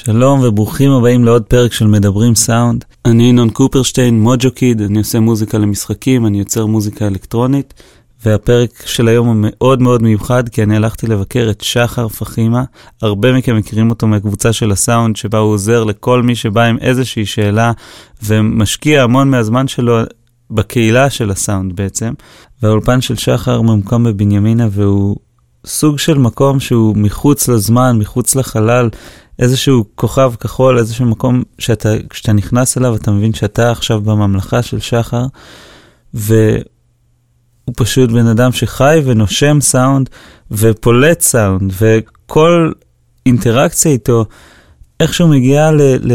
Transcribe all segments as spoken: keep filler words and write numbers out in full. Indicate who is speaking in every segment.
Speaker 1: שלום וברוכים הבאים לעוד פרק של מדברים סאונד. אני אינון קופרשטיין, מוג'ו קיד, אני עושה מוזיקה למשחקים, אני יוצר מוזיקה אלקטרונית, והפרק של היום הוא מאוד מאוד מיוחד, כי אני הלכתי לבקר את שחר פחימה. הרבה מכם מכירים אותו מהקבוצה של הסאונד, שבה הוא עוזר לכל מי שבא עם איזושהי שאלה, ומשקיע המון מהזמן שלו בקהילה של הסאונד בעצם. והאולפן של שחר ממוקם בבנימינה, והוא סוג של מקום שהוא מחוץ לזמן, מחוץ לחלל, איזשהו כוכב כחול, איזשהו מקום שאתה, כשאתה נכנס אליו, אתה מבין שאתה עכשיו בממלכה של שחר, והוא פשוט בן אדם שחי ונושם סאונד, ופולט סאונד, וכל אינטראקציה איתו, איכשהו מגיעה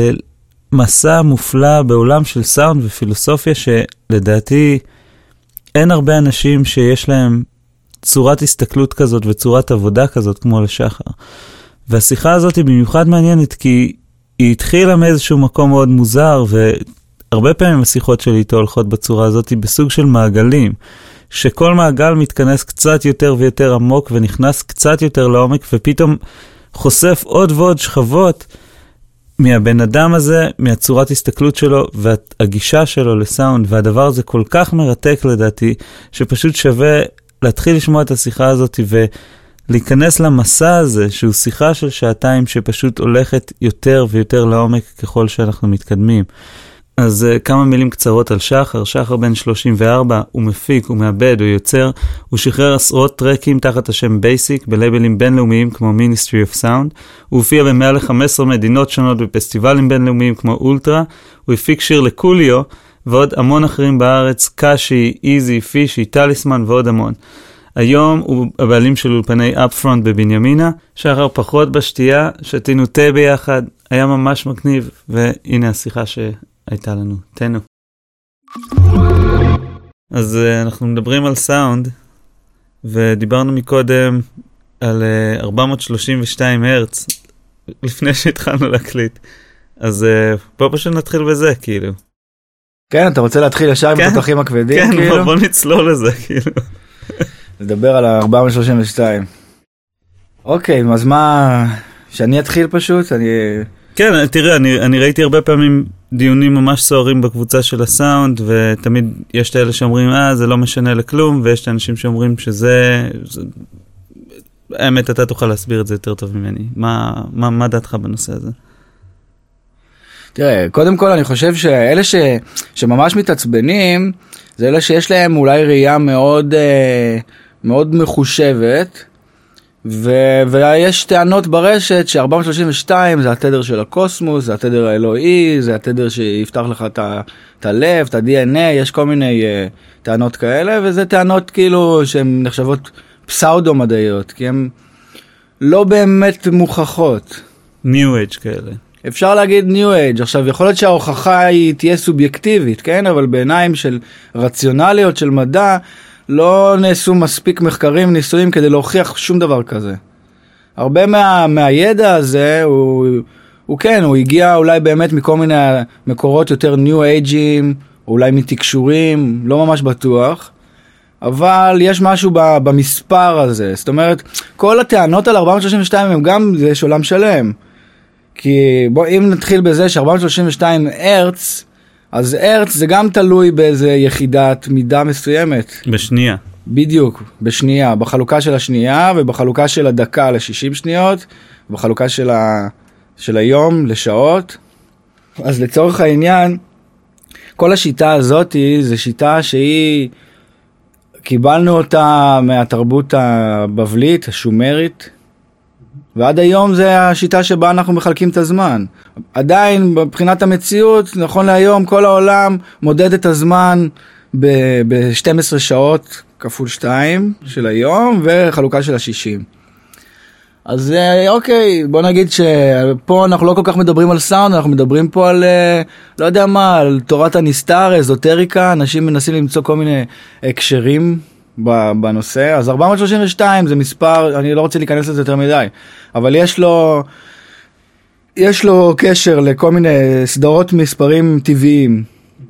Speaker 1: למסע מופלא בעולם של סאונד ופילוסופיה, שלדעתי אין הרבה אנשים שיש להם צורת הסתכלות כזאת וצורת עבודה כזאת כמו לשחר. והשיחה הזאת היא במיוחד מעניינת כי היא התחילה מאיזשהו מקום מאוד מוזר, והרבה פעמים השיחות שלי איתו הולכות בצורה הזאת בסוג של מעגלים, שכל מעגל מתכנס קצת יותר ויותר עמוק ונכנס קצת יותר לעומק, ופתאום חושף עוד ועוד שכבות מהבן אדם הזה, מהצורת הסתכלות שלו והגישה שלו לסאונד, והדבר הזה כל כך מרתק לדעתי, שפשוט שווה להתחיל לשמוע את השיחה הזאת ולהיכנס למסע הזה, שהוא שיחה של שעתיים שפשוט הולכת יותר ויותר לעומק ככל שאנחנו מתקדמים. אז uh, כמה מילים קצרות על שחר. שחר בן שלושים וארבע, הוא מפיק, הוא מעבד, הוא יוצר, הוא שחרר עשרות טרקים תחת השם בייסיק, בלייבלים בינלאומיים כמו Ministry of Sound, הוא הופיע במעל ל-חמש עשרה מדינות שונות בפסטיבלים בינלאומיים כמו אולטרה, הוא הפיק שיר לקוליו, ועוד המון אחרים בארץ, קאשי, איזי, פישי, טליסמן ועוד המון. היום הוא הבעלים של אולפני אפפרונט בבנימינה. שחר פחות בשתייה, שתינו תה ביחד, היה ממש מגניב, והנה השיחה שהייתה לנו. תנו. אז uh, אנחנו מדברים על סאונד, ודיברנו מקודם על uh, ארבע מאות שלושים ושתיים הרץ, לפני שהתחלנו להקליט. אז uh, בוא פשוט נתחיל בזה, כאילו.
Speaker 2: כן, אתה רוצה להתחיל ישר עם התותחים הכבדים?
Speaker 1: כן,
Speaker 2: כאילו?
Speaker 1: בוא נצלול לזה, כאילו.
Speaker 2: לדבר על ה-ארבע מאות שלושים ושתיים. אוקיי, אז מה... שאני אתחיל פשוט? אני...
Speaker 1: כן, תראה, אני, אני ראיתי הרבה פעמים דיונים ממש סוערים בקבוצה של הסאונד, ותמיד יש את האלה שאומרים, אה, זה לא משנה לכלום, ויש את האנשים שאומרים שזה... זה... האמת, אתה תוכל להסביר את זה יותר טוב ממני. מה, מה, מה דעתך בנושא הזה?
Speaker 2: תראה, קודם כל אני חושב שאלה ש... שממש מתעצבנים, זה אלה שיש להם אולי ראייה מאוד, מאוד מחושבת, ו... ויש טענות ברשת ש-ארבע מאות שלושים ושתיים זה התדר של הקוסמוס, זה התדר האלוהי, זה התדר שיפתח לך את, ה... את הלב, את ה-די אן איי, יש כל מיני uh, טענות כאלה, וזה טענות כאילו שהן נחשבות פסאודו-מדעיות, כי הן לא באמת מוכחות.
Speaker 1: ניו אייג' כאלה.
Speaker 2: אפשר להגיד ניו אייג'. עכשיו, יכול להיות שההוכחה היא תהיה סובייקטיבית, כן? אבל בעיניים של רציונליות של מדע, לא נעשו מספיק מחקרים, ניסויים, כדי להוכיח שום דבר כזה. הרבה מה, מהידע הזה, הוא, הוא כן, הוא הגיע אולי באמת מכל מיני מקורות יותר ניו אייג'ים, אולי מתקשורים, לא ממש בטוח, אבל יש משהו במספר הזה. זאת אומרת, כל הטענות על ארבע מאות שלושים ושתיים הם גם, יש עולם שלם. כי בוא, אם נתחיל בזה ש-ארבע מאות שלושים ושתיים הרץ, אז הרץ זה גם תלוי באיזה יחידת מידה מסוימת.
Speaker 1: בשנייה.
Speaker 2: בדיוק, בשנייה. בחלוקה של השנייה ובחלוקה של הדקה ל-שישים שניות, בחלוקה של, ה... של היום לשעות. אז לצורך העניין, כל השיטה הזאת זה שיטה שהיא, קיבלנו אותה מהתרבות הבבלית, השומרית, ועד היום זה השיטה שבה אנחנו מחלקים את הזמן. עדיין, מבחינת המציאות, נכון להיום, כל העולם מודד את הזמן ב-שתים עשרה שעות כפול שתיים של היום, וחלוקה של ה-שישים. אז אוקיי, בוא נגיד שפה אנחנו לא כל כך מדברים על סאונד, אנחנו מדברים פה על, לא יודע מה, על תורת הנסתר, אזוטריקה, אנשים מנסים למצוא כל מיני הקשרים בנושא. אז ארבע מאות שלושים ושתיים זה מספר, אני לא רוצה להיכנס לזה יותר מדי, אבל יש לו, יש לו קשר לכל מיני סדרות מספרים טבעיים.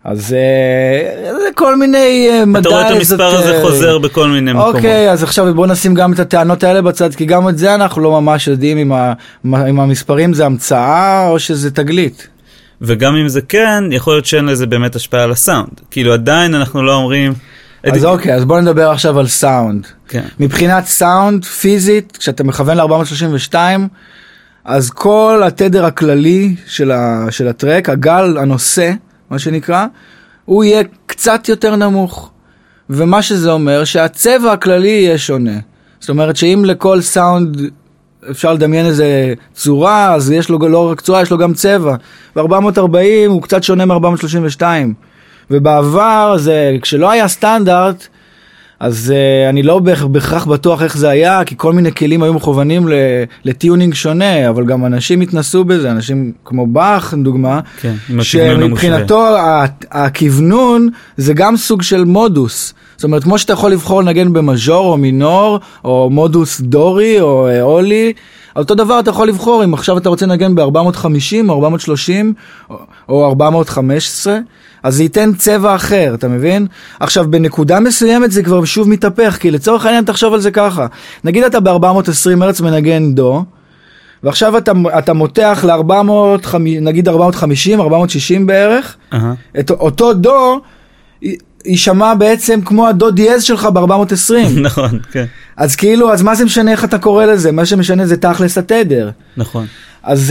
Speaker 2: אז זה כל מיני מדע...
Speaker 1: אתה רואה את המספר הזה חוזר בכל מיני מקומות.
Speaker 2: אוקיי, אז עכשיו בואו נשים גם את הטענות האלה בצד, כי גם את זה אנחנו לא ממש יודעים אם המספרים זה המצאה או שזה תגלית.
Speaker 1: וגם אם זה כן, יכול להיות שאין לזה באמת השפעה על הסאונד. כאילו עדיין אנחנו לא אומרים...
Speaker 2: אז אוקיי, אז בואו נדבר עכשיו על סאונד. מבחינת סאונד, פיזית, כשאתה מכוון ל-ארבע מאות שלושים ושתיים, אז כל התדר הכללי של הטרק, הגל הנושא, מה שנקרא, הוא יהיה קצת יותר נמוך. ומה שזה אומר, שהצבע הכללי יהיה שונה. זאת אומרת שאם לכל סאונד אפשר לדמיין איזה צורה, אז יש לו לא רק צורה, יש לו גם צבע. ב-ארבע מאות וארבעים הוא קצת שונה מ-ארבע מאות שלושים ושתיים. ובעבר, זה, כשלא היה סטנדרט, אז uh, אני לא בהכרח בטוח איך זה היה, כי כל מיני כלים היו מכוונים לטיונינג שונה, אבל גם אנשים התנסו בזה, אנשים כמו באך, דוגמה,
Speaker 1: כן,
Speaker 2: שמבחינתו הכיוונון זה גם סוג של מודוס. זאת אומרת, כמו שאתה יכול לבחור לנגן במז'ור או מינור, או מודוס דורי או אולי, אותו דבר אתה יכול לבחור אם עכשיו אתה רוצה לנגן ב-ארבע מאות וחמישים או ארבע מאות ושלושים או ארבע מאות וחמש עשרה, אז זה ייתן צבע אחר, אתה מבין? עכשיו, בנקודה מסוימת זה כבר שוב מתהפך, כי לצורך העניין תחשוב על זה ככה. נגיד אתה ב-ארבע מאות ועשרים הרץ מנגן דו, ועכשיו אתה, אתה מותח ל-ארבע מאות, נגיד ארבע מאות וחמישים, ארבע מאות ושישים בערך, uh-huh. את אותו דו, יישמע בעצם כמו הדו דיאז שלך ב-ארבע מאות ועשרים.
Speaker 1: נכון, כן.
Speaker 2: אז כאילו, אז מה זה משנה איך אתה קורא לזה? מה שמשנה זה תכלס התדר.
Speaker 1: נכון.
Speaker 2: אז...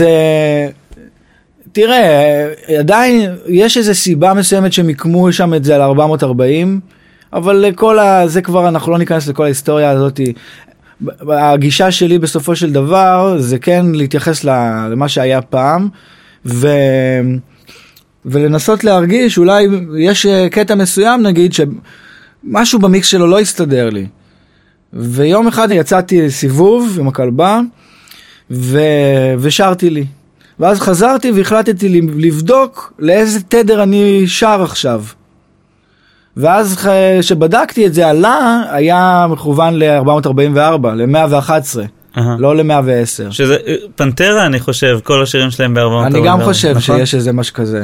Speaker 2: תראה, עדיין יש איזו סיבה מסוימת שמיקמו שם את זה על ארבע מאות וארבעים, אבל כל ה... זה כבר, אנחנו לא ניכנס לכל ההיסטוריה הזאת. הגישה שלי בסופו של דבר, זה כן להתייחס למה שהיה פעם, ו... ולנסות להרגיש, אולי יש קטע מסוים, נגיד, שמשהו במיקס שלו לא הסתדר לי. ויום אחד יצאתי סיבוב עם הכלבה, ו... ושרתי לי. ואז חזרתי והחלטתי לבדוק לאיזה תדר אני שר עכשיו. ואז שבדקתי את זה, עלה, היה מכוון ל-ארבע מאות ארבעים וארבע, ל-מאה ואחת עשרה, uh-huh. לא ל-מאה ועשר.
Speaker 1: שזה פנטרה, אני חושב, כל השירים שלהם ב-ארבע מאות ארבעים וארבע.
Speaker 2: אני גם חושב נכון? שיש איזה משהו כזה.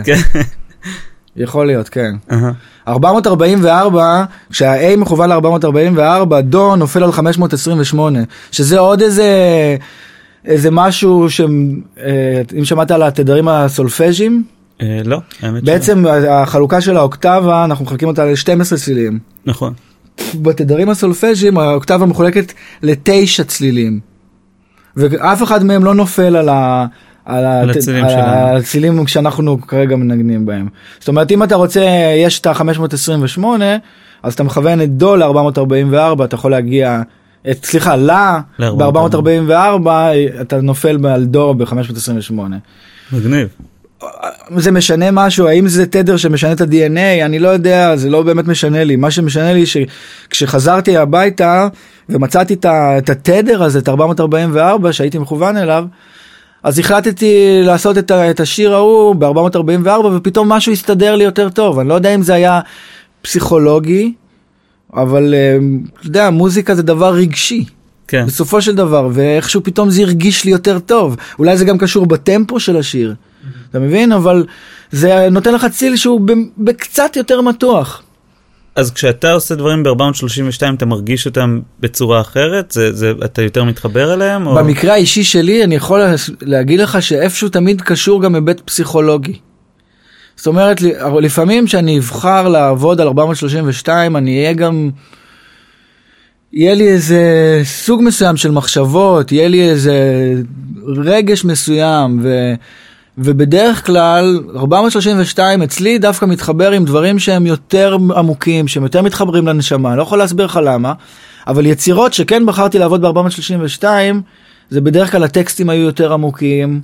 Speaker 2: יכול להיות, כן. Uh-huh. ארבע מאות ארבעים וארבע, כשה-A מכוון ל-ארבע מאות ארבעים וארבע, דו נופל על חמש מאות עשרים ושמונה, שזה עוד איזה... איזה משהו שאם שמעת על התדרים הסולפג'ים?
Speaker 1: לא, האמת
Speaker 2: בעצם החלוקה של האוקטבה, אנחנו מחלקים אותה ל-שנים עשר צלילים.
Speaker 1: נכון.
Speaker 2: בתדרים הסולפג'ים, האוקטבה מחולקת לתשע צלילים. ואף אחד מהם לא נופל על ה... על הצלילים שאנחנו כרגע מנגנים בהם. זאת אומרת, אם אתה רוצה, יש את ה-חמש מאות עשרים ושמונה, אז אתה מכוון את דו ל-ארבע מאות ארבעים וארבע, אתה יכול להגיע... את, סליחה, לה, ב-ארבע מאות ארבעים וארבע, אתה נופל על דו ב-חמש מאות עשרים ושמונה.
Speaker 1: מגניב.
Speaker 2: זה משנה משהו, האם זה תדר שמשנה את ה-די אן איי? אני לא יודע, זה לא באמת משנה לי. מה שמשנה לי שכשחזרתי הביתה, ומצאתי את התדר הזה, את ארבע מאות ארבעים וארבע, שהייתי מכוון אליו, אז החלטתי לעשות את, את השיר ההוא ב-ארבע מאות ארבעים וארבע, ופתאום משהו הסתדר לי יותר טוב. אני לא יודע אם זה היה פסיכולוגי, אבל, אתה יודע, מוזיקה זה דבר רגשי.
Speaker 1: כן.
Speaker 2: בסופו של דבר, ואיכשהו פתאום זה הרגיש לי יותר טוב. אולי זה גם קשור בטמפו של השיר. Mm-hmm. אתה מבין? אבל זה נותן לך ציל שהוא בקצת יותר מתוח.
Speaker 1: אז כשאתה עושה דברים ב-ארבע מאות שלושים ושתיים, אתה מרגיש אותם בצורה אחרת? זה, זה, אתה יותר מתחבר אליהם? או...
Speaker 2: במקרה האישי שלי, אני יכול להגיד לך שאיפשהו תמיד קשור גם היבט פסיכולוגי. זאת אומרת, לפעמים שאני אבחר לעבוד על ארבע מאות שלושים ושתיים, אני אהיה גם... יהיה לי איזה סוג מסוים של מחשבות, יהיה לי איזה רגש מסוים, ו... ובדרך כלל, ארבע מאות שלושים ושתיים אצלי דווקא מתחבר עם דברים שהם יותר עמוקים, שהם יותר מתחברים לנשמה, אני לא יכול להסביר לך למה, אבל יצירות שכן בחרתי לעבוד ב-ארבע מאות שלושים ושתיים, זה בדרך כלל הטקסטים היו יותר עמוקים,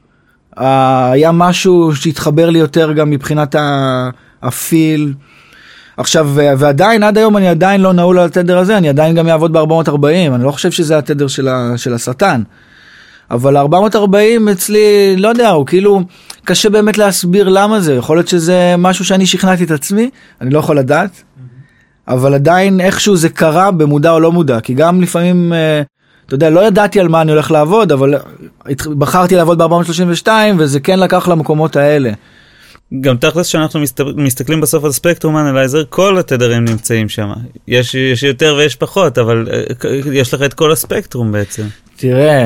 Speaker 2: היה משהו שהתחבר לי יותר גם מבחינת הפיל, עכשיו, ועדיין, עד היום אני עדיין לא נעול על התדר הזה, אני עדיין גם אעבוד ב-ארבע מאות ארבעים, אני לא חושב שזה התדר של, ה, של השטן. אבל ארבע מאות ארבעים אצלי, לא יודע, הוא כאילו, קשה באמת להסביר למה זה, יכול להיות שזה משהו שאני שכנעתי את עצמי, אני לא יכול לדעת, mm-hmm. אבל עדיין איכשהו זה קרה במודע או לא מודע, כי גם לפעמים, אתה יודע, לא ידעתי על מה אני הולך לעבוד, אבל בחרתי לעבוד ב-ארבע מאות שלושים ושתיים, וזה כן לקח למקומות האלה.
Speaker 1: גם תכלס שאנחנו מסתכלים בסוף על ספקטרום אנלייזר, כל התדרים נמצאים שם. יש, יש יותר ויש פחות, אבל יש לך את כל הספקטרום בעצם.
Speaker 2: תראה,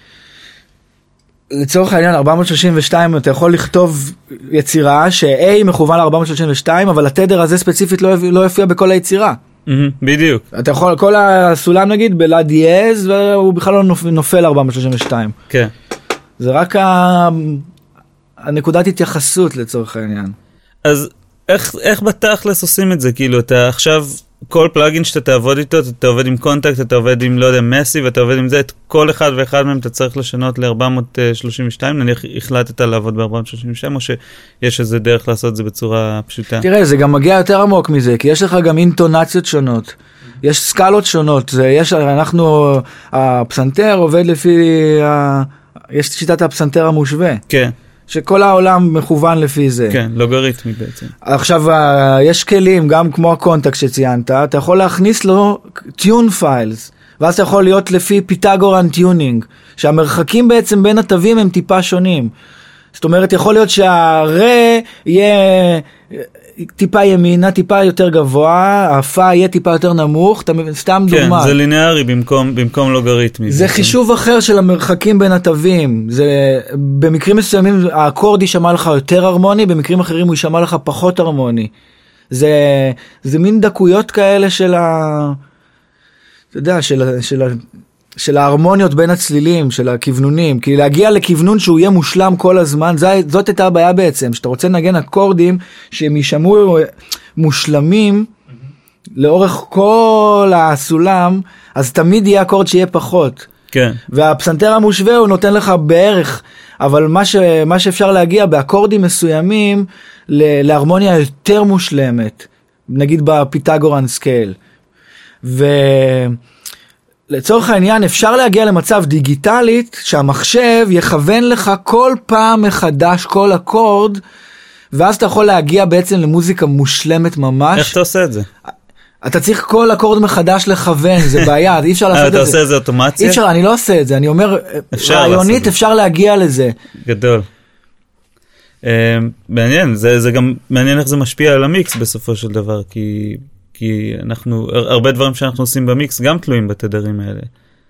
Speaker 2: לצורך העניין ארבע מאות שלושים ושתיים, אתה יכול לכתוב יצירה ש-A מכוון ל-ארבע מאות שלושים ושתיים, אבל התדר הזה ספציפית לא, לא יופיע בכל היצירה.
Speaker 1: בדיוק.
Speaker 2: אתה יכול, כל הסולם נגיד בלה דיאז, והוא בכלל לא נופל ל-ארבע מאות שלושים ושתיים.
Speaker 1: כן.
Speaker 2: זה רק ה... הנקודת התייחסות לצורך העניין.
Speaker 1: אז איך, איך בתכלס עושים את זה? כאילו, אתה עכשיו, כל פלאגין שאתה תעבוד איתו, אתה תעבוד עם קונטקט, אתה עובד עם, לא יודע, מסי, ואתה עובד עם זה, את כל אחד ואחד מהם אתה צריך לשנות ל-ארבע מאות שלושים ושתיים, נניח החלטת לעבוד ב-ארבע מאות שלושים ושתיים, או שיש איזה דרך לעשות את זה בצורה פשוטה?
Speaker 2: תראה, זה גם מגיע יותר עמוק מזה, כי יש לך גם אינטונציות שונות. יש סקלות שונות. זה, יש, אנחנו, הפסנתר עובד לפי, ה, יש שיטת הפסנתר המושווה. כן. שכל העולם מכוון לפי זה.
Speaker 1: כן, לוגריתמי בעצם.
Speaker 2: עכשיו, יש כלים, גם כמו הקונטקט שציינת, אתה יכול להכניס לו טיון פיילס, ואז אתה יכול להיות לפי פיתגורן טיונינג, שהמרחקים בעצם בין התווים הם טיפה שונים. זאת אומרת, יכול להיות שהרה יהיה טיפה ימינה, טיפה יותר גבוה, הפא יהיה טיפה יותר נמוך, סתם
Speaker 1: כן,
Speaker 2: דוגמה.
Speaker 1: כן, זה לינארי במקום, במקום לוגריתמי.
Speaker 2: זה חישוב אחר של המרחקים בין התווים. זה, במקרים מסוימים האקורד יישמע לך יותר הרמוני, במקרים אחרים הוא יישמע לך פחות הרמוני. זה, זה מין דקויות כאלה של ה... אתה יודע, של, של, של ההרמוניות בין הצלילים, של הכיוונונים, כי להגיע לכיוונון שהוא יהיה מושלם כל הזמן, זאת, זאת הייתה הבעיה בעצם, שאתה רוצה לנגן אקורדים שהם יישמעו מושלמים mm-hmm. לאורך כל הסולם, אז תמיד יהיה אקורד שיהיה פחות. כן. והפסנתר המושווה הוא נותן לך בערך, אבל מה, ש, מה שאפשר להגיע באקורדים מסוימים להרמוניה יותר מושלמת, נגיד בפיתגורן סקייל. ו... לצורך העניין אפשר להגיע למצב דיגיטלית שהמחשב יכוון לך כל פעם מחדש כל אקורד, ואז אתה יכול להגיע בעצם למוזיקה מושלמת ממש.
Speaker 1: איך אתה עושה את זה?
Speaker 2: אתה צריך כל אקורד מחדש לכוון, זה בעיה, אי אפשר לעשות את זה.
Speaker 1: אתה עושה את זה אוטומציה?
Speaker 2: אי אפשר, אני לא עושה את זה, אני אומר, רעיונית אפשר להגיע לזה.
Speaker 1: גדול. מעניין, זה גם מעניין איך זה משפיע על המיקס בסופו של דבר, כי... כי אנחנו, הרבה דברים שאנחנו עושים במיקס גם תלויים בתדרים האלה.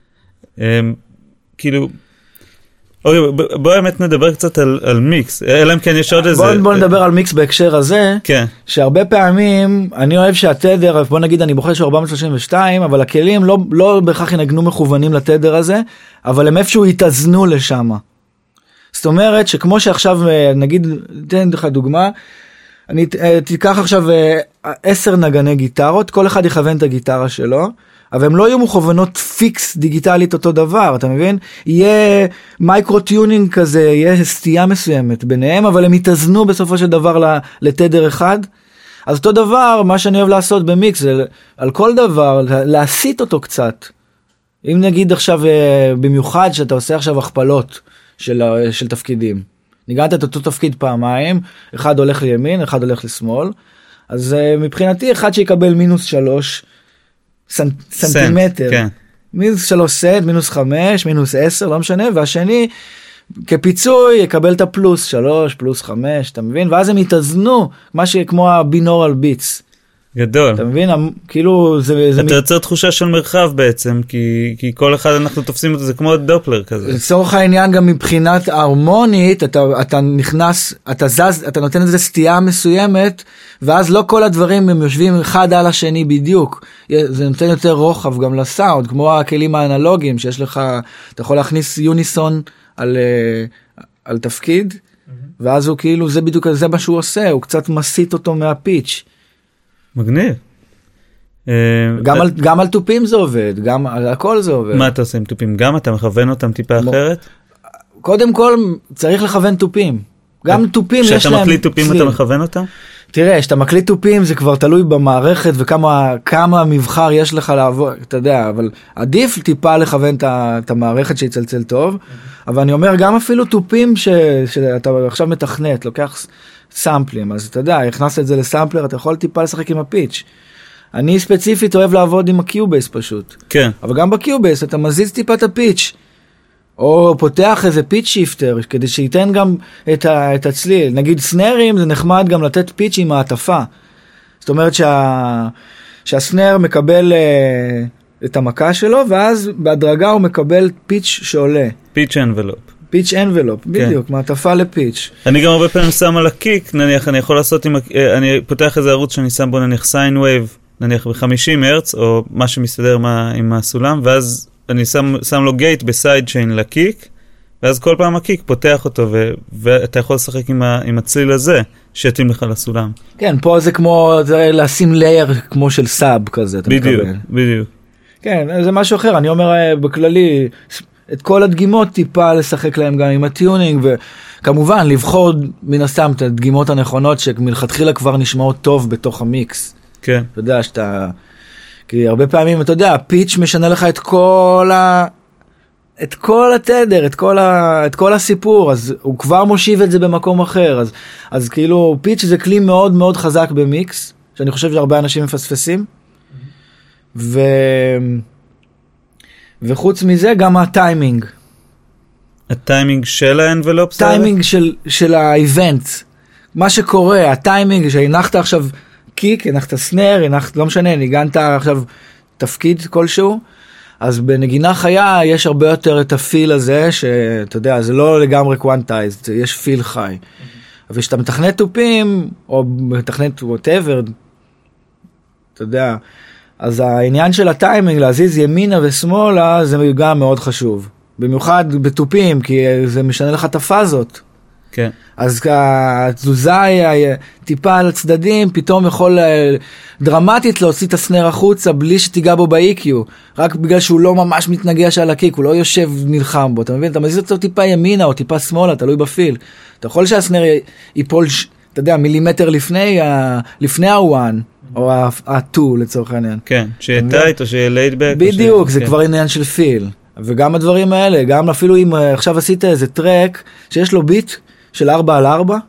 Speaker 1: כאילו, אוקיי, בוא באמת נדבר קצת על, על מיקס, אלא אם כן יש עוד איזה...
Speaker 2: בוא, בוא נדבר על מיקס בהקשר הזה, כן. שהרבה פעמים, אני אוהב שהתדר, בוא נגיד אני בוחר שהוא ארבע מאות שלושים ושתיים, אבל הכלים לא, לא בהכרח ינגנו מכוונים לתדר הזה, אבל הם איפשהו יתאזנו לשם. זאת אומרת שכמו שעכשיו, נגיד, תן לך דוגמה, אני תיקח עכשיו עשר נגני גיטרות, כל אחד יכוון את הגיטרה שלו, אבל הם לא יהיו מכוונות פיקס דיגיטלית אותו דבר, אתה מבין? יהיה מייקרו-טיונינג כזה, יהיה סטייה מסוימת ביניהם, אבל הם יתאזנו בסופו של דבר לתדר אחד. אז אותו דבר, מה שאני אוהב לעשות במיקס, זה על כל דבר, להסיט אותו קצת. אם נגיד עכשיו, במיוחד שאתה עושה עכשיו הכפלות של, של תפקידים. ניגעת את אותו תפקיד פעמיים, אחד הולך לימין, אחד הולך לשמאל, אז uh, מבחינתי אחד שיקבל מינוס שלוש סנט, סנטימטר, כן. מינוס שלוש סנט, מינוס חמש, מינוס עשר, לא משנה, והשני כפיצוי יקבל את הפלוס שלוש, פלוס חמש, אתה מבין? ואז הם יתאזנו, מה שכמו הבינורל ביטס.
Speaker 1: גדול.
Speaker 2: אתה מבין? כאילו זה...
Speaker 1: אתה יוצר תחושה של מרחב בעצם, כי, כי כל אחד אנחנו תופסים את זה כמו דופלר כזה. לצורך
Speaker 2: העניין גם מבחינת ההרמונית, אתה, אתה נכנס, אתה זז, אתה נותן איזה סטייה מסוימת, ואז לא כל הדברים הם יושבים אחד על השני בדיוק. זה נותן יותר רוחב גם לסאונד, כמו הכלים האנלוגיים שיש לך, אתה יכול להכניס יוניסון על, על תפקיד, ואז הוא כאילו, זה בדיוק, זה מה שהוא עושה, הוא קצת מסיט אותו מהפיץ'.
Speaker 1: מגניב.
Speaker 2: גם על, גם על טופים זה עובד, גם על הכל זה עובד.
Speaker 1: מה אתה עושה עם טופים? גם אתה מכוון אותם טיפה אחרת?
Speaker 2: קודם כל צריך לכוון טופים. גם טופים יש להם...
Speaker 1: כשאתה מקליט טופים אתה מכוון אותם?
Speaker 2: תראה, כשאתה מקליט טופים זה כבר תלוי במערכת וכמה כמה מבחר יש לך לעבור, אתה יודע, אבל עדיף טיפה לכוון את המערכת שיצלצל טוב, אבל אני אומר גם אפילו טופים שאתה עכשיו מתכנת, לוקח סמפלים, אז אתה יודע, הכנסת את זה לסמפלר, אתה יכול טיפה לשחק עם הפיץ'. אני ספציפית אוהב לעבוד עם הקיובייס פשוט. כן. אבל גם בקיובייס אתה מזיז טיפה את הפיץ'. או פותח איזה פיץ' שיפטר, כדי שייתן גם את, ה, את הצליל. נגיד סנרים, זה נחמד גם לתת פיץ' עם העטפה. זאת אומרת שה, שהסנר מקבל uh, את המכה שלו, ואז בהדרגה הוא מקבל פיץ' שעולה.
Speaker 1: פיץ' אנבלופ.
Speaker 2: פיץ' אנבלופ, בדיוק, מעטפה לפיץ'.
Speaker 1: אני גם הרבה פעמים שם על הקיק, נניח, אני יכול לעשות עם, אני פותח איזה ערוץ שאני שם בו נניח סיין וייב, נניח ב-חמישים הרץ, או מה שמסתדר מה, עם הסולם, ואז אני שם, שם לו גייט בסייד צ'יין לקיק, ואז כל פעם הקיק פותח אותו, ו, ואתה יכול לשחק עם, ה, עם הצליל הזה, שיתאים לך לסולם.
Speaker 2: כן, פה זה כמו, זה לשים לייר כמו של סאב כזה, אתה
Speaker 1: בדיוק,
Speaker 2: מקבל.
Speaker 1: בדיוק.
Speaker 2: כן, זה משהו אחר, אני אומר בכללי, את כל הדגימות טיפה לשחק להם גם עם הטיונינג, וכמובן לבחור מן הסתם את הדגימות הנכונות, שמלכתחילה כבר נשמעות טוב בתוך המיקס.
Speaker 1: כן.
Speaker 2: אתה יודע שאתה, כי הרבה פעמים, אתה יודע, פיץ' משנה לך את כל ה... את כל התדר, את כל, ה... את כל הסיפור, אז הוא כבר מושיב את זה במקום אחר, אז, אז כאילו פיץ' זה כלי מאוד מאוד חזק במיקס, שאני חושב שהרבה אנשים מפספסים, ו... וחוץ מזה גם הטיימינג.
Speaker 1: הטיימינג של האנבלופס?
Speaker 2: טיימינג של, של האיבנט. מה שקורה, הטיימינג שהנחת עכשיו קיק, הנחת סנר, הנחת, לא משנה, ניגנת עכשיו תפקיד כלשהו, אז בנגינה חיה יש הרבה יותר את הפיל הזה, שאתה יודע, זה לא לגמרי קוונטייזד, יש פיל חי. וכשאתה מתכנת טופים, או מתכנת whatever, אתה יודע, אז העניין של הטיימינג, להזיז ימינה ושמאלה, זה גם מאוד חשוב. במיוחד בטופים, כי זה משנה לך את הפאזות.
Speaker 1: כן.
Speaker 2: אז התזוזה טיפה על הצדדים, פתאום יכול דרמטית להוציא את הסנר החוצה, בלי שתיגע בו ב-אי קיו, רק בגלל שהוא לא ממש מתנגש על הקיק, הוא לא יושב נלחם בו, אתה מבין? אתה מזיז אותו טיפה ימינה או טיפה שמאלה, תלוי בפיל. אתה יכול שהסנר ייפול, אתה יודע, מילימטר לפני, לפני הוואן, או ה-טו לצורך העניין.
Speaker 1: כן, שיהיה טייט או שיהיה ליידבק.
Speaker 2: בדיוק, זה כבר עניין של פיל. וגם הדברים האלה, גם אפילו אם עכשיו עשית איזה טרק, שיש לו ביט של ארבע על ארבע,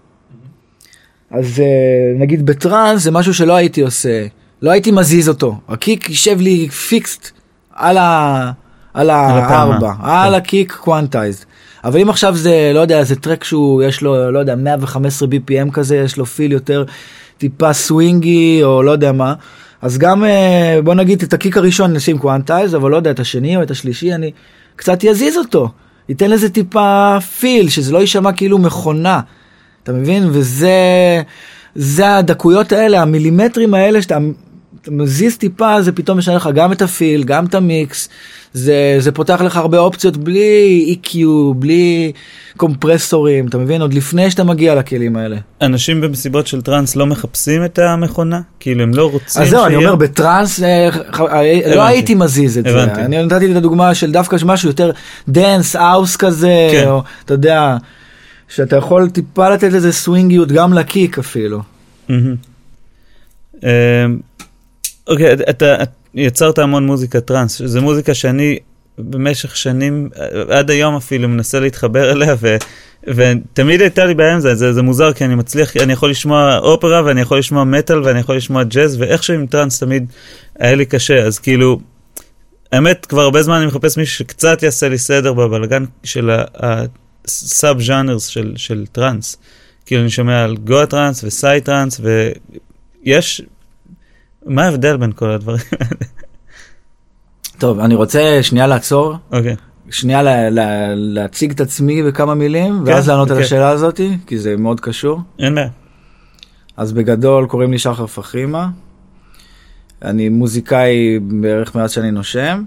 Speaker 2: אז נגיד בטרנס זה משהו שלא הייתי עושה, לא הייתי מזיז אותו, הקיק יישב לי פיקסט על ה... על הארבע, על הקיק קוונטייזד. אבל אם עכשיו זה, לא יודע, זה טרק שהוא, יש לו, לא יודע, מאה וחמש עשרה בי פי אם כזה, יש לו פיל יותר טיפה סווינגי, או לא יודע מה, אז גם, בוא נגיד, את הקיק הראשון נשים קוונטייז, אבל לא יודע, את השני או את השלישי, אני קצת יזיז אותו. ייתן לזה טיפה פיל, שזה לא יישמע כאילו מכונה. אתה מבין? וזה, זה הדקויות האלה, המילימטרים האלה, שאתה מזיז טיפה, זה פתאום משנה לך גם את הפיל, גם את המיקס. זה, זה פותח לך הרבה אופציות בלי אי קיו, בלי קומפרסורים, אתה מבין? עוד לפני שאתה מגיע לכלים האלה.
Speaker 1: אנשים במסיבות של טרנס לא מחפשים את המכונה? כאילו הם לא רוצים...
Speaker 2: אז זהו, אני אומר, בטרנס לא הייתי מזיז את זה. אני נתתי את הדוגמה של דווקא משהו יותר דנס, אאוס כזה, או אתה יודע, שאתה יכול טיפה לתת איזה סווינגיות גם לקיק אפילו.
Speaker 1: אוקיי, אתה... יצרת המון מוזיקה טרנס, זו מוזיקה שאני במשך שנים, עד היום אפילו מנסה להתחבר אליה, ו, ותמיד הייתה לי בעיה עם זה, זה, זה מוזר, כי אני מצליח, אני יכול לשמוע אופרה, ואני יכול לשמוע מטל, ואני יכול לשמוע ג'אז, ואיכשהו עם טרנס תמיד היה לי קשה, אז כאילו, האמת, כבר הרבה זמן אני מחפש מישהו שקצת יעשה לי סדר בבלגן של הסאב ז'אנרס של, של טרנס, כאילו אני שומע על גואה טרנס וסאי טרנס, ויש... מה ההבדל בין כל הדברים האלה?
Speaker 2: טוב, אני רוצה שנייה לעצור.
Speaker 1: אוקיי.
Speaker 2: שנייה לה, לה, להציג את עצמי בכמה מילים, ואז כן, לענות אוקיי. על השאלה הזאת, כי זה מאוד קשור.
Speaker 1: אין בעיה.
Speaker 2: אז בגדול קוראים לי שחר פחימה. אני מוזיקאי בערך מאז שאני נושם,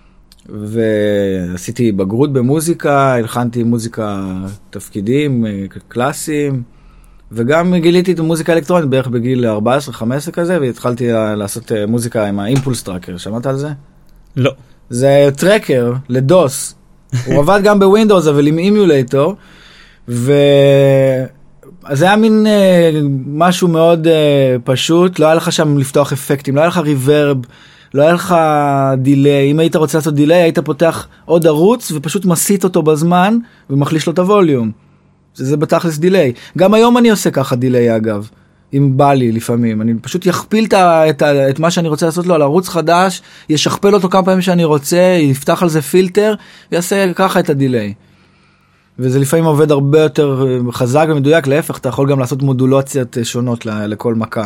Speaker 2: ועשיתי בגרות במוזיקה, הלחנתי מוזיקה תפקידים קלאסיים, וגם גיליתי את המוזיקה האלקטרונית בערך בגיל ארבע עשרה חמש עשרה כזה, והתחלתי לעשות מוזיקה עם האימפולס טראקר. שמעת על זה?
Speaker 1: לא.
Speaker 2: זה טראקר לדוס. הוא עבד גם בווינדוס, אבל עם אימולטור, ו... אז זה היה מין uh, משהו מאוד uh, פשוט, לא היה לך שם לפתוח אפקטים, לא היה לך ריברב, לא היה לך דילי, אם היית רוצה לעשות דילי, היית פותח עוד ערוץ, ופשוט מסית אותו בזמן, ומחליש לו את הווליום. זה, זה בתכלס דילי. גם היום אני עושה ככה דילי אגב. אם בא לי לפעמים, אני פשוט יכפיל את, את, את מה שאני רוצה לעשות לו על ערוץ חדש, ישכפל אותו כמה פעמים שאני רוצה, יפתח על זה פילטר, ויעשה ככה את הדיליי. וזה לפעמים עובד הרבה יותר חזק ומדויק, להפך, אתה יכול גם לעשות מודולציות שונות לכל מכה.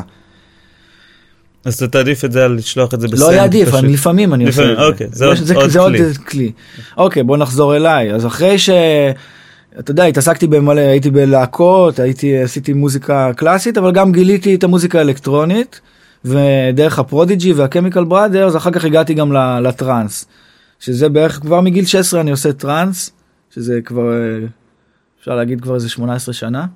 Speaker 1: אז אתה תעדיף את זה על לשלוח את זה בסנד?
Speaker 2: לא יעדיף, אני, לפעמים אני עושה את זה.
Speaker 1: אוקיי, זה, זה,
Speaker 2: זה,
Speaker 1: עוד,
Speaker 2: זה
Speaker 1: עוד
Speaker 2: עוד כלי. אוקיי, בוא נחזור אליי. אז אחרי ש... אתה יודע, התעסקתי במלא, הייתי בלהקות, הייתי, עשיתי מוזיקה קלאסית, אבל גם גיליתי את המוזיקה האלקטרונית, ודרך הפרודיג'י והקמיקל בראדרס, אחר כך הגעתי גם לטרנס, שזה בערך כבר מגיל שש עשרה אני עושה טרנס, שזה כבר, אפשר להגיד כבר איזה שמונה עשרה שנה,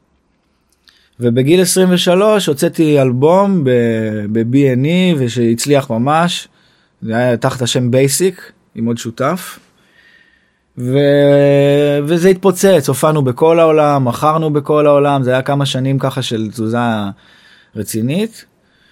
Speaker 2: ובגיל עשרים ושלוש הוצאתי אלבום ב-בי אן אי, ושהצליח ממש, זה היה תחת השם בייסיק, עם עוד שותף, ו... וזה התפוצץ, הופענו בכל העולם, מכרנו בכל העולם, זה היה כמה שנים ככה של תזוזה רצינית,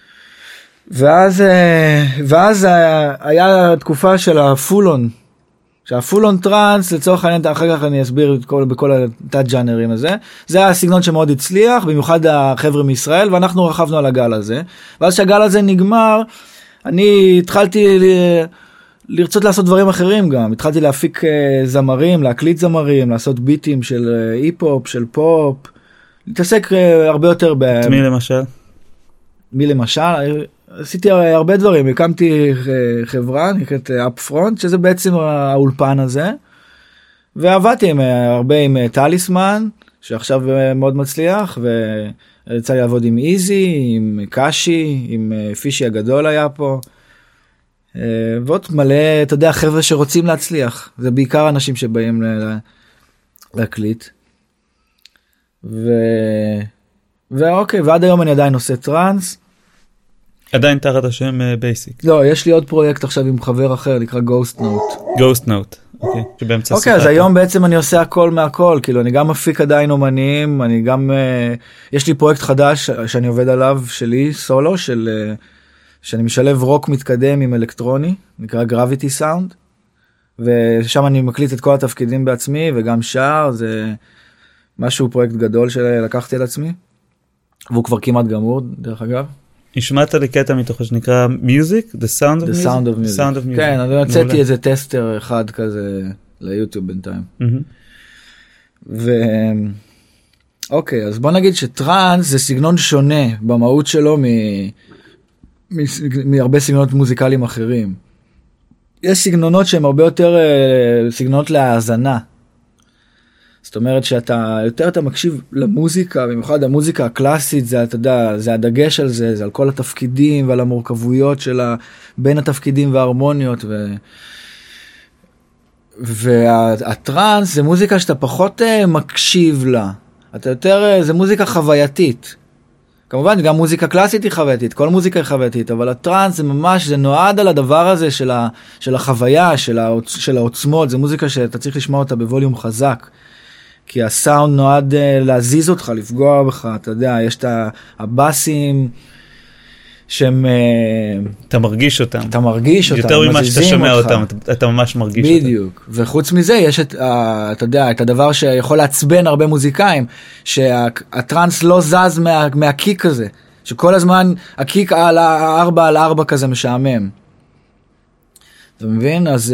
Speaker 2: ואז, ואז היה תקופה של הפולון, שהפולון טרנס, לצורך העניין, אחר כך אני אסביר את כל, בכל התת ג'אנרים הזה, זה היה הסגנון שמאוד הצליח, במיוחד החבר'ה מישראל, ואנחנו רכבנו על הגל הזה, ואז שהגל הזה נגמר, אני התחלתי ל... לרצות לעשות דברים אחרים גם, התחלתי להפיק זמרים, להקליט זמרים, לעשות ביטים של היפ-הופ, של פופ, להתעסק הרבה יותר ב...
Speaker 1: את מי למשל?
Speaker 2: מי למשל? עשיתי הרבה דברים, הקמתי חברה, נקראת אפפרונט, שזה בעצם האולפן הזה, ועבדתי עם, הרבה עם טליסמן, שעכשיו מאוד מצליח, ויצא לי לעבוד עם איזי, עם קאשי, עם פישי הגדול היה פה, ועוד מלא, אתה יודע, חבר'ה שרוצים להצליח, זה בעיקר אנשים שבאים להקליט, ו... ואוקיי, ועד היום אני עדיין עושה טרנס,
Speaker 1: עדיין תחת השם בייסיק.
Speaker 2: לא, יש לי עוד פרויקט עכשיו עם חבר אחר, נקרא Ghost Note.
Speaker 1: Ghost Note, אוקיי. שבאמצע
Speaker 2: אוקיי, אז היום בעצם אני עושה הכל מהכל, כאילו אני גם מפיק עדיין אומנים, אני גם, יש לי פרויקט חדש שאני עובד עליו, שלי, סולו, של, שאני משלב רוק מתקדם עם אלקטרוני, נקרא Gravity Sound, ושם אני מקליט את כל התפקידים בעצמי, וגם שר, זה משהו, פרויקט גדול שלקחתי על עצמי, והוא כבר כמעט גמור, דרך אגב.
Speaker 1: השמעת לי קטע מתוך שנקרא Music, The Sound of
Speaker 2: The
Speaker 1: Music?
Speaker 2: Sound of Music.
Speaker 1: Sound of Music.
Speaker 2: כן, אני הוצאתי איזה טסטר אחד כזה ליוטיוב בינתיים. ו... אוקיי, אז בוא נגיד שטרנס זה סגנון שונה במהות שלו מ... מ... מהרבה סגנונות מוזיקליים אחרים. יש סגנונות שהם הרבה יותר סגנונות להאזנה. זאת אומרת שאתה יותר אתה מקשיב למוזיקה, במיוחד המוזיקה הקלאסית, זה, אתה יודע, זה הדגש על זה, זה על כל התפקידים ועל המורכבויות שלה, בין התפקידים וההרמוניות, ו... והטרנס זה מוזיקה שאתה פחות מקשיב לה, אתה יותר, זה מוזיקה חווייתית. כמובן, גם מוזיקה קלאסית היא חווייתית, כל מוזיקה היא חווייתית, אבל הטרנס זה ממש, זה נועד על הדבר הזה של, ה, של החוויה, של, העוצ, של העוצמות, זה מוזיקה שאתה צריך לשמוע אותה בווליום חזק. כי הסאונד נועד להזיז אותך, לפגוע בך, אתה יודע, יש את הבאסים שהם...
Speaker 1: אתה מרגיש אותם.
Speaker 2: אתה מרגיש אותם,
Speaker 1: יותר ממה שאתה שומע אותם, אתה, אתה ממש מרגיש אותם.
Speaker 2: בדיוק. וחוץ מזה, יש את, אתה יודע, את הדבר שיכול לעצבן הרבה מוזיקאים, שהטרנס לא זז מה, מהקיק הזה, שכל הזמן הקיק על הארבע על ארבע כזה משעמם. אתה מבין? אז...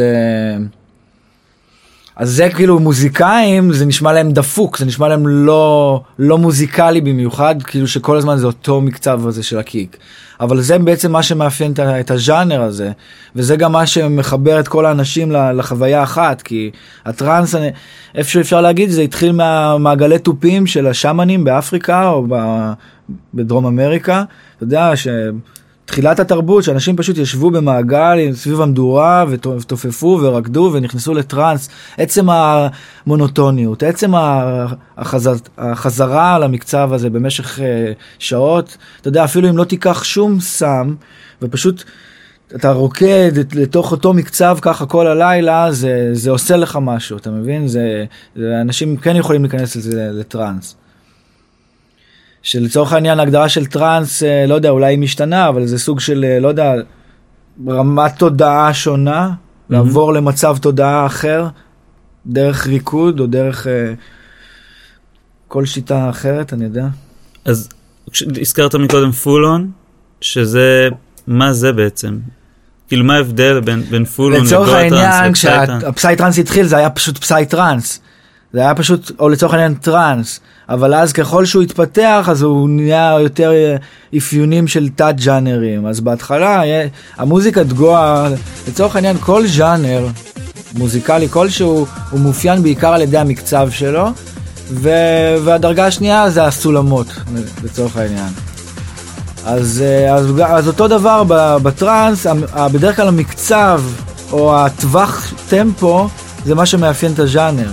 Speaker 2: אז זה כאילו מוזיקאים, זה נשמע להם דפוק, זה נשמע להם לא, לא מוזיקלי במיוחד, כאילו שכל הזמן זה אותו מקצב הזה של הקיק. אבל זה בעצם מה שמאפיין את, את הז'אנר הזה, וזה גם מה שמחבר את כל האנשים לחוויה אחת, כי הטרנס, איפה שאפשר להגיד, זה התחיל מהמעגלי טופים של השמנים באפריקה או בדרום אמריקה, אתה יודע ש... תחילת התרבות, שאנשים פשוט ישבו במעגל סביב המדורה ותופפו ורקדו ונכנסו לטרנס, עצם המונוטוניות, עצם החזר, החזרה על המקצב הזה במשך שעות, אתה יודע, אפילו אם לא תיקח שום סם, ופשוט אתה רוקד לתוך אותו מקצב ככה כל הלילה, זה, זה עושה לך משהו, אתה מבין? זה, זה, אנשים כן יכולים להיכנס לזה לטרנס. שלצורך העניין ההגדרה של טרנס, לא יודע, אולי היא משתנה, אבל זה סוג של, לא יודע, רמת תודעה שונה, mm-hmm. לעבור למצב תודעה אחר, דרך ריקוד או דרך uh, כל שיטה אחרת, אני יודע.
Speaker 1: אז הזכרת מקודם פולון, שזה, מה זה בעצם? כאילו מה ההבדל בין, בין פולון
Speaker 2: לצורך העניין, כשהפסאי-טרנס התחיל, זה היה פשוט פסאי-טרנס. זה היה פשוט, או לצורך העניין טרנס. אבל אז ככל שהוא התפתח, אז הוא נהיה יותר אפיונים של תת-ג'אנרים. אז בהתחלה, המוזיקה דגועה, לצורך העניין, כל ג'אנר מוזיקלי כלשהו, הוא מאופיין בעיקר על ידי המקצב שלו, והדרגה השנייה זה הסולמות, לצורך העניין. אז, אז, אז אותו דבר בטרנס, בדרך כלל המקצב או הטווח טמפו זה מה שמאפיין את הז'אנר.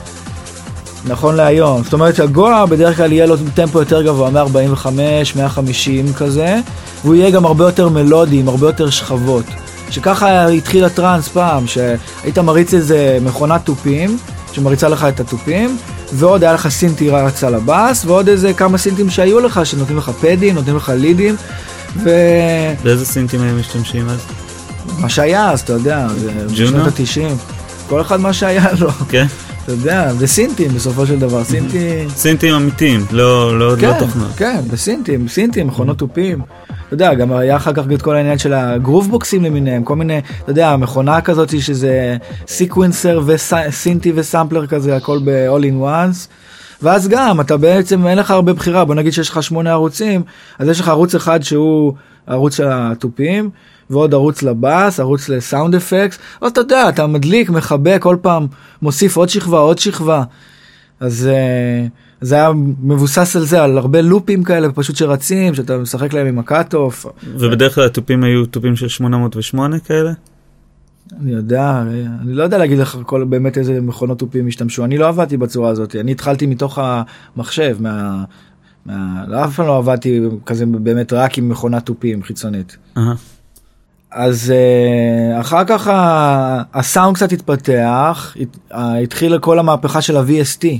Speaker 2: נכון להיום. זאת אומרת שהגואה בדרך כלל יהיה לו טמפו יותר גבוה, מאה ארבעים וחמש, מאה וחמישים כזה, והוא יהיה גם הרבה יותר מלודי, עם הרבה יותר שכבות. שככה התחיל הטרנס פעם, שהיית מריץ איזה מכונת טופים, שמריצה לך את הטופים, ועוד היה לך סינטי רץ על הבאס, ועוד איזה כמה סינטים שהיו לך, שנותנים לך פדים, נותנים לך לידים, ו...
Speaker 1: באיזה סינטים הם משתמשים אז?
Speaker 2: מה שהיה אז, אתה יודע, בשנות ה-תשעים. כל אחד מה שהיה לו.
Speaker 1: כן.
Speaker 2: אתה יודע, זה סינטים בסופו של דבר, סינטים...
Speaker 1: סינטים אמיתיים, לא, לא,
Speaker 2: כן,
Speaker 1: לא תוכנות.
Speaker 2: כן, בסינטים, סינטים, מכונות טופים. אתה יודע, גם היה אחר כך את כל העניין של הגרוב בוקסים למיניהם, כל מיני, אתה יודע, מכונה כזאת שזה סיקוונסר וסינטי וסמפלר כזה, הכל ב-all in ones. ואז גם, אתה בעצם, אין לך הרבה בחירה, בוא נגיד שיש לך שמונה ערוצים, אז יש לך ערוץ אחד שהוא ערוץ של הטופים, ועוד ערוץ לבאס, ערוץ לסאונד אפקס, אז אתה יודע, אתה מדליק, מחבק, כל פעם מוסיף עוד שכבה, עוד שכבה. אז זה היה מבוסס על זה, על הרבה לופים כאלה, פשוט שרצים, שאתה משחק להם עם הקאט-אוף.
Speaker 1: ובדרך כלל הטופים היו טופים של שמונה מאות ושמונה כאלה?
Speaker 2: אני יודע, אני לא יודע להגיד לך כל, באמת איזה מכונות טופים השתמשו, אני לא עבדתי בצורה הזאת, אני התחלתי מתוך המחשב, מה... מה... אף פעם לא עבדתי כזה באמת רק עם מכונת טופים חיצונית. אהה. אז uh, אחר כך הסאונד קצת התפתח, הת, uh, התחילה כל המהפכה של ה-וי אס טי.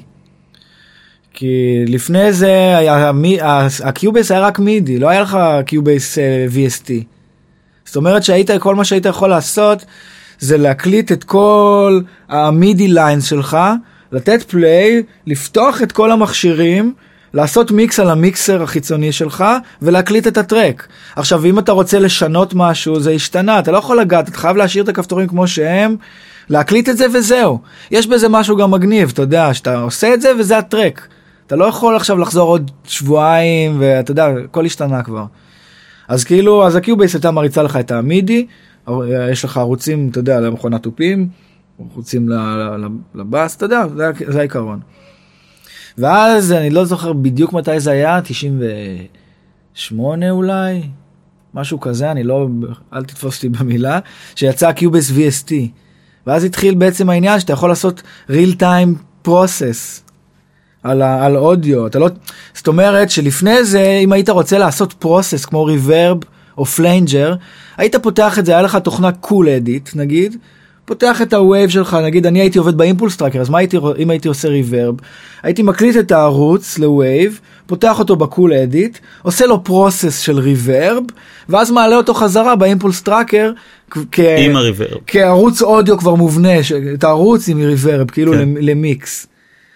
Speaker 2: כי לפני זה ה-Cubase היה רק מידי, לא היה לך Cubase uh, וי אס טי. זאת אומרת שהיית, כל מה שהיית יכול לעשות זה להקליט את כל המידי ליינס שלך, לתת פליי, לפתוח את כל המכשירים, לעשות מיקס על המיקסר החיצוני שלך, ולהקליט את הטרק. עכשיו, אם אתה רוצה לשנות משהו, זה השתנה, אתה לא יכול לגעת, אתה חייב להשאיר את הכפתורים כמו שהם, להקליט את זה וזהו. יש בזה משהו גם מגניב, אתה יודע, שאתה עושה את זה וזה הטרק. אתה לא יכול עכשיו לחזור עוד שבועיים, ואתה יודע, הכל השתנה כבר. אז כאילו, אז הקיובייס הייתה מריצה לך את המידי, יש לך ערוצים, אתה יודע, למכונת טופים, ערוצים לבאס, אתה יודע, זה, זה העיקרון. ואז אני לא זוכר בדיוק מתי זה היה, תשעים ושמונה אולי, משהו כזה, אני לא, אל תתפוס אותי במילה, שיצא Cubase וי אס טי. ואז התחיל בעצם העניין שאתה יכול לעשות real time process על, על אודיו. אתה לא, זאת אומרת שלפני זה, אם היית רוצה לעשות process כמו ריברב או פליינג'ר, היית פותח את זה, היה לך תוכנה cool edit נגיד, פותח את הווייב שלך, נגיד אני הייתי עובד באימפולס טראקר, אז מה הייתי, אם הייתי עושה ריברב? הייתי מקליט את הערוץ לווייב, פותח אותו בקול אדיט, עושה לו פרוסס של ריברב, ואז מעלה אותו חזרה באימפולס טראקר, כ-
Speaker 1: עם הריברב.
Speaker 2: כערוץ אודיו כבר מובנה, את הערוץ עם ריברב, כאילו כן. למיקס.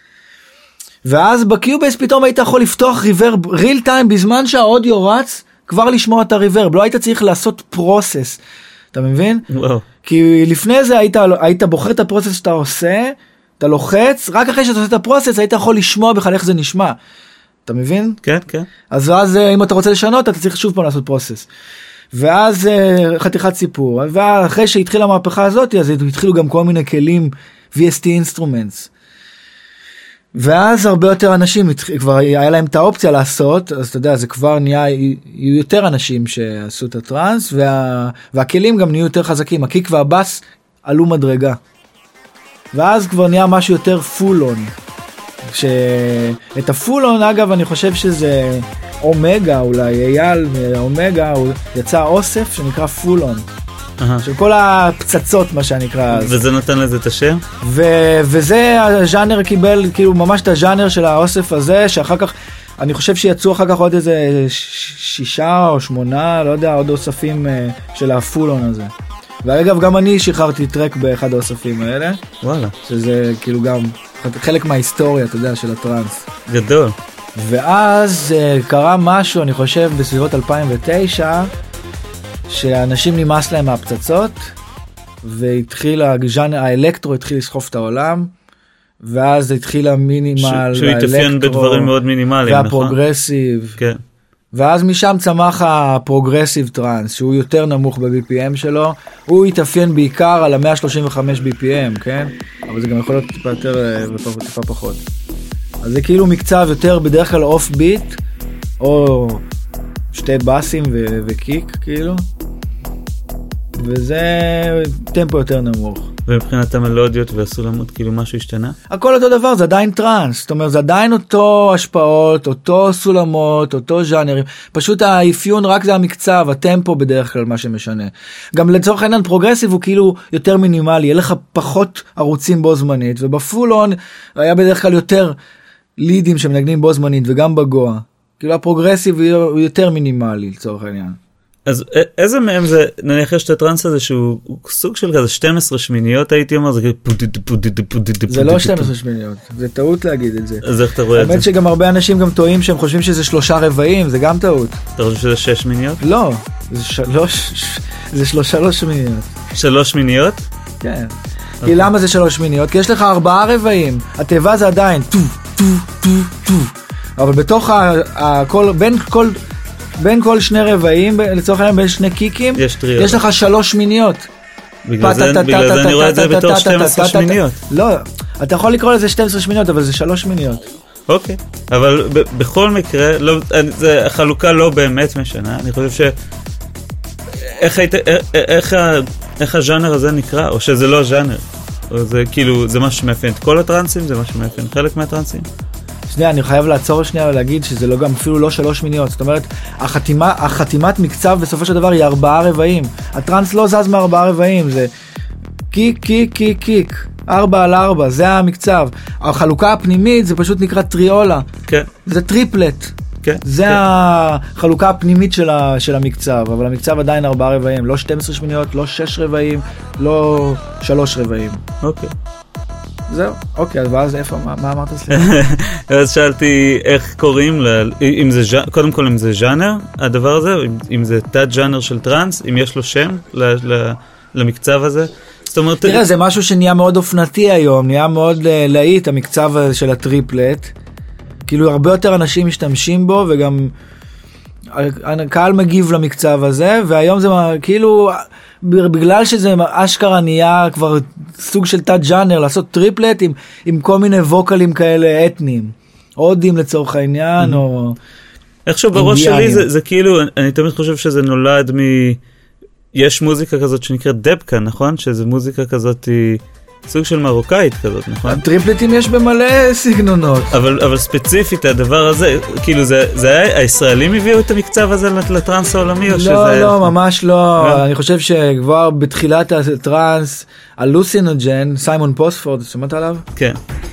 Speaker 2: ואז בקיובייס פתאום היית יכול לפתוח ריברב, ריל טיים, בזמן שהאודיו רץ, כבר לשמוע את הריברב, לא היית צריך לעשות פרוסס. אתה מבין?
Speaker 1: וואו.
Speaker 2: כי לפני זה היית, היית בוחר את הפרוסס שאתה עושה, אתה לוחץ, רק אחרי שאתה עושה את הפרוסס, היית יכול לשמוע בכלל איך זה נשמע. אתה מבין?
Speaker 1: כן, כן.
Speaker 2: אז אז אם אתה רוצה לשנות, אתה צריך שוב פעם לעשות פרוסס. ואז חתיכת סיפור. ואחרי שהתחילה המהפכה הזאת, אז התחילו גם כל מיני כלים וי אס טי instruments. ואז הרבה יותר אנשים, כבר היה להם את האופציה לעשות, אז אתה יודע, זה כבר נהיה, יהיו יותר אנשים שעשו את הטרנס, וה, והכלים גם נהיו יותר חזקים, הקיק והבאס עלו מדרגה. ואז כבר נהיה משהו יותר פולון. שאת הפולון, אגב, אני חושב שזה אומגה אולי, אייל מאומגה, הוא יצא אוסף שנקרא פולון. של כל הפצצות מה שנקרא.
Speaker 1: וזה נותן לזה את השם?
Speaker 2: ו- וזה הז'אנר קיבל כאילו ממש את הז'אנר של האוסף הזה, שאחר כך אני חושב שיצאו אחר כך עוד איזה שישה או שמונה, לא יודע, עוד אוספים של הפולון הזה. ואגב גם אני שחררתי טרק באחד האוספים האלה.
Speaker 1: וואלה.
Speaker 2: שזה כאילו גם חלק מההיסטוריה, אתה יודע, של הטרנס.
Speaker 1: גדול.
Speaker 2: ואז uh, קרה משהו, אני חושב, בסביבות אלפיים ותשע, שאנשים נמאס להם מהפצצות, והתחיל הג'אנר, האלקטרו התחיל לסחוף את העולם, ואז התחיל המינימל,
Speaker 1: שהוא התאפיין בדברים מאוד מינימליים, נכון?
Speaker 2: והפרוגרסיב.
Speaker 1: כן.
Speaker 2: ואז משם צמח הפרוגרסיב טרנס, שהוא יותר נמוך ב-בי פי אם שלו, הוא התאפיין בעיקר על ה-מאה שלושים וחמש בי פי אם, כן? אבל זה גם יכול להיות טיפה יותר וטיפה פחות. אז זה כאילו מקצב יותר בדרך כלל אוף ביט, או שתי בסים ו- וקיק, כאילו. וזה טמפו יותר נמוך.
Speaker 1: ומבחינת המלודיות והסולמות, כאילו משהו השתנה?
Speaker 2: הכל אותו דבר, זה עדיין טרנס. זאת אומרת, זה עדיין אותו השפעות, אותו סולמות, אותו ז'אנרים. פשוט האפיון רק זה המקצב, הטמפו בדרך כלל מה שמשנה. גם לצורך העניין פרוגרסיב הוא כאילו יותר מינימלי, יהיה לך פחות ערוצים בו זמנית, ובפולון היה בדרך כלל יותר לידים שמנגנים בו זמנית, וגם בגואה. כאילו הפרוגרסיב הוא יותר מינימלי לצורך העניין.
Speaker 1: אז איזה מהם זה, נניח יש את הטרנס הזה שהוא סוג של כזה שתים עשרה שמיניות, הייתי אומר, זה
Speaker 2: זה לא שתים עשרה שמיניות, זה טעות להגיד את זה.
Speaker 1: אז איך אתה רואה את זה?
Speaker 2: האמת שגם הרבה אנשים גם טועים שהם חושבים שזה שלושה רבעים, זה גם טעות.
Speaker 1: אתה חושב שזה שש שמיניות?
Speaker 2: לא, זה שלוש, זה שלושה לא שמיניות. שלוש
Speaker 1: שמיניות?
Speaker 2: כן. כי למה זה שלוש שמיניות? כי יש לך ארבעה רבעים, התיבה זה עדיין טו, טו, טו, טו. אבל בתוך הכל, בין כל... בין כל שני רבעים, לצורך העניין בין שני קיקים, יש, יש לך שלוש שמיניות.
Speaker 1: בגלל זה, בגלל זה אני רואה את זה בתור שתים עשרה שמיניות.
Speaker 2: לא, אתה יכול לקרוא לזה שתים עשרה שמיניות, אבל זה שלוש שמיניות.
Speaker 1: אוקיי, אבל בכל מקרה, החלוקה לא באמת משנה. אני חושב ש... איך הז'אנר הזה נקרא, או שזה לא ז'אנר? או זה כאילו, זה משהו שמאפיין את כל הטרנסים, זה משהו שמאפיין חלק מהטרנסים?
Speaker 2: שנייה, אני חייב לעצור שנייה ולהגיד שזה לא גם אפילו לא שלוש מיניות. זאת אומרת, החתימה, החתימת מקצב בסופו של דבר היא ארבעה רבעים. הטרנס לא זז מארבעה רבעים, זה קיק, קיק, קיק, קיק. ארבע על ארבע, זה המקצב. החלוקה הפנימית זה פשוט נקרא טריולה.
Speaker 1: כן.
Speaker 2: זה טריפלט.
Speaker 1: כן.
Speaker 2: זה
Speaker 1: כן.
Speaker 2: החלוקה הפנימית של, ה, של המקצב, אבל המקצב עדיין ארבעה רבעים. לא שתים עשרה שמיניות, לא שש רבעים, לא שלוש רבעים.
Speaker 1: אוקיי.
Speaker 2: זהו, אוקיי, אז ואז איפה, מה, מה אמרת?
Speaker 1: אז שאלתי איך קוראים, אם זה, קודם כל אם זה ז'אנר, הדבר הזה, אם זה תת ז'אנר של טרנס, אם יש לו שם למקצב הזה. זאת אומרת...
Speaker 2: תראה, זה משהו שנהיה מאוד אופנתי היום, נהיה מאוד להיט, המקצב של הטריפלט. כאילו הרבה יותר אנשים משתמשים בו, וגם הקהל מגיב למקצב הזה, והיום זה כאילו... בגלל שזה אשכרה נהיה כבר סוג של תת ג'אנר, לעשות טריפלט עם, עם כל מיני ווקלים כאלה אתניים, הודים לצורך העניין, mm-hmm. או...
Speaker 1: איכשהו בראש שלי זה, זה כאילו, אני תמיד חושב שזה נולד מ... יש מוזיקה כזאת שנקראת דבקה, נכון? שזה מוזיקה כזאת היא... סוג של מרוקאית כזאת, נכון?
Speaker 2: הטריפלטים יש במלא סגנונות.
Speaker 1: אבל, אבל ספציפית, הדבר הזה, כאילו זה, זה היה, הישראלים הביאו את המקצב הזה לטרנס העולמי, או
Speaker 2: לא,
Speaker 1: שזה...
Speaker 2: לא, לא, ממש לא. אני חושב שכבר בתחילת הטרנס, הלוסינוג'ן, סיימון פוספורד, שמעת עליו?
Speaker 1: כן.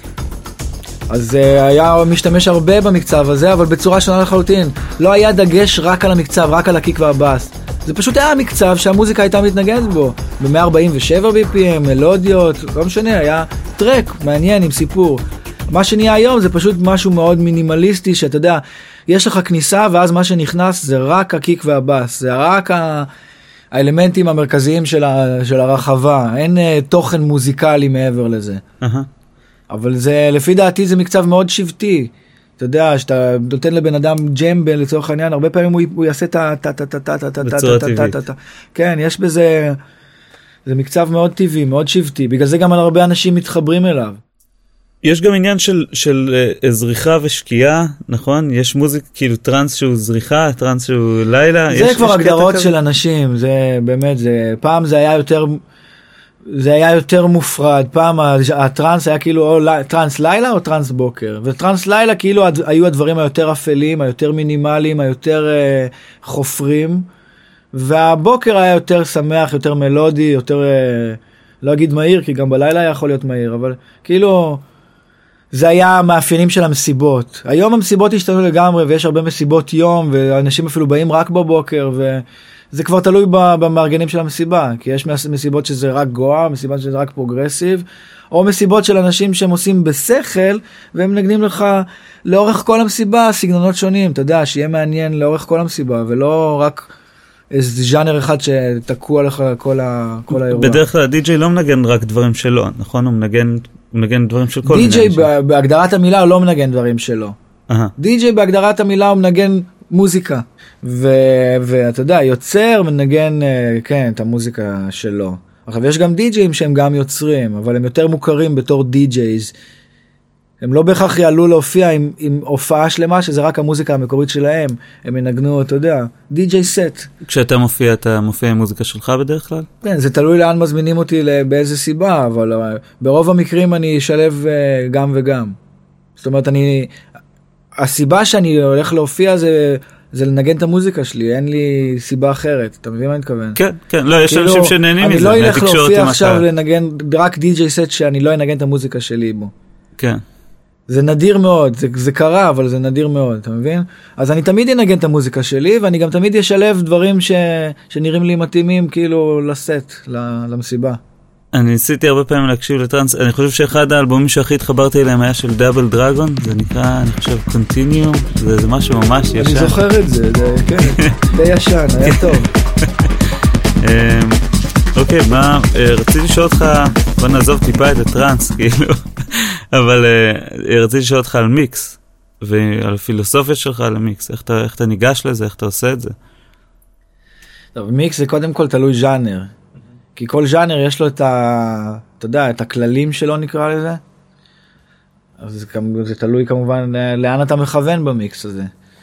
Speaker 2: אז היה משתמש הרבה במקצב הזה, אבל בצורה שונה לחלוטין. לא היה דגש רק על המקצב, רק על הקיק והבאס. זה פשוט היה מקצב שהמוזיקה הייתה מתנגנת בו. ב-מאה ארבעים ושבע בי פי אם, מלודיות, לא משנה, היה טרק מעניין עם סיפור. מה שנהיה היום זה פשוט משהו מאוד מינימליסטי, שאתה יודע, יש לך כניסה ואז מה שנכנס זה רק הקיק והבאס, זה רק ה... האלמנטים המרכזיים של, ה... של הרחבה, אין uh, תוכן מוזיקלי מעבר לזה.
Speaker 1: Uh-huh.
Speaker 2: אבל זה, לפי דעתי זה מקצב מאוד שבטי. אתה יודע, שאתה נותן לבן אדם ג'מבל לצורך העניין, הרבה פעמים הוא יעשה את ה...
Speaker 1: בצורה טבעית.
Speaker 2: כן, יש בזה... זה מקצב מאוד טבעי, מאוד שבטי. בגלל זה גם הרבה אנשים מתחברים אליו.
Speaker 1: יש גם עניין של, של זריחה ושקיעה, נכון? יש מוזיק, כאילו טרנס שהוא זריחה, טרנס שהוא לילה.
Speaker 2: זה כבר הגדרות של אנשים, זה באמת, זה... פעם זה היה יותר... זה היה יותר מופרד, פעם הטרנס היה כאילו או טרנס לילה או טרנס בוקר, וטרנס לילה כאילו היו הדברים היותר אפלים, היותר מינימליים, היותר uh, חופרים, והבוקר היה יותר שמח, יותר מלודי, יותר, uh, לא אגיד מהיר, כי גם בלילה היה יכול להיות מהיר, אבל כאילו זה היה המאפיינים של המסיבות. היום המסיבות השתנו לגמרי, ויש הרבה מסיבות יום, ואנשים אפילו באים רק בבוקר, ו... זה כבר תלוי במארגנים של המסיבה, כי יש מסיבות שזה רק גואה, מסיבות שזה רק פרוגרסיב, או מסיבות של אנשים שהם עושים בשכל, והם נגנים לך לאורך כל המסיבה, סגנונות שונים, אתה יודע, שיהיה מעניין לאורך כל המסיבה, ולא רק איזה ז'אנר אחד שתקוע לך כל, ה, כל האירוע.
Speaker 1: בדרך כלל הדי-ג'יי לא מנגן רק דברים שלו, נכון? הוא מנגן, הוא מנגן דברים של כל מיני אנשים.
Speaker 2: די-ג'יי בהגדרת המילה הוא לא מנגן דברים שלו. די-ג'יי בהגדרת המילה הוא מנגן מוזיקה. ואתה יודע, יוצר מנגן, כן, את המוזיקה שלו. עכשיו, יש גם די-ג'יים שהם גם יוצרים, אבל הם יותר מוכרים בתור די-ג'ייז. הם לא בהכרח יעלו להופיע עם, עם הופעה שלמה, שזה רק המוזיקה המקורית שלהם. הם ינגנו, אתה יודע, די-ג'יי סט.
Speaker 1: כשאתה מופיע, אתה מופיע עם מוזיקה שלך בדרך כלל?
Speaker 2: כן, זה תלוי לאן מזמינים אותי באיזה סיבה, אבל ברוב המקרים אני אשלב גם וגם. זאת אומרת, אני, הסיבה שאני הולך להופיע זה, זה לנגן את המוזיקה שלי, אין לי סיבה אחרת. אתה מבין מה אני מתכוון?
Speaker 1: כן, כן, לא, יש כאילו, אנשים שנהנים מזה.
Speaker 2: אני לא אלך להופיע עכשיו לנגן רק די-ג'יי סט שאני לא אנגן את המוזיקה שלי בו.
Speaker 1: כן.
Speaker 2: זה נדיר מאוד, זה, זה קרה, אבל זה נדיר מאוד, אתה מבין? אז אני תמיד אנגן את המוזיקה שלי, ואני גם תמיד אשלב דברים ש, שנראים לי מתאימים, כאילו, לסט, למסיבה.
Speaker 1: אני ניסיתי הרבה פעמים להקשיב לטרנס, אני חושב שאחד האלבומים שהכי התחברתי אליהם היה של דאבל דרגון, זה נקרא, אני חושב, קונטיניום, זה, זה משהו ממש ישן.
Speaker 2: אני זוכר את זה, זה, כן, די ישן, היה טוב.
Speaker 1: אוקיי, מה, רציתי לשאול אותך, בוא נעזוב טיפה את הטרנס, כאילו, אבל רציתי לשאול אותך על מיקס, ועל הפילוסופיה שלך על המיקס, איך אתה, איך אתה ניגש לזה, איך אתה עושה את זה?
Speaker 2: טוב, מיקס זה קודם כל תלוי ז'אנר, כי כל ז'אנר יש לו את ה, אתה יודע, את הכללים שלו נקרא לזה, אז זה, זה תלוי כמובן לאן אתה מכוון במיקס הזה.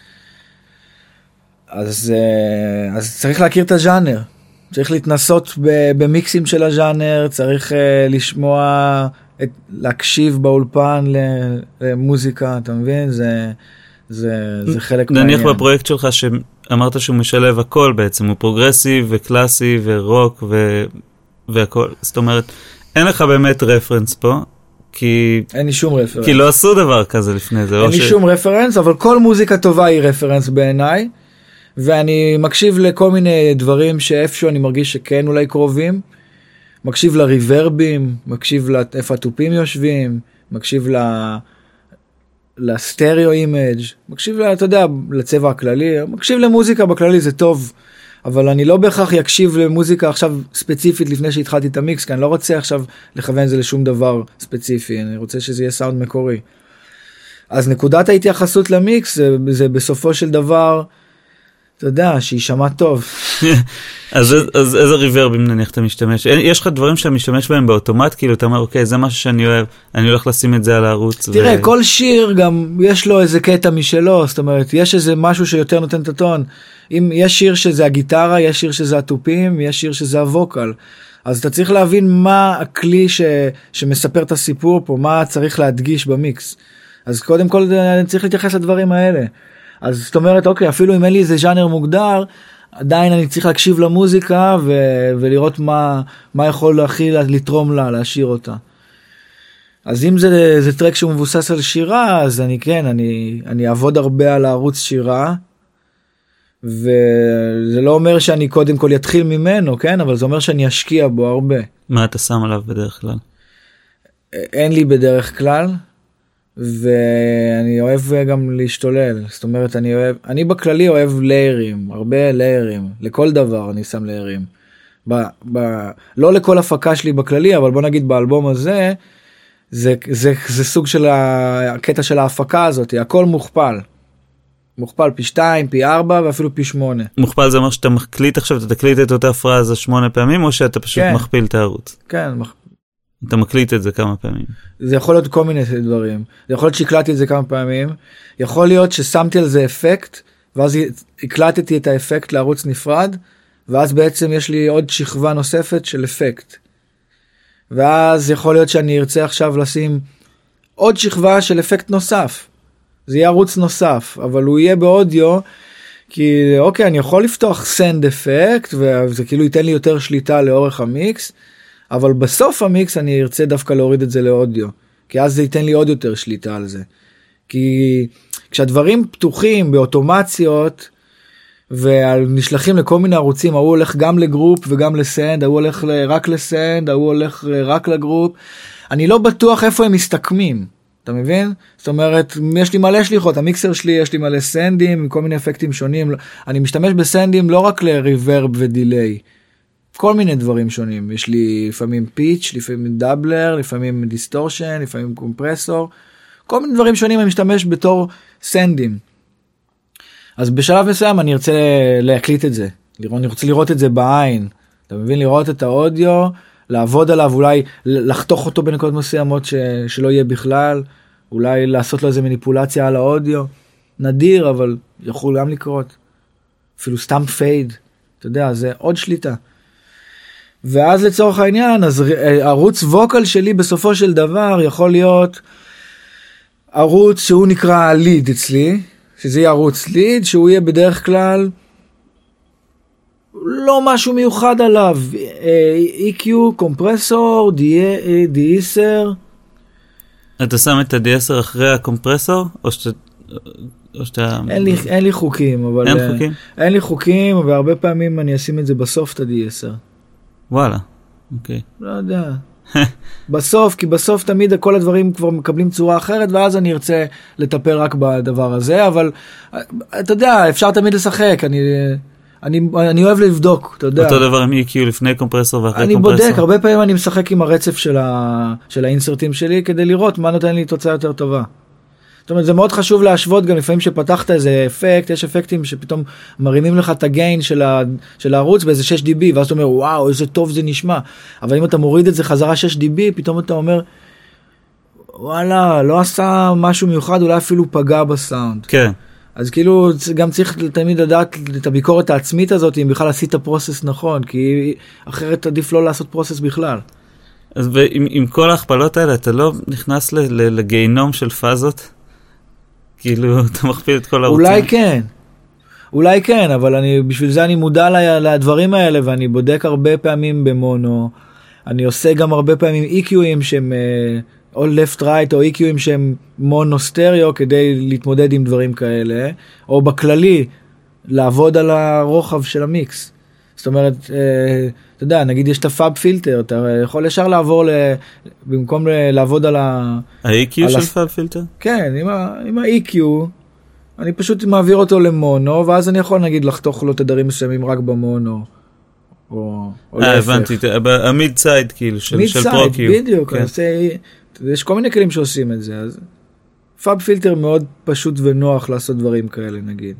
Speaker 2: אז, אז צריך להכיר את הז'אנר. צריך להתנסות במיקסים של הז'אנר, צריך uh, לשמוע, את, להקשיב באולפן למוזיקה, אתה מבין? זה, זה, זה חלק מעניין.
Speaker 1: נניח בפרויקט שלך שאמרת שהוא משלב הכל בעצם, הוא פרוגרסיב וקלאסי ורוק ו... והכל. זאת אומרת, אין לך באמת רפרנס פה, כי...
Speaker 2: אין לי שום רפרנס.
Speaker 1: כי לא עשו דבר כזה לפני זה.
Speaker 2: אין לי
Speaker 1: ש...
Speaker 2: שום רפרנס, אבל כל מוזיקה טובה היא רפרנס בעיניי. ואני מקשיב לכל מיני דברים שאיפשהו אני מרגיש שכן אולי קרובים, מקשיב לריברבים, מקשיב לאיפה הטופים יושבים, מקשיב לסטריאו אימג', מקשיב, אתה יודע, לצבע הכללי, מקשיב למוזיקה בכללי, זה טוב, אבל אני לא בהכרח יקשיב למוזיקה עכשיו ספציפית לפני שהתחלתי את המיקס, כי אני לא רוצה עכשיו לכוון זה לשום דבר ספציפי, אני רוצה שזה יהיה סאונד מקורי. אז נקודת ההתייחסות למיקס זה, זה בסופו של דבר, אתה יודע, שישמע טוב.
Speaker 1: אז איזה ריברבים נניח אתה משתמש? יש לך דברים שאתה משתמש בהם באוטומט, כאילו אתה אומר, אוקיי, זה משהו שאני אוהב, אני הולך לשים את זה על הערוץ.
Speaker 2: תראה, כל שיר גם יש לו איזה קטע משלו, זאת אומרת, יש איזה משהו שיותר נותן את הטון. אם יש שיר שזה הגיטרה, יש שיר שזה הטופים, יש שיר שזה הווקל. אז אתה צריך להבין מה הכלי שמספר את הסיפור פה, מה צריך להדגיש במיקס. אז קודם כל אני צריך להתייחס לדברים האלה. אז זאת אומרת, אוקיי, אפילו אם אין לי איזה ז'אנר מוגדר, עדיין אני צריך להקשיב למוזיקה ו- ולראות מה, מה יכול הכי לתרום לה, להשאיר אותה. אז אם זה, זה טרק שהוא מבוסס על שירה, אז אני כן, אני, אני אעבוד הרבה על הערוץ שירה, וזה לא אומר שאני קודם כל יתחיל ממנו, כן? אבל זה אומר שאני אשקיע בו הרבה.
Speaker 1: מה אתה שם עליו בדרך כלל?
Speaker 2: אין לי בדרך כלל. ואני אוהב גם להשתולל, זאת אומרת אני אוהב, אני בכללי אוהב ליירים, הרבה ליירים, לכל דבר אני שם ליירים, ב, ב, לא לכל הפקה שלי בכללי, אבל בוא נגיד באלבום הזה, זה, זה, זה סוג של הקטע של ההפקה הזאת, הכל מוכפל, מוכפל פי שתיים, פי ארבע ואפילו פי שמונה.
Speaker 1: מוכפל זה אומר שאתה מקליט עכשיו, אתה תקליט את אותה פרזה שמונה פעמים, או שאתה פשוט כן. מכפיל את הערוץ?
Speaker 2: כן, מכפיל.
Speaker 1: אתה מקליט את זה כמה פעמים.
Speaker 2: זה יכול להיות כל מיני דברים. זה יכול להיות שהקלטתי את זה כמה פעמים. יכול להיות ששמתי על זה אפקט, ואז הקלטתי את האפקט לערוץ נפרד, ואז בעצם יש לי עוד שכבה נוספת של אפקט. ואז יכול להיות שאני ארצה עכשיו לשים עוד שכבה של אפקט נוסף. זה יהיה ערוץ נוסף, אבל הוא יהיה באודיו, כי אוקיי, אני יכול לפתוח סנד אפקט, וזה כאילו ייתן לי יותר שליטה לאורך המיקס, אבל בסוף המיקס אני ארצה דווקא להוריד את זה לאודיו, כי אז זה ייתן לי עוד יותר שליטה על זה. כי כשהדברים פתוחים באוטומציות, ונשלחים לכל מיני ערוצים, הוא הולך גם לגרופ וגם לסנד, הוא הולך רק לסנד, הוא הולך רק לגרופ, אני לא בטוח איפה הם מסתכמים, אתה מבין? זאת אומרת, יש לי מלא שליחות, המיקסר שלי יש לי מלא סנדים, כל מיני אפקטים שונים, אני משתמש בסנדים לא רק לריברב ודיליי, כל מיני דברים שונים, יש לי לפעמים פיץ', לפעמים דאבלר, לפעמים דיסטורשן, לפעמים קומפרסור, כל מיני דברים שונים אני משתמש בתור סנדים. אז בשלב מסוים אני ארצה להקליט את זה, אני רוצה לראות את זה בעין, אתה מבין? לראות את האודיו, לעבוד עליו, אולי לחתוך אותו בנקודות מסוימות ש... שלא יהיה בכלל, אולי לעשות לו איזה מניפולציה על האודיו, נדיר אבל יכול גם לקרות, אפילו סתם פייד, אתה יודע, זה עוד שליטה. ואז לצורך העניין, אז ערוץ ווקל שלי בסופו של דבר יכול להיות ערוץ שהוא נקרא ליד אצלי, שזה יהיה ערוץ ליד, שהוא יהיה בדרך כלל לא משהו מיוחד עליו, אי קיו, קומפרסור, די עשר.
Speaker 1: אתה שם את ה-די עשר אחרי הקומפרסור? או שאתה... או שאתה...
Speaker 2: אין לי, אין לי חוקים, אבל...
Speaker 1: אין חוקים?
Speaker 2: אין לי חוקים, והרבה פעמים אני אשים את זה בסוף, את ה-די עשר.
Speaker 1: וואלה, אוקיי.
Speaker 2: לא יודע. בסוף, כי בסוף תמיד כל הדברים כבר מקבלים צורה אחרת, ואז אני ארצה לטפל רק בדבר הזה, אבל אתה יודע, אפשר תמיד לשחק, אני, אני, אני אוהב לבדוק, אתה יודע.
Speaker 1: אותו דבר עם אי קיו לפני קומפרסור ואחרי
Speaker 2: אני
Speaker 1: קומפרסור.
Speaker 2: אני בודק, הרבה פעמים אני משחק עם הרצף של, ה, של האינסרטים שלי, כדי לראות מה נותן לי תוצאה יותר טובה. זאת אומרת, זה מאוד חשוב להשוות גם לפעמים שפתחת איזה אפקט, יש אפקטים שפתאום מרימים לך את הגיין של, ה, של הערוץ באיזה שש די בי, ואז אתה אומר, וואו, איזה טוב זה נשמע. אבל אם אתה מוריד את זה חזרה שש די בי, פתאום אתה אומר, וואלה, לא עשה משהו מיוחד, אולי אפילו פגע בסאונד.
Speaker 1: כן.
Speaker 2: אז כאילו, גם צריך תמיד לדעת את הביקורת העצמית הזאת, אם בכלל עשית פרוסס נכון, כי אחרת עדיף לא לעשות פרוסס בכלל.
Speaker 1: אז עם, עם כל ההכפלות האלה, אתה לא נכנס ל, ל, לגיהנום של פאזות? כאילו, אתה מכפיל את כל הערוצים.
Speaker 2: אולי כן, אולי כן, אבל אני, בשביל זה אני מודע לדברים האלה, ואני בודק הרבה פעמים במונו, אני עושה גם הרבה פעמים אי קיו'ים שהם, או left right, או אי קיו'ים שהם מונו סטריאו, כדי להתמודד עם דברים כאלה, או בכללי, לעבוד על הרוחב של המיקס. זאת אומרת, אתה יודע, נגיד יש את הפאב פילטר, אתה יכול ישר לעבור, במקום לעבוד על ה...
Speaker 1: ה-אי קיו של פאב פילטר?
Speaker 2: כן, עם ה-אי קיו, אני פשוט מעביר אותו למונו, ואז אני יכול נגיד לחתוך לו תדרים מסוימים רק במונו, או להפך.
Speaker 1: אה, הבנתי, המיד סייד כאילו, של פרו קיו.
Speaker 2: בדיוק, יש כל מיני כלים שעושים את זה, אז פאב פילטר מאוד פשוט ונוח לעשות דברים כאלה נגיד.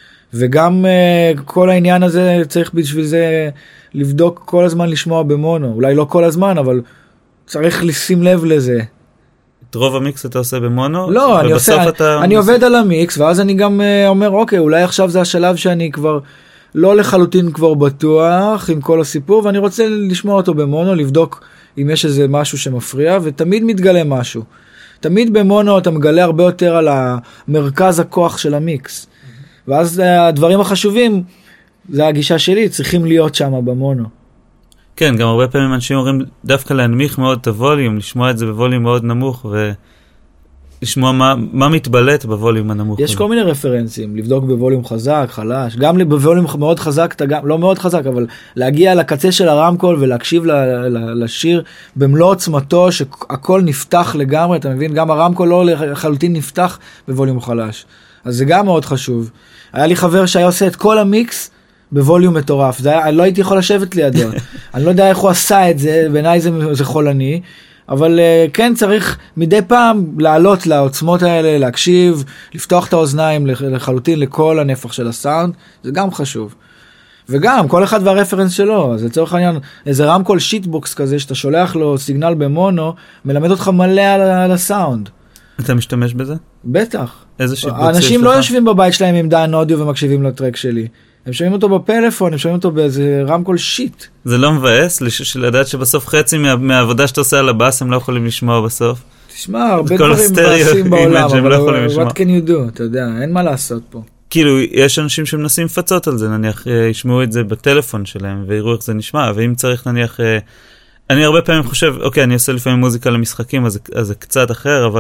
Speaker 2: וגם uh, כל העניין הזה צריך בשביל זה לבדוק כל הזמן לשמוע במונו, אולי לא כל הזמן, אבל צריך לשים לב לזה.
Speaker 1: את רוב המיקס אתה עושה במונו?
Speaker 2: לא, אני עושה, אתה... אני עובד על המיקס, ואז אני גם uh, אומר, אוקיי, אולי עכשיו זה השלב שאני כבר לא לחלוטין כבר בטוח עם כל הסיפור, ואני רוצה לשמוע אותו במונו, לבדוק אם יש איזה משהו שמפריע, ותמיד מתגלה משהו. תמיד במונו אתה מגלה הרבה יותר על המרכז הכוח של המיקס. ואז הדברים החשובים, זה הגישה שלי, צריכים להיות שם במונו.
Speaker 1: כן, גם הרבה פעמים אנשים אומרים דווקא להנמיך מאוד את הווליום, לשמוע את זה בווליום מאוד נמוך, ולשמוע מה, מה מתבלט בווליום הנמוך.
Speaker 2: יש
Speaker 1: הזה.
Speaker 2: כל מיני רפרנסים, לבדוק בווליום חזק, חלש, גם בווליום מאוד חזק, אתה גם, לא מאוד חזק, אבל להגיע לקצה של הרמקול ולהקשיב ל, ל, לשיר במלוא עוצמתו, שהכל נפתח לגמרי, אתה מבין? גם הרמקול לא לחלוטין נפתח בווליום חלש. אז זה גם מאוד חשוב. היה לי חבר שהיה עושה את כל המיקס בווליום מטורף. זה היה, אני לא הייתי יכול לשבת לידו. אני לא יודע איך הוא עשה את זה, בעיניי זה, זה חולני. אבל uh, כן צריך מדי פעם לעלות לעוצמות האלה, להקשיב, לפתוח את האוזניים לחלוטין לכל הנפח של הסאונד. זה גם חשוב. וגם, כל אחד והרפרנס שלו. אז לצורך העניין, איזה רמקול שיטבוקס כזה, שאתה שולח לו סיגנל במונו, מלמד אותך מלא על, על הסאונד.
Speaker 1: אתה משתמש בזה?
Speaker 2: בטח.
Speaker 1: איזה שיטבוקס?
Speaker 2: האנשים לא יושבים בבית שלהם עם דן אודיו ומקשיבים לטרק שלי. הם שומעים אותו בפלאפון, הם שומעים אותו באיזה רמקול שיט. זה
Speaker 1: לא מבאס? לדעת שבסוף חצי מה, מהעבודה שאתה עושה על הבאס הם לא יכולים לשמוע בסוף?
Speaker 2: תשמע, הרבה דברים מבאסים בעולם, אבל לא what can you do? אתה יודע, אין מה לעשות פה.
Speaker 1: כאילו, יש אנשים שמנסים לפצות על זה, נניח, ישמעו את זה בטלפון שלהם, ויראו איך זה נשמע, ואם צריך, נניח, אני הרבה פעמים חושב, אוקיי, אני עושה לפעמים מוזיקה למשחקים, אז, אז זה קצת אחר, אבל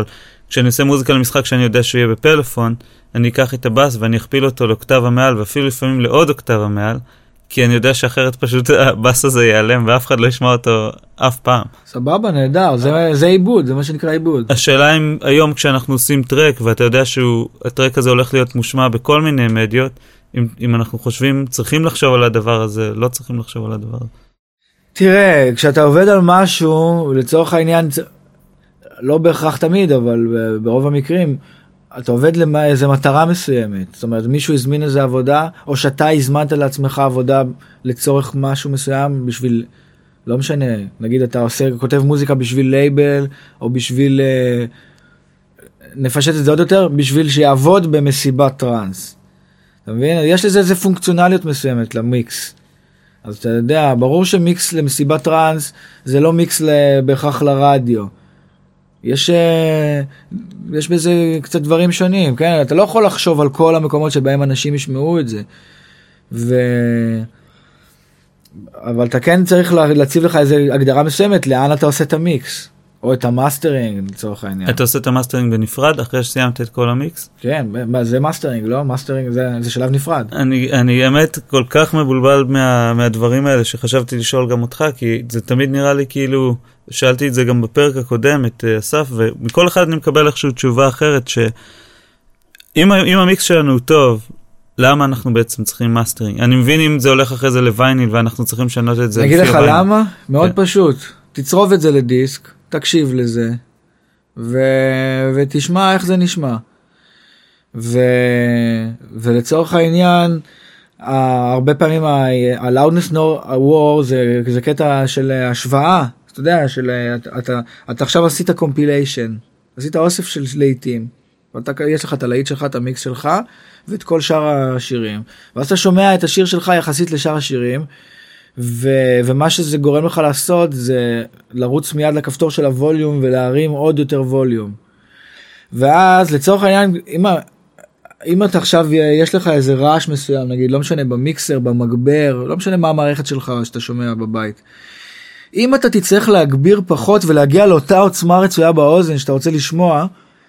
Speaker 1: כשאני עושה מוזיקה למשחק שאני יודע שהוא יהיה בפלאפון, אני אקח את הבאס ואני אכפיל אותו לאוקטבה מעל, ואפילו לפעמים לעוד אוקטבה מעל, כי אני יודע שאחרת פשוט הבאס הזה ייעלם, ואף אחד לא ישמע אותו אף פעם.
Speaker 2: סבבה, נהדר, זה, זה עיבוד, זה מה שנקרא עיבוד.
Speaker 1: השאלה אם היום כשאנחנו עושים טרק, ואתה יודע שהטרק הזה הולך להיות מושמע בכל מיני מדיות, אם, אם אנחנו חושבים, צריכים לחשוב על הדבר הזה, לא צריכים לחשוב על הדבר הזה.
Speaker 2: תראה, כשאתה עובד על משהו, לצורך העניין, לא בהכרח תמיד, אבל ברוב המקרים, אתה עובד לאיזו מטרה מסוימת. זאת אומרת, מישהו הזמין איזו עבודה, או שאתה הזמנת לעצמך עבודה לצורך משהו מסוים, בשביל, לא משנה, נגיד אתה עושה, כותב מוזיקה בשביל לייבל, או בשביל, נפשט את זה עוד יותר, בשביל שיעבוד במסיבת טרנס. אתה מבין? יש לזה איזו פונקציונליות מסוימת למיקס. אז אתה יודע, ברור שמיקס למסיבת טרנס, זה לא מיקס בהכרח לרדיו. יש, יש בזה קצת דברים שונים, כן? אתה לא יכול לחשוב על כל המקומות שבהם אנשים ישמעו את זה. ו... אבל אתה כן צריך להציב לך איזו הגדרה מסוימת, לאן אתה עושה את המיקס, או את המאסטרינג, לצורך העניין.
Speaker 1: אתה עושה את המאסטרינג בנפרד, אחרי שסיימת את כל המיקס?
Speaker 2: כן, זה מאסטרינג, לא? מאסטרינג זה, זה שלב נפרד.
Speaker 1: אני, אני האמת כל כך מבולבל מה, מהדברים האלה, שחשבתי לשאול גם אותך, כי זה תמיד נראה לי כאילו... שאלתי את זה גם בפרק הקודם, את אסף, ומכל אחד אני מקבל איכשהו תשובה אחרת, שאם אם המיקס שלנו הוא טוב, למה אנחנו בעצם צריכים מאסטרינג? אני מבין אם זה הולך אחרי זה לווייניל, ואנחנו צריכים לשנות את זה.
Speaker 2: אני אגיד לך למה? מאוד פשוט. תצרוב את זה לדיסק, תקשיב לזה, ו... ותשמע איך זה נשמע. ו... ולצורך העניין, הרבה פעמים ה-loudness war זה, זה קטע של השוואה, אתה יודע, של, אתה, אתה, אתה עכשיו עשית קומפיליישן, עשית אוסף של להיטים, ואתה, יש לך את הלהיט שלך, את המיקס שלך, ואת כל שאר השירים, ואז אתה שומע את השיר שלך יחסית לשאר השירים, ו, ומה שזה גורם לך לעשות, זה לרוץ מיד לכפתור של הווליום, ולהרים עוד יותר ווליום. ואז לצורך העניין, אם, אם אתה עכשיו, יש לך איזה רעש מסוים, נגיד, לא משנה, במיקסר, במגבר, לא משנה מה המערכת שלך שאתה שומע בבית, אם אתה תצטרך להגביר פחות ולהגיע לאותה עוצמה רצויה באוזן שאתה רוצה לשמוע,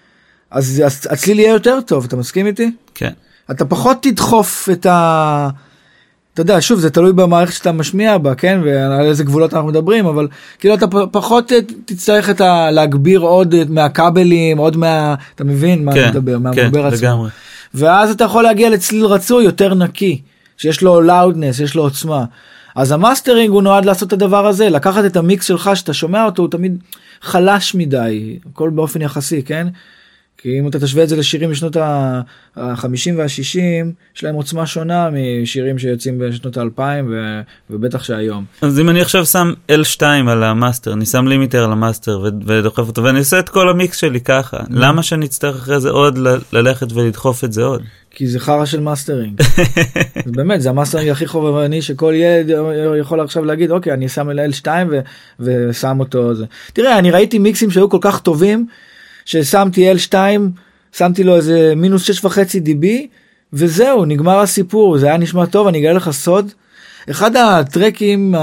Speaker 2: אז הצליל יהיה יותר טוב, אתה מסכים איתי?
Speaker 1: כן.
Speaker 2: אתה פחות תדחוף את ה... אתה יודע, שוב, זה תלוי במערכת שאתה משמיע בה, כן? ועל איזה גבולות אנחנו מדברים, אבל כאילו אתה פחות תצטרך את ה... להגביר עוד מהכבלים, עוד מה... אתה מבין מה
Speaker 1: כן,
Speaker 2: אני מדבר? מהמגבר
Speaker 1: כן,
Speaker 2: עצמו.
Speaker 1: לגמרי.
Speaker 2: ואז אתה יכול להגיע לצליל רצוי יותר נקי, שיש לו loudness, יש לו עוצמה. אז המאסטרינג הוא נועד לעשות את הדבר הזה, לקחת את המיקס שלך שאתה שומע אותו, הוא תמיד חלש מדי, הכל באופן יחסי, כן? כי אם אתה תשווה את זה לשירים בשנות ה-חמישים וה-שישים, יש להם עוצמה שונה משירים שיוצאים בשנות ה-אלפיים, ובטח שהיום.
Speaker 1: אז אם אני עכשיו שם אל שתיים על המאסטר, אני שם לימיטר על המאסטר ודוחף אותו, ואני עושה את כל המיקס שלי ככה, למה שאני אצטרך אחרי זה עוד ללכת ולדחוף את זה עוד?
Speaker 2: כי זה חרה של מאסטרינג. באמת, זה המאסטרינג הכי חובבני שכל ילד יכול עכשיו להגיד, אוקיי, אני שם אל שתיים ושם אותו. תראה, אני ראיתי מיקסים שהיו כל כך טובים, ששמתי אל שתיים, שמתי לו איזה מינוס שש וחצי דיבי, וזהו, נגמר הסיפור, זה היה נשמע טוב, אני אגלה לך סוד. אחד הטרקים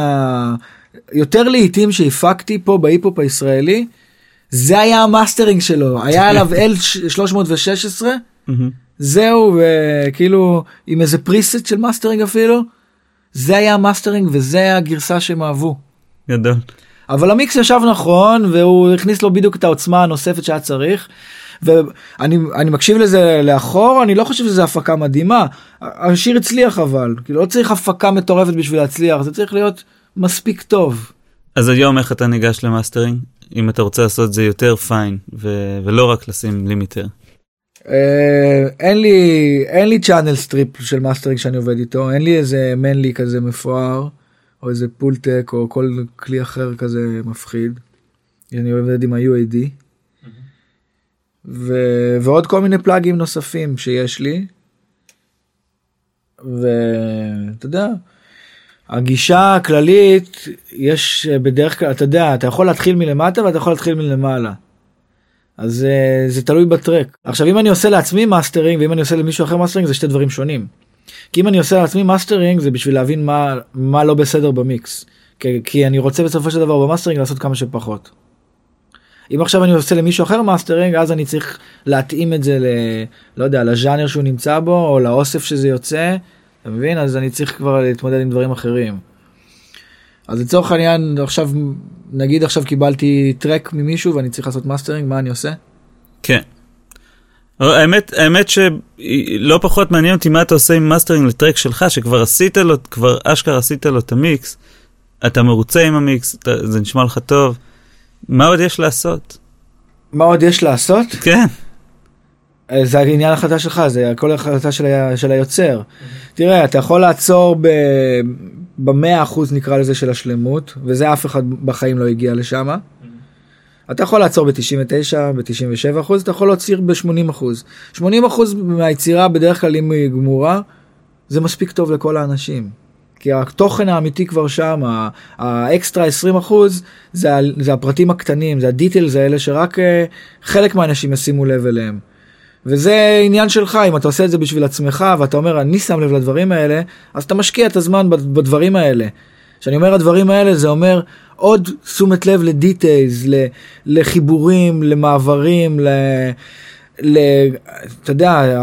Speaker 2: היותר לעיתים שהפקתי פה בהיפ-הופ הישראלי, זה היה המאסטרינג שלו, היה עליו אל שלוש מאות ושש עשרה, זהו, וכאילו עם איזה פריסט של מאסטרינג אפילו, זה היה המאסטרינג וזה הגרסה שהם אהבו.
Speaker 1: גדול.
Speaker 2: אבל המיקס ישב נכון, והוא הכניס לו בדיוק את העוצמה הנוספת שהיה צריך, ואני אני מקשיב לזה לאחור, אני לא חושב שזה הפקה מדהימה, השיר הצליח אבל, כאילו לא צריך הפקה מטורפת בשביל להצליח, זה צריך להיות מספיק טוב. אז
Speaker 1: היום איך אתה ניגש למאסטרינג? אם אתה רוצה לעשות זה יותר פיין, ו- ולא רק לשים לימיטר.
Speaker 2: אין לי, אין לי צ'אנל סטריפ של מאסטרינג שאני עובד איתו, אין לי איזה מנלי כזה מפואר, או איזה פולטק, או כל כלי אחר כזה מפחיד. אני עובד עם ה-יו איי די. ו- ועוד כל מיני פלאגים נוספים שיש לי. ואתה יודע, הגישה הכללית, יש בדרך כלל, אתה יודע, אתה יכול להתחיל מלמטה, ואתה יכול להתחיל מלמעלה. אז זה, זה תלוי בטרק. עכשיו, אם אני עושה לעצמי מאסטרינג, ואם אני עושה למישהו אחר מאסטרינג, זה שתי דברים שונים. כי אם אני עושה לעצמי מאסטרינג, זה בשביל להבין מה, מה לא בסדר במיקס. כי, כי אני רוצה בסופו של דבר במאסטרינג לעשות כמה שפחות. אם עכשיו אני עושה למישהו אחר מאסטרינג, אז אני צריך להתאים את זה ל... לא יודע, לז'אנר שהוא נמצא בו, או לאוסף שזה יוצא, אתה מבין? אז אני צריך כבר להתמודד עם דברים אחרים. אז לצורך העניין, עכשיו, נגיד עכשיו קיבלתי טרק ממישהו, ואני צריך לעשות מאסטרינג, מה אני עושה?
Speaker 1: כן. האמת, האמת שלא פחות מעניין אותי מה אתה עושה עם מאסטרינג לטרק שלך, שכבר עשית לו, כבר אשכרה עשית לו את המיקס, אתה מרוצה עם המיקס, אתה, זה נשמע לך טוב, מה עוד יש לעשות?
Speaker 2: מה עוד יש לעשות?
Speaker 1: כן.
Speaker 2: זה העניין החלטה שלך, זה הכל החלטה של, ה, של היוצר. תראה, אתה יכול לעצור ב, במאה אחוז נקרא לזה של השלמות, וזה אף אחד בחיים לא הגיע לשם. אתה יכול לעצור ב-תשעים ותשע, ב-תשעים ושבע אחוז, אתה יכול להוציר ב-שמונים אחוז. שמונים אחוז מהיצירה בדרך כלל אם היא גמורה, זה מספיק טוב לכל האנשים. כי התוכן האמיתי כבר שם, האקסטרה עשרים אחוז, זה, זה הפרטים הקטנים, זה הדיטלס האלה שרק חלק מהאנשים ישימו לב אליהם. וזה עניין שלך, אם אתה עושה את זה בשביל עצמך, ואתה אומר, אני שם לב לדברים האלה, אז אתה משקיע את הזמן בדברים האלה. כשאני אומר הדברים האלה, זה אומר עוד תשומת לב לדיטיילס, לחיבורים, למעברים, ל... ל... אתה יודע,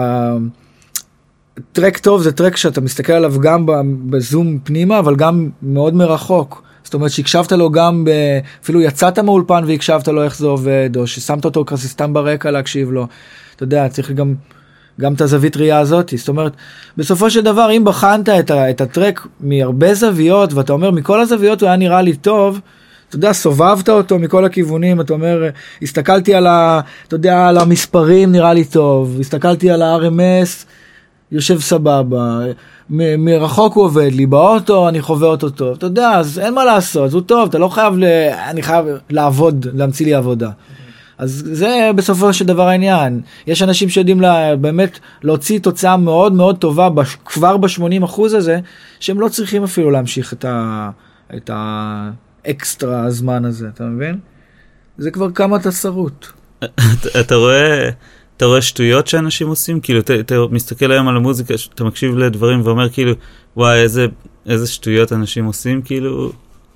Speaker 2: טרק טוב זה טרק שאתה מסתכל עליו גם בזום פנימה, אבל גם מאוד מרחוק. זאת אומרת שהקשבת לו גם, ב... אפילו יצאת מאולפן והקשבת לו איך זה עובד, או ששמת אותו כזה סתם ברקע להקשיב לו. אתה יודע, צריך גם, גם את הזווית ראייה הזאת. זאת אומרת, בסופו של דבר, אם בחנת את, ה... את הטרק מהרבה זוויות, ואתה אומר, מכל הזוויות הוא היה נראה לי טוב, אתה יודע, סובבת אותו מכל הכיוונים, אתה אומר, הסתכלתי על, ה... אתה יודע, על המספרים, נראה לי טוב, הסתכלתי על ה-אר אם אס, יושב סבבה, מ- מרחוק הוא עובד לי, באוטו אני חווה אותו טוב, אתה יודע, אז אין מה לעשות, זה טוב, אתה לא חייב, ל- אני חייב לעבוד, להמציא לי עבודה. אז זה בסופו של דבר העניין. יש אנשים שיודעים לה, באמת להוציא תוצאה מאוד מאוד טובה, בש- כבר ב-שמונים אחוז הזה, שהם לא צריכים אפילו להמשיך את ה- את האקסטרה הזמן הזה, אתה מבין? זה כבר כמה תסרות.
Speaker 1: אתה רואה... אתה רואה שטויות שאנשים עושים? כאילו, אתה, אתה מסתכל היום על המוזיקה, אתה מקשיב לדברים ואומר כאילו, וואי, איזה, איזה שטויות אנשים עושים, כאילו...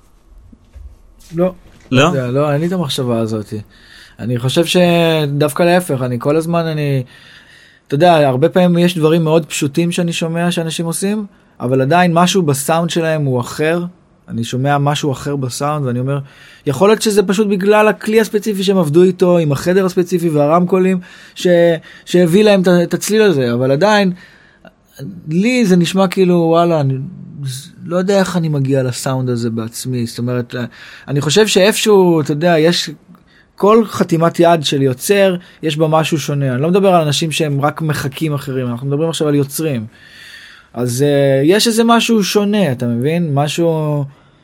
Speaker 2: לא.
Speaker 1: לא?
Speaker 2: לא, לא, אין לי את המחשבה הזאת. אני חושב שדווקא להפך, אני כל הזמן, אני... אתה יודע, הרבה פעמים יש דברים מאוד פשוטים שאני שומע שאנשים עושים, אבל עדיין משהו בסאונד שלהם הוא אחר. אני שומע משהו אחר בסאונד, ואני אומר, יכול להיות שזה פשוט בגלל הכלי הספציפי שהם עבדו איתו, עם החדר הספציפי והרמקולים, ש... שהביא להם את הצליל הזה, אבל עדיין, לי זה נשמע כאילו, וואלה, אני לא יודע איך אני מגיע לסאונד הזה בעצמי, זאת אומרת, אני חושב שאיפשהו, אתה יודע, יש כל חתימת יד של יוצר, יש בה משהו שונה. אני לא מדבר על אנשים שהם רק מחכים אחרים, אנחנו מדברים עכשיו על יוצרים. אז uh, יש איזה משהו שונה, אתה מבין? משהו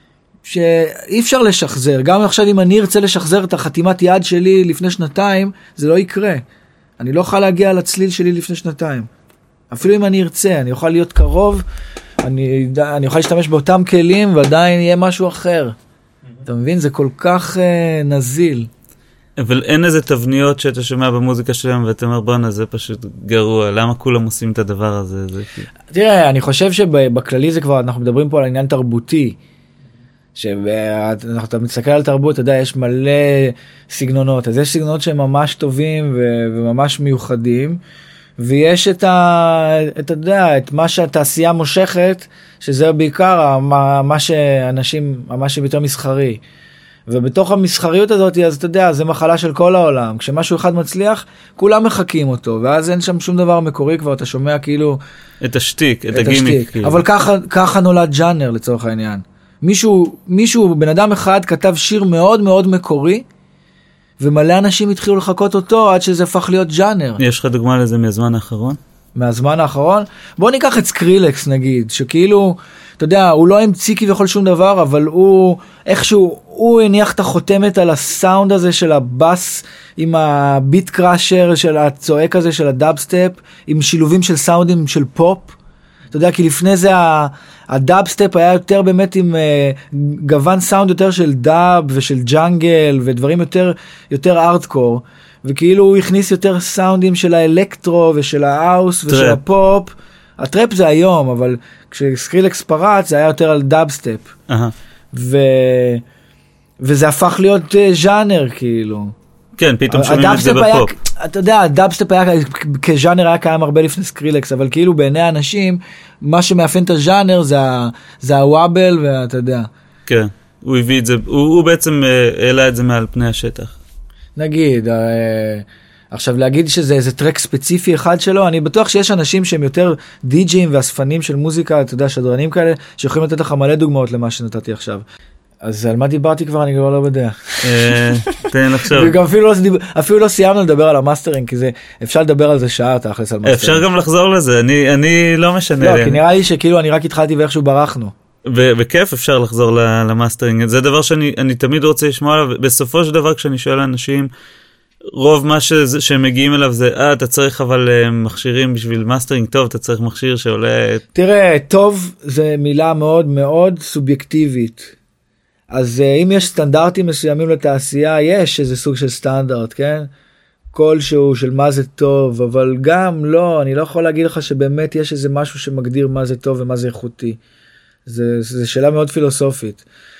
Speaker 2: שאי אפשר לשחזר. גם עכשיו אם אני ארצה לשחזר את החתימת יד שלי לפני שנתיים, זה לא יקרה. אני לא אוכל להגיע לצליל שלי לפני שנתיים. אפילו אם אני ארצה, אני אוכל להיות קרוב, אני, אני אוכל להשתמש באותם כלים, ועדיין יהיה משהו אחר. Mm-hmm. אתה מבין? זה כל כך uh, נזיל.
Speaker 1: אבל אין איזה תבניות שאתה שומע במוזיקה שלהם, ואתה אומר, בואנה, זה פשוט גרוע. למה כולם עושים את הדבר הזה? זה...
Speaker 2: תראה, אני חושב שבכללי זה כבר, אנחנו מדברים פה על עניין תרבותי. שאתה מסתכל על תרבות, אתה יודע, יש מלא סגנונות. אז יש סגנונות שהם ממש טובים ו- וממש מיוחדים. ויש את ה... אתה יודע, את מה שהתעשייה מושכת, שזה בעיקר מה, מה שאנשים, מה שיותר מסחרי. ובתוך המסחריות הזאת, אז אתה יודע, זה מחלה של כל העולם. כשמשהו אחד מצליח, כולם מחכים אותו, ואז אין שם שום דבר מקורי כבר, אתה שומע כאילו...
Speaker 1: את השטיק, את, את הגימיק. כאילו.
Speaker 2: אבל ככה, ככה נולד ג'אנר לצורך העניין. מישהו, מישהו, בן אדם אחד כתב שיר מאוד מאוד מקורי, ומלא אנשים התחילו לחכות אותו עד שזה הפך להיות ג'אנר.
Speaker 1: יש לך דוגמה לזה מהזמן האחרון?
Speaker 2: מהזמן האחרון? בוא ניקח את סקרילקס נגיד, שכאילו, אתה יודע, הוא לא המציא כביכול שום דבר, אבל הוא, איכשהו, הוא הניח את החותמת על הסאונד הזה של הבאס, עם הביט קראשר של הצועק הזה של הדאב-סטפ, עם שילובים של סאונדים של פופ. אתה יודע, כי לפני זה הדאב-סטפ היה יותר באמת עם uh, גוון סאונד יותר של דאב ושל ג'אנגל ודברים יותר, יותר ארטקור. וכאילו הוא הכניס יותר סאונדים של האלקטרו ושל האוס ושל הפופ. הטראפ זה היום, אבל כשסקרילקס פרץ זה היה יותר על דאב-סטפ. ו... וזה הפך להיות ז'אנר כאילו.
Speaker 1: כן, פתאום שומעים את זה בפופ.
Speaker 2: אתה יודע, הדאבסטפ היה, כז'אנר היה קיים הרבה לפני סקרילקס, אבל כאילו בעיני האנשים, מה שמאפיין את הז'אנר זה הוואבל, ואתה יודע.
Speaker 1: כן, הוא הביא את זה, הוא בעצם העלה את זה מעל פני השטח.
Speaker 2: נגיד, עכשיו להגיד שזה איזה טרק ספציפי אחד שלו, אני בטוח שיש אנשים שהם יותר די-ג'ים ואספנים של מוזיקה, אתה יודע, שדרנים כאלה, שיכולים לתת לך מלא דוגמאות למה שנתתי עכשיו. אז על מה דיברתי כבר, אני כבר לא יודע.
Speaker 1: תן לחשוב.
Speaker 2: וגם אפילו לא סיימנו לדבר על המאסטרינג, כי אפשר לדבר על זה שעה, תכלס על מאסטרינג.
Speaker 1: אפשר גם לחזור לזה, אני לא משנה.
Speaker 2: לא, כי נראה לי שכאילו אני רק התחלתי ואיכשהו ברחנו.
Speaker 1: וכיף אפשר לחזור למאסטרינג. זה דבר שאני תמיד רוצה לשמוע עליו. בסופו של דבר, כשאני שואל לאנשים, רוב מה שהם מגיעים אליו זה, אה, אתה צריך אבל מכשירים בשביל מאסטרינג טוב, אתה צריך מכשיר שעולה...
Speaker 2: תראה, טוב זה מילה מאוד מאוד סובייקטיבית. אז אם יש סטנדרטים מסוימים לתעשייה, יש איזה סוג של סטנדרט, כן? כלשהו של מה זה טוב, אבל גם לא, אני לא יכול להגיד לך שבאמת יש איזה משהו שמגדיר מה זה טוב ומה זה איכותי. זה, זה שאלה מאוד פילוסופית.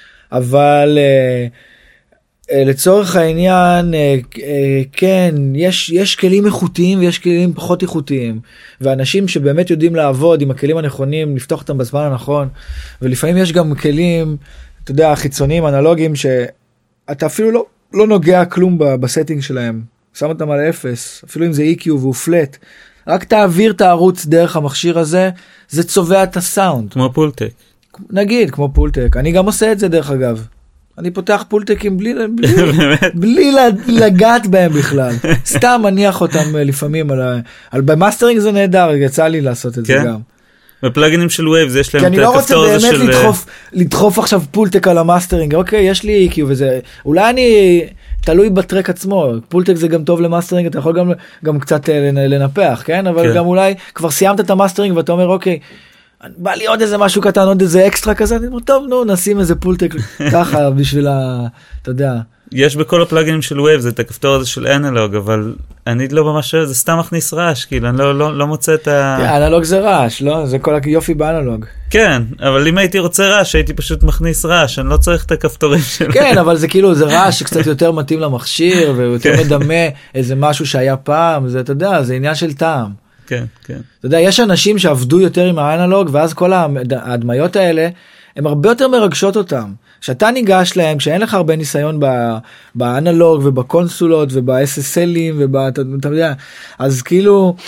Speaker 2: אבל אה, אה, לצורך העניין, אה, אה, כן, יש, יש כלים איכותיים ויש כלים פחות איכותיים. ואנשים שבאמת יודעים לעבוד עם הכלים הנכונים, לפתוח אותם בזמן הנכון, ולפעמים יש גם כלים... אתה יודע, החיצוניים, אנלוגיים, שאתה אפילו לא, לא נוגע כלום בסטינג שלהם. שם אותם על אפס, אפילו אם זה אי קיו והוא פלט. רק תעביר את הערוץ דרך המכשיר הזה, זה צובע את הסאונד.
Speaker 1: כמו פולטק.
Speaker 2: נגיד, כמו פולטק. אני גם עושה את זה דרך אגב. אני פותח פולטקים בלי, בלי, בלי לגעת בהם בכלל. סתם מניח אותם לפעמים על, על במאסטרינג זה נהדר, יצא לי לעשות את זה גם.
Speaker 1: בפלאגינים של ווייבס יש להם
Speaker 2: את הכפתור הזה של... כי אני לא רוצה באמת לדחוף, לדחוף עכשיו פולטק על המאסטרינג. אוקיי, יש לי איקיו וזה... אולי אני תלוי בטרק עצמו. פולטק זה גם טוב למאסטרינג, אתה יכול גם, גם קצת לנפח, כן? אבל כן. גם אולי כבר סיימת את המאסטרינג ואתה אומר, אוקיי, בא לי עוד איזה משהו קטן, עוד איזה אקסטרה כזה, אני אומר, טוב, נו, נשים איזה פולטק ככה בשביל ה... אתה יודע...
Speaker 1: יש בכל הפלאגינים של ווייבס את הכפתור הזה של אנלוג, אבל אני לא ממש, זה סתם מכניס רעש, כאילו, אני לא, לא, לא מוצא את ה...
Speaker 2: אנלוג זה רעש, לא? זה כל היופי באנלוג.
Speaker 1: כן, אבל אם הייתי רוצה רעש, הייתי פשוט מכניס רעש, אני לא צריך את הכפתורים שלו.
Speaker 2: כן, אבל זה כאילו, זה רעש שקצת יותר מתאים למכשיר, ויותר מדמה איזה משהו שהיה פעם, זה, אתה יודע, זה עניין של טעם.
Speaker 1: כן, כן. אתה
Speaker 2: יודע, יש אנשים שעבדו יותר עם האנלוג, ואז כל ההדמיות האלה, הן הרבה יותר מרגשות אותם. כשאתה ניגש להם, כשאין לך הרבה ניסיון באנלוג ובקונסולות וב-אס אס אל'ים ואתה יודע, אז כאילו,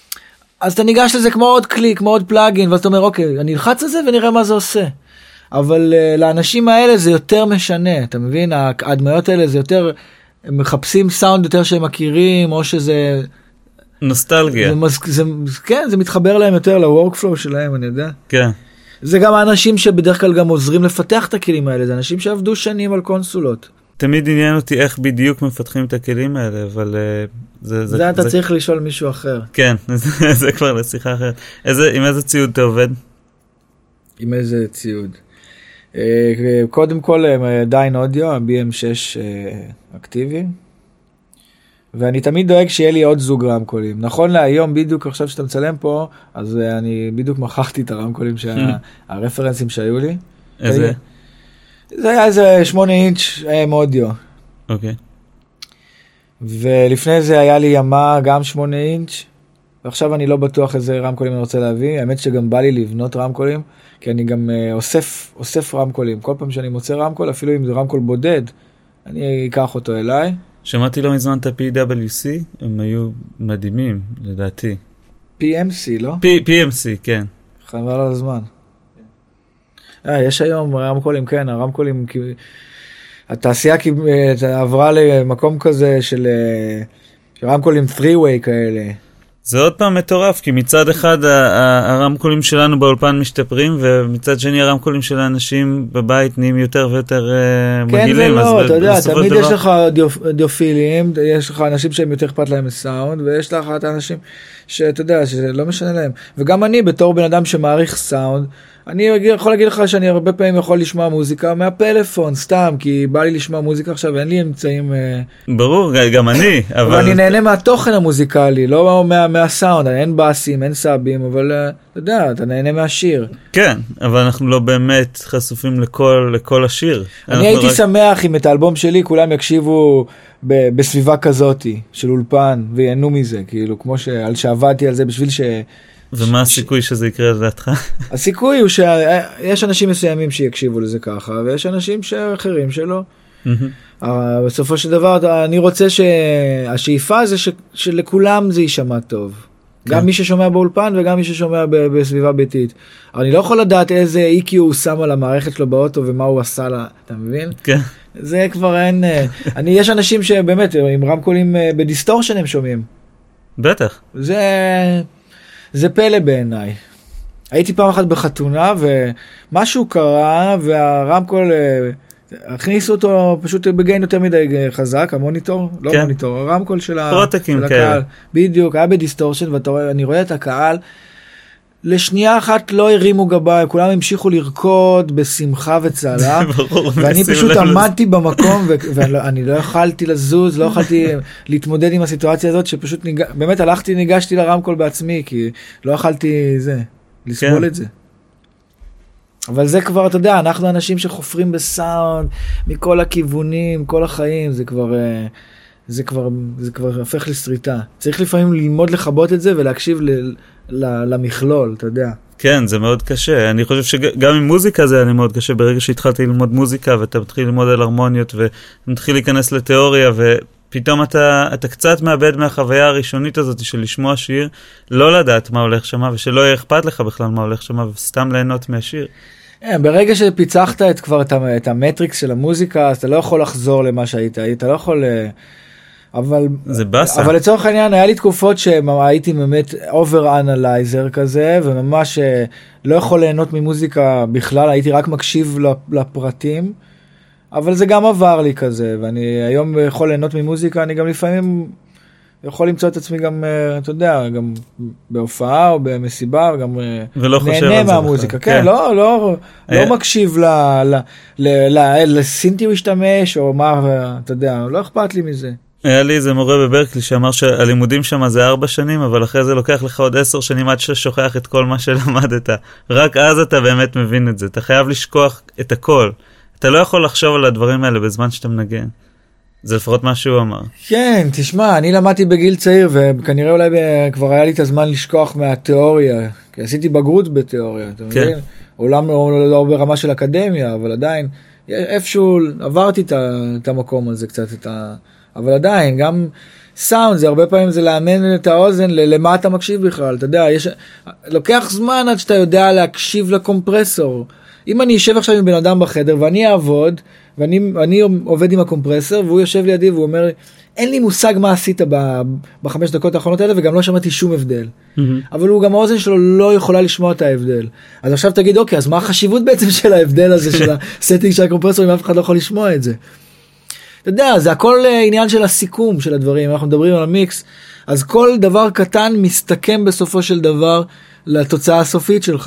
Speaker 2: אז אתה ניגש לזה כמו עוד כלי, כמו עוד פלאגין, ואז אתה אומר, אוקיי, אני אלחץ על זה ונראה מה זה עושה. אבל uh, לאנשים האלה זה יותר משנה, אתה מבין? ההדמיות האלה זה יותר, הם מחפשים סאונד יותר שהם מכירים, או שזה...
Speaker 1: נוסטלגיה.
Speaker 2: זה, זה, זה, כן, זה מתחבר להם יותר ל-workflow שלהם, אני יודע.
Speaker 1: כן.
Speaker 2: זה גם האנשים שבדרך כלל גם עוזרים לפתח את הכלים האלה, זה אנשים שעבדו שנים על קונסולות.
Speaker 1: תמיד עניין אותי איך בדיוק מפתחים את הכלים האלה, אבל uh, זה...
Speaker 2: זה, זה אתה זה... צריך לשאול מישהו אחר.
Speaker 1: כן, זה, זה כבר לשיחה אחרת. איזה, עם איזה ציוד אתה עובד?
Speaker 2: עם איזה ציוד? Uh, קודם כל, דיין אודיו, ה-בי אם שש uh, אקטיבי, ואני תמיד דואג שיהיה לי עוד זוג רמקולים. נכון להיום, בדיוק עכשיו שאתה מצלם פה, אז אני בדיוק מכחתי את הרמקולים, הרפרנסים שהיו לי.
Speaker 1: איזה?
Speaker 2: זה היה איזה שמונה אינץ' עם אודיו.
Speaker 1: אוקיי.
Speaker 2: ולפני זה היה לי ימה גם שמונה אינץ', ועכשיו אני לא בטוח איזה רמקולים אני רוצה להביא. האמת שגם בא לי לבנות רמקולים, כי אני גם אוסף, אוסף רמקולים. כל פעם שאני מוצא רמקול, אפילו אם זה רמקול בודד, אני אקח אותו אליי.
Speaker 1: שמעתי לא מזמן את ה-פי דאבליו סי, הם היו מדהימים, לדעתי.
Speaker 2: פי אם סי, לא?
Speaker 1: פי אם סי, כן.
Speaker 2: חבל על הזמן. אה, יש היום רמקולים, כן, הרמקולים, התעשייה עברה למקום כזה של רמקולים three-way כאלה.
Speaker 1: זה עוד פעם מטורף, כי מצד אחד הרמקולים שלנו באולפן משתפרים, ומצד שני הרמקולים של האנשים בבית נהיים יותר ויותר מגעילים.
Speaker 2: כן ולא, אתה יודע, תמיד יש לך דיופילים, יש לך אנשים שהם יותר אכפת להם מסאונד, ויש לך את האנשים שאתה יודע, שזה לא משנה להם. וגם אני, בתור בן אדם שמעריך סאונד, אני יכול להגיד לך שאני הרבה פעמים יכול לשמוע מוזיקה מהפלאפון, סתם, כי בא לי לשמוע מוזיקה עכשיו, ואין לי אמצעים...
Speaker 1: ברור, גם אני, אבל...
Speaker 2: ואני נהנה מהתוכן המוזיקלי, לא מה, מהסאונד, אין בסים, אין סאבים, אבל אתה יודע, אתה נהנה מהשיר.
Speaker 1: כן, אבל אנחנו לא באמת חשופים לכל, לכל השיר.
Speaker 2: אני הייתי
Speaker 1: רק...
Speaker 2: שמח אם את האלבום שלי כולם יקשיבו ב- בסביבה כזאת, של אולפן, ויהנו מזה, כאילו, כמו שעל שעבדתי על זה בשביל ש...
Speaker 1: ומה הסיכוי שזה יקרה לדעתך?
Speaker 2: הסיכוי הוא שיש אנשים מסוימים שיקשיבו לזה ככה, ויש אנשים אחרים שלא. בסופו של דבר, אני רוצה שהשאיפה זה שלכולם זה יישמע טוב. גם מי ששומע באולפן וגם מי ששומע בסביבה ביתית. אני לא יכול לדעת איזה אי קיו הוא שם על המערכת שלו באוטו ומה הוא עשה לה, אתה מבין?
Speaker 1: כן.
Speaker 2: זה כבר אין... אני, יש אנשים שבאמת, עם רמקולים בדיסטורשן הם שומעים.
Speaker 1: בטח.
Speaker 2: זה... זה פלא בעיניי. הייתי פעם אחת בחתונה, ומשהו קרה, והרמקול, הכניסו אותו פשוט בגיין יותר מדי חזק, המוניטור, לא
Speaker 1: כן.
Speaker 2: המוניטור, הרמקול של,
Speaker 1: פרוטקים
Speaker 2: של
Speaker 1: כאלה.
Speaker 2: הקהל. בדיוק, היה בדיסטורשן, ואני רואה את הקהל, לשנייה אחת לא הרימו גבה, כולם המשיכו לרקוד בשמחה וצהלה, ואני פשוט עמדתי במקום, ואני לא יכלתי לזוז, לא יכלתי להתמודד עם הסיטואציה הזאת, שפשוט באמת הלכתי, ניגשתי לרמקול בעצמי, כי לא יכלתי זה, לסבול את זה. אבל זה כבר, אתה יודע, אנחנו אנשים שחופרים בסאונד, מכל הכיוונים, כל החיים, זה כבר... זה כבר, זה כבר הפך לסריטה. צריך לפעמים ללמוד לחבות את זה ולהקשיב ל, ל, למכלול, אתה יודע.
Speaker 1: כן, זה מאוד קשה. אני חושב שגם עם מוזיקה זה היה מאוד קשה. ברגע שהתחלתי ללמוד מוזיקה ואתה מתחיל ללמוד על הרמוניות ומתחיל להיכנס לתיאוריה ופתאום אתה, אתה קצת מאבד מהחוויה הראשונית הזאת של לשמוע שיר, לא לדעת מה הולך שמה ושלא יהיה אכפת לך בכלל מה הולך שמה וסתם ליהנות מהשיר.
Speaker 2: ברגע שפיצחת את כבר את המטריקס של המוזיקה, אז אתה לא יכול לחזור למה שהיית, אתה לא יכול... אבל,
Speaker 1: זה בסה.
Speaker 2: אבל לצורך העניין, היה לי תקופות שהייתי באמת over-analyzer כזה, וממש לא יכול ליהנות ממוזיקה בכלל, הייתי רק מקשיב לפרטים, אבל זה גם עבר לי כזה, ואני היום יכול ליהנות ממוזיקה, אני גם לפעמים יכול למצוא את עצמי גם, אתה יודע, גם בהופעה או במסיבה, וגם נהנה מהמוזיקה. כן, כן, לא, לא, היה... לא מקשיב ל, ל, ל, ל, לסינטי הוא השתמש, או מה, אתה יודע, לא אכפת לי מזה.
Speaker 1: היה לי איזה מורה בברקלי שאמר שהלימודים שם זה ארבע שנים, אבל אחרי זה לוקח לך עוד עשר שנים עד ששוכח את כל מה שלמדת. רק אז אתה באמת מבין את זה. אתה חייב לשכוח את הכל. אתה לא יכול לחשוב על הדברים האלה בזמן שאתה מנגן. זה לפחות מה שהוא אמר. כן,
Speaker 2: תשמע, אני למדתי בגיל צעיר, וכנראה אולי כבר היה לי את הזמן לשכוח מהתיאוריה. כי עשיתי בגרות בתיאוריה, אתה מבין? כן. אולם לא, לא ברמה של אקדמיה, אבל עדיין, איפשהו עברתי את המקום הזה קצת, את ה... אבל עדיין, גם סאונד, זה הרבה פעמים זה לאמן את האוזן, למה אתה מקשיב בכלל, אתה יודע, יש, לוקח זמן עד שאתה יודע להקשיב לקומפרסור. אם אני יושב עכשיו עם בן אדם בחדר, ואני אעבוד, ואני אני עובד עם הקומפרסור, והוא יושב לידי, והוא אומר, אין לי מושג מה עשית בחמש דקות האחרונות האלה, וגם לא שמעתי שום הבדל. Mm-hmm. אבל הוא גם האוזן שלו לא יכולה לשמוע את ההבדל. אז עכשיו תגיד, אוקיי, אז מה החשיבות בעצם של ההבדל הזה, של הסטינג של הקומפרסור, אם אף אחד לא יכול לשמוע את זה? אתה יודע, זה הכל עניין של הסיכום של הדברים, אנחנו מדברים על המיקס, אז כל דבר קטן מסתכם בסופו של דבר לתוצאה הסופית שלך.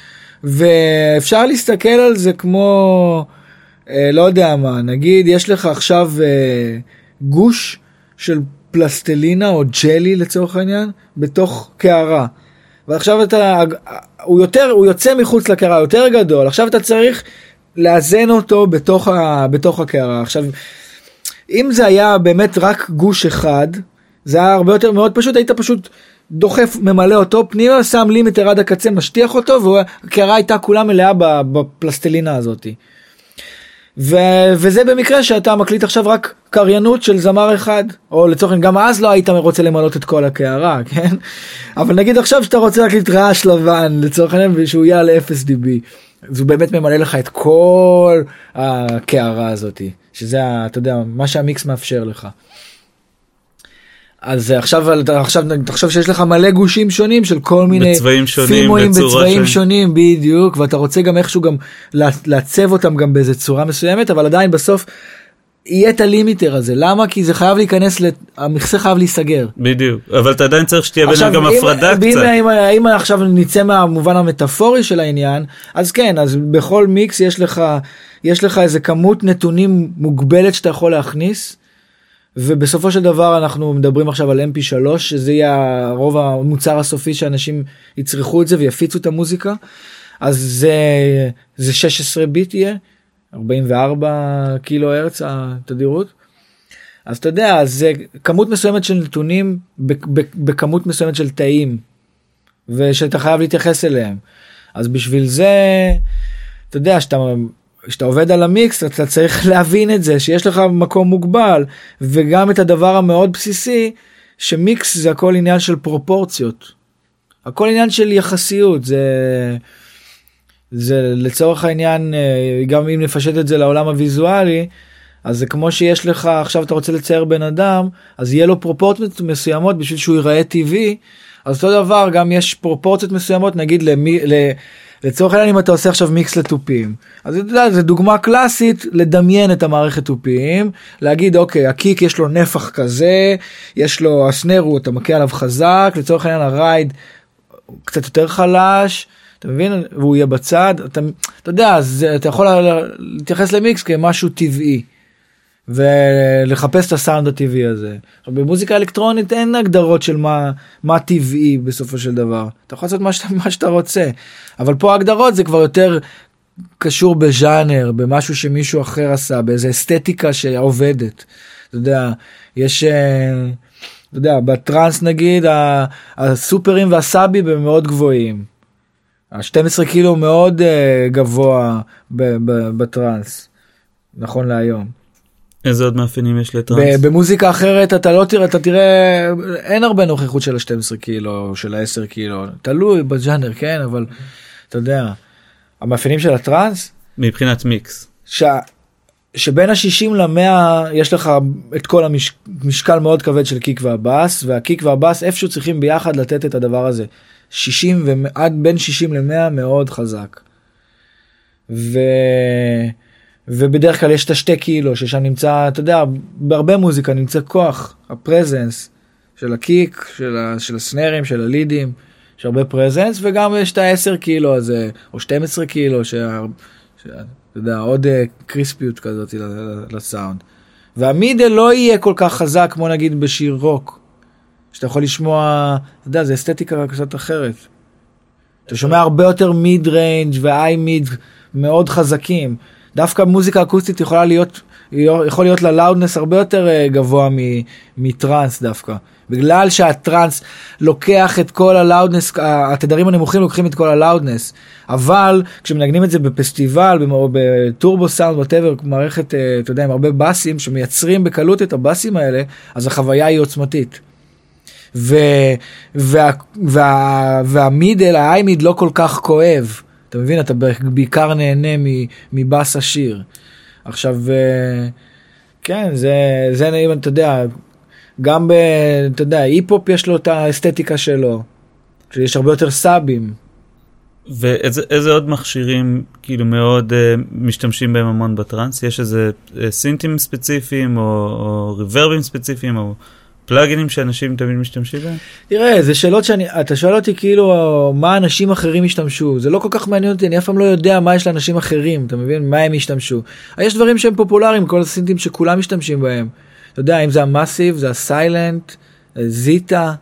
Speaker 2: ואפשר להסתכל על זה כמו, אה, לא יודע מה, נגיד יש לך עכשיו אה, גוש של פלסטלינה או ג'לי לצורך העניין, בתוך קערה. ועכשיו אתה, הוא יותר, הוא יוצא מחוץ לקערה, יותר גדול, עכשיו אתה צריך לאזן אותו בתוך, ה, בתוך הקערה. עכשיו, אם זה היה באמת רק גוש אחד, זה היה הרבה יותר מאוד פשוט, היית פשוט דוחף, ממלא אותו פנימה, שם לימיטר עד הקצה, משטיח אותו, והקערה הייתה כולה מלאה בפלסטלינה הזאת. ו- וזה במקרה שאתה מקליט עכשיו רק קריינות של זמר אחד, או לצורך גם אז לא היית רוצה למלות את כל הקערה, כן? אבל נגיד עכשיו שאתה רוצה להקליט רעש לבן, לצורך העניין, ושהוא יהיה על אפס די בי, אז הוא באמת ממלא לך את כל הקערה הזאת, שזה, אתה יודע, מה שהמיקס מאפשר לך. אז עכשיו, עכשיו, תחשוב שיש לך מלא גושים שונים של כל מיני
Speaker 1: בצבעים שונים,
Speaker 2: פימואים בצבעים
Speaker 1: ש...
Speaker 2: שונים, בדיוק, ואתה רוצה גם איכשהו גם לעצב אותם גם באיזה צורה מסוימת, אבל עדיין בסוף יהיה את הלימיטר הזה. למה? כי זה חייב להיכנס, המכסה חייב להיסגר.
Speaker 1: בדיוק, אבל אתה עדיין צריך שתהיה ביניהם גם הפרדה קצת.
Speaker 2: אם, אם עכשיו נצא מהמובן המטאפורי של העניין, אז כן, אז בכל מיקס יש לך, יש לך איזה כמות נתונים מוגבלת שאתה יכול להכניס, ובסופו של דבר אנחנו מדברים עכשיו על אם פי שלוש, שזה יהיה רוב המוצר הסופי שאנשים יצרכו את זה ויפיצו את המוזיקה, אז זה, זה שש עשרה ביט יהיה, ארבעים וארבע קילו הרץ התדירות. אז אתה יודע, זה כמות מסוימת של נתונים בכמות מסוימת של תאים, ושאתה חייב להתייחס אליהם. אז בשביל זה, אתה יודע, שאתה, שאתה עובד על המיקס, אתה צריך להבין את זה, שיש לך מקום מוגבל, וגם את הדבר המאוד בסיסי, שמיקס זה הכל עניין של פרופורציות. הכל עניין של יחסיות, זה... זה לצורך העניין, גם אם נפשט את זה לעולם הוויזואלי, אז זה כמו שיש לך, עכשיו אתה רוצה לצייר בן אדם, אז יהיה לו פרופורציות מסוימות בשביל שהוא ייראה טבעי, אז אותו דבר, גם יש פרופורציות מסוימות, נגיד למי, לצורך העניין אם אתה עושה עכשיו מיקס לטופים, אז אתה יודע, זה דוגמה קלאסית לדמיין את המערכת טופים, להגיד אוקיי, הקיק יש לו נפח כזה, יש לו הסנר, אתה מכה עליו חזק, לצורך העניין הרייד קצת יותר חלש, אתה מבין? והוא יהיה בצד, אתה, אתה יודע, אז אתה יכול להתייחס למיקס כמשהו טבעי, ולחפש את הסאונד הטבעי הזה. עכשיו, במוזיקה אלקטרונית אין הגדרות של מה, מה טבעי בסופו של דבר. אתה יכול לעשות מה שאתה, מה שאתה רוצה, אבל פה ההגדרות זה כבר יותר קשור בז'אנר, במשהו שמישהו אחר עשה, באיזו אסתטיקה שעובדת. אתה יודע, יש... אתה יודע, בטרנס נגיד, הסופרים והסאבים הם מאוד גבוהים. ה-שתים עשרה קילו מאוד uh, גבוה בטרנס, נכון להיום.
Speaker 1: איזה עוד מאפיינים יש לטרנס?
Speaker 2: במוזיקה אחרת אתה לא תראה, אתה תראה, אין הרבה נוכחות של ה-שתים עשרה קילו, של ה-עשר קילו, תלוי בג'אנר, כן, אבל אתה יודע, המאפיינים של הטרנס?
Speaker 1: מבחינת מיקס.
Speaker 2: ש... שבין ה-שישים ל-מאה יש לך את כל המשקל מאוד כבד של קיק והבאס, והקיק והבאס איפשהו צריכים ביחד לתת את הדבר הזה. שישים ועד בין שישים ל-מאה מאוד חזק. ו... ובדרך כלל יש את השתי קילו, ששם נמצא, אתה יודע, בהרבה מוזיקה נמצא כוח, הפרזנס של הקיק, של, ה... של הסנרים, של הלידים, יש הרבה פרזנס, וגם יש את ה-עשר קילו הזה, או שתים עשרה קילו, שה... שה... אתה יודע, עוד קריספיות כזאת לסאונד. והמידל לא יהיה כל כך חזק, כמו נגיד בשיר רוק, שאתה יכול לשמוע, אתה יודע, זה אסתטיקה קצת אחרת. אתה שומע הרבה יותר מיד ריינג' ואי מיד מאוד חזקים. דווקא מוזיקה אקוסטית יכולה להיות, יכול להיות ללאודנס הרבה יותר גבוה מטרנס דווקא. בגלל שהטרנס לוקח את כל הלאודנס, התדרים הנמוכים לוקחים את כל הלאודנס. אבל כשמנגנים את זה בפסטיבל, בטורבו סאונד, וואטאבר, מערכת, אתה יודע, עם הרבה בסים שמייצרים בקלות את הבסים האלה, אז החוויה היא עוצמתית. ו, וה, וה, והמידל, האי-מיד לא כל כך כואב. אתה מבין? אתה בעיקר נהנה מבס השיר. עכשיו, כן, זה, זה נעים, אתה יודע, גם ב, אתה יודע, היפ-הופ יש לו את האסתטיקה שלו, שיש הרבה יותר סאבים.
Speaker 1: ואיזה איזה עוד מכשירים כאילו מאוד uh, משתמשים בהם המון בטרנס? יש איזה uh, סינטים ספציפיים, או, או ריברבים ספציפיים, או פלאגינים שאנשים תמיד משתמשים בהם?
Speaker 2: תראה, זה שאלות שאני, אתה שואל אותי כאילו, מה אנשים אחרים השתמשו? זה לא כל כך מעניין אותי, אני אף פעם לא יודע מה יש לאנשים אחרים, אתה מבין? מה הם השתמשו? יש דברים שהם פופולריים, כל הסינטים שכולם משתמשים בהם. אתה יודע, אם זה המאסיב, זה הסיילנט, זיטה,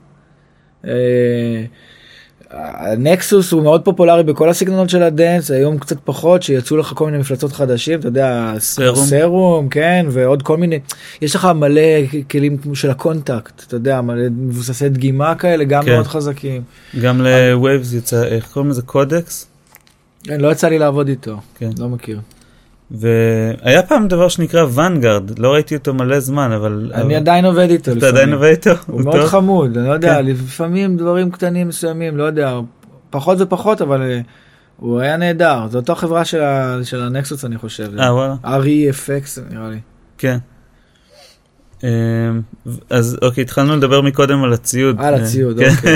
Speaker 2: הנקסוס הוא מאוד פופולרי בכל הסגנונות של הדנס, היום קצת פחות, שיצאו לך כל מיני מפלצות חדשים, אתה יודע,
Speaker 1: סרום,
Speaker 2: סרום, כן, ועוד כל מיני, יש לך מלא כלים של הקונטקט, אתה יודע, מלא מבוססי דגימה כאלה, גם כן. מאוד חזקים.
Speaker 1: גם לווייבס יצא, איך קוראים לזה, קודקס?
Speaker 2: כן, לא יצא לי לעבוד איתו, כן. לא מכיר.
Speaker 1: והיה פעם דבר שנקרא ונגארד, לא ראיתי אותו מלא זמן, אבל...
Speaker 2: אני עדיין עובד איתו.
Speaker 1: אתה עדיין עובד איתו?
Speaker 2: הוא מאוד חמוד, אני לא יודע, לפעמים דברים קטנים מסוימים, לא יודע, פחות ופחות, אבל הוא היה נהדר. זו אותה חברה של הנקסוס, אני חושב.
Speaker 1: אה, וואלה.
Speaker 2: אר אי אף אקס, נראה לי.
Speaker 1: כן. אז אוקיי, התחלנו לדבר מקודם על הציוד.
Speaker 2: על הציוד, אוקיי.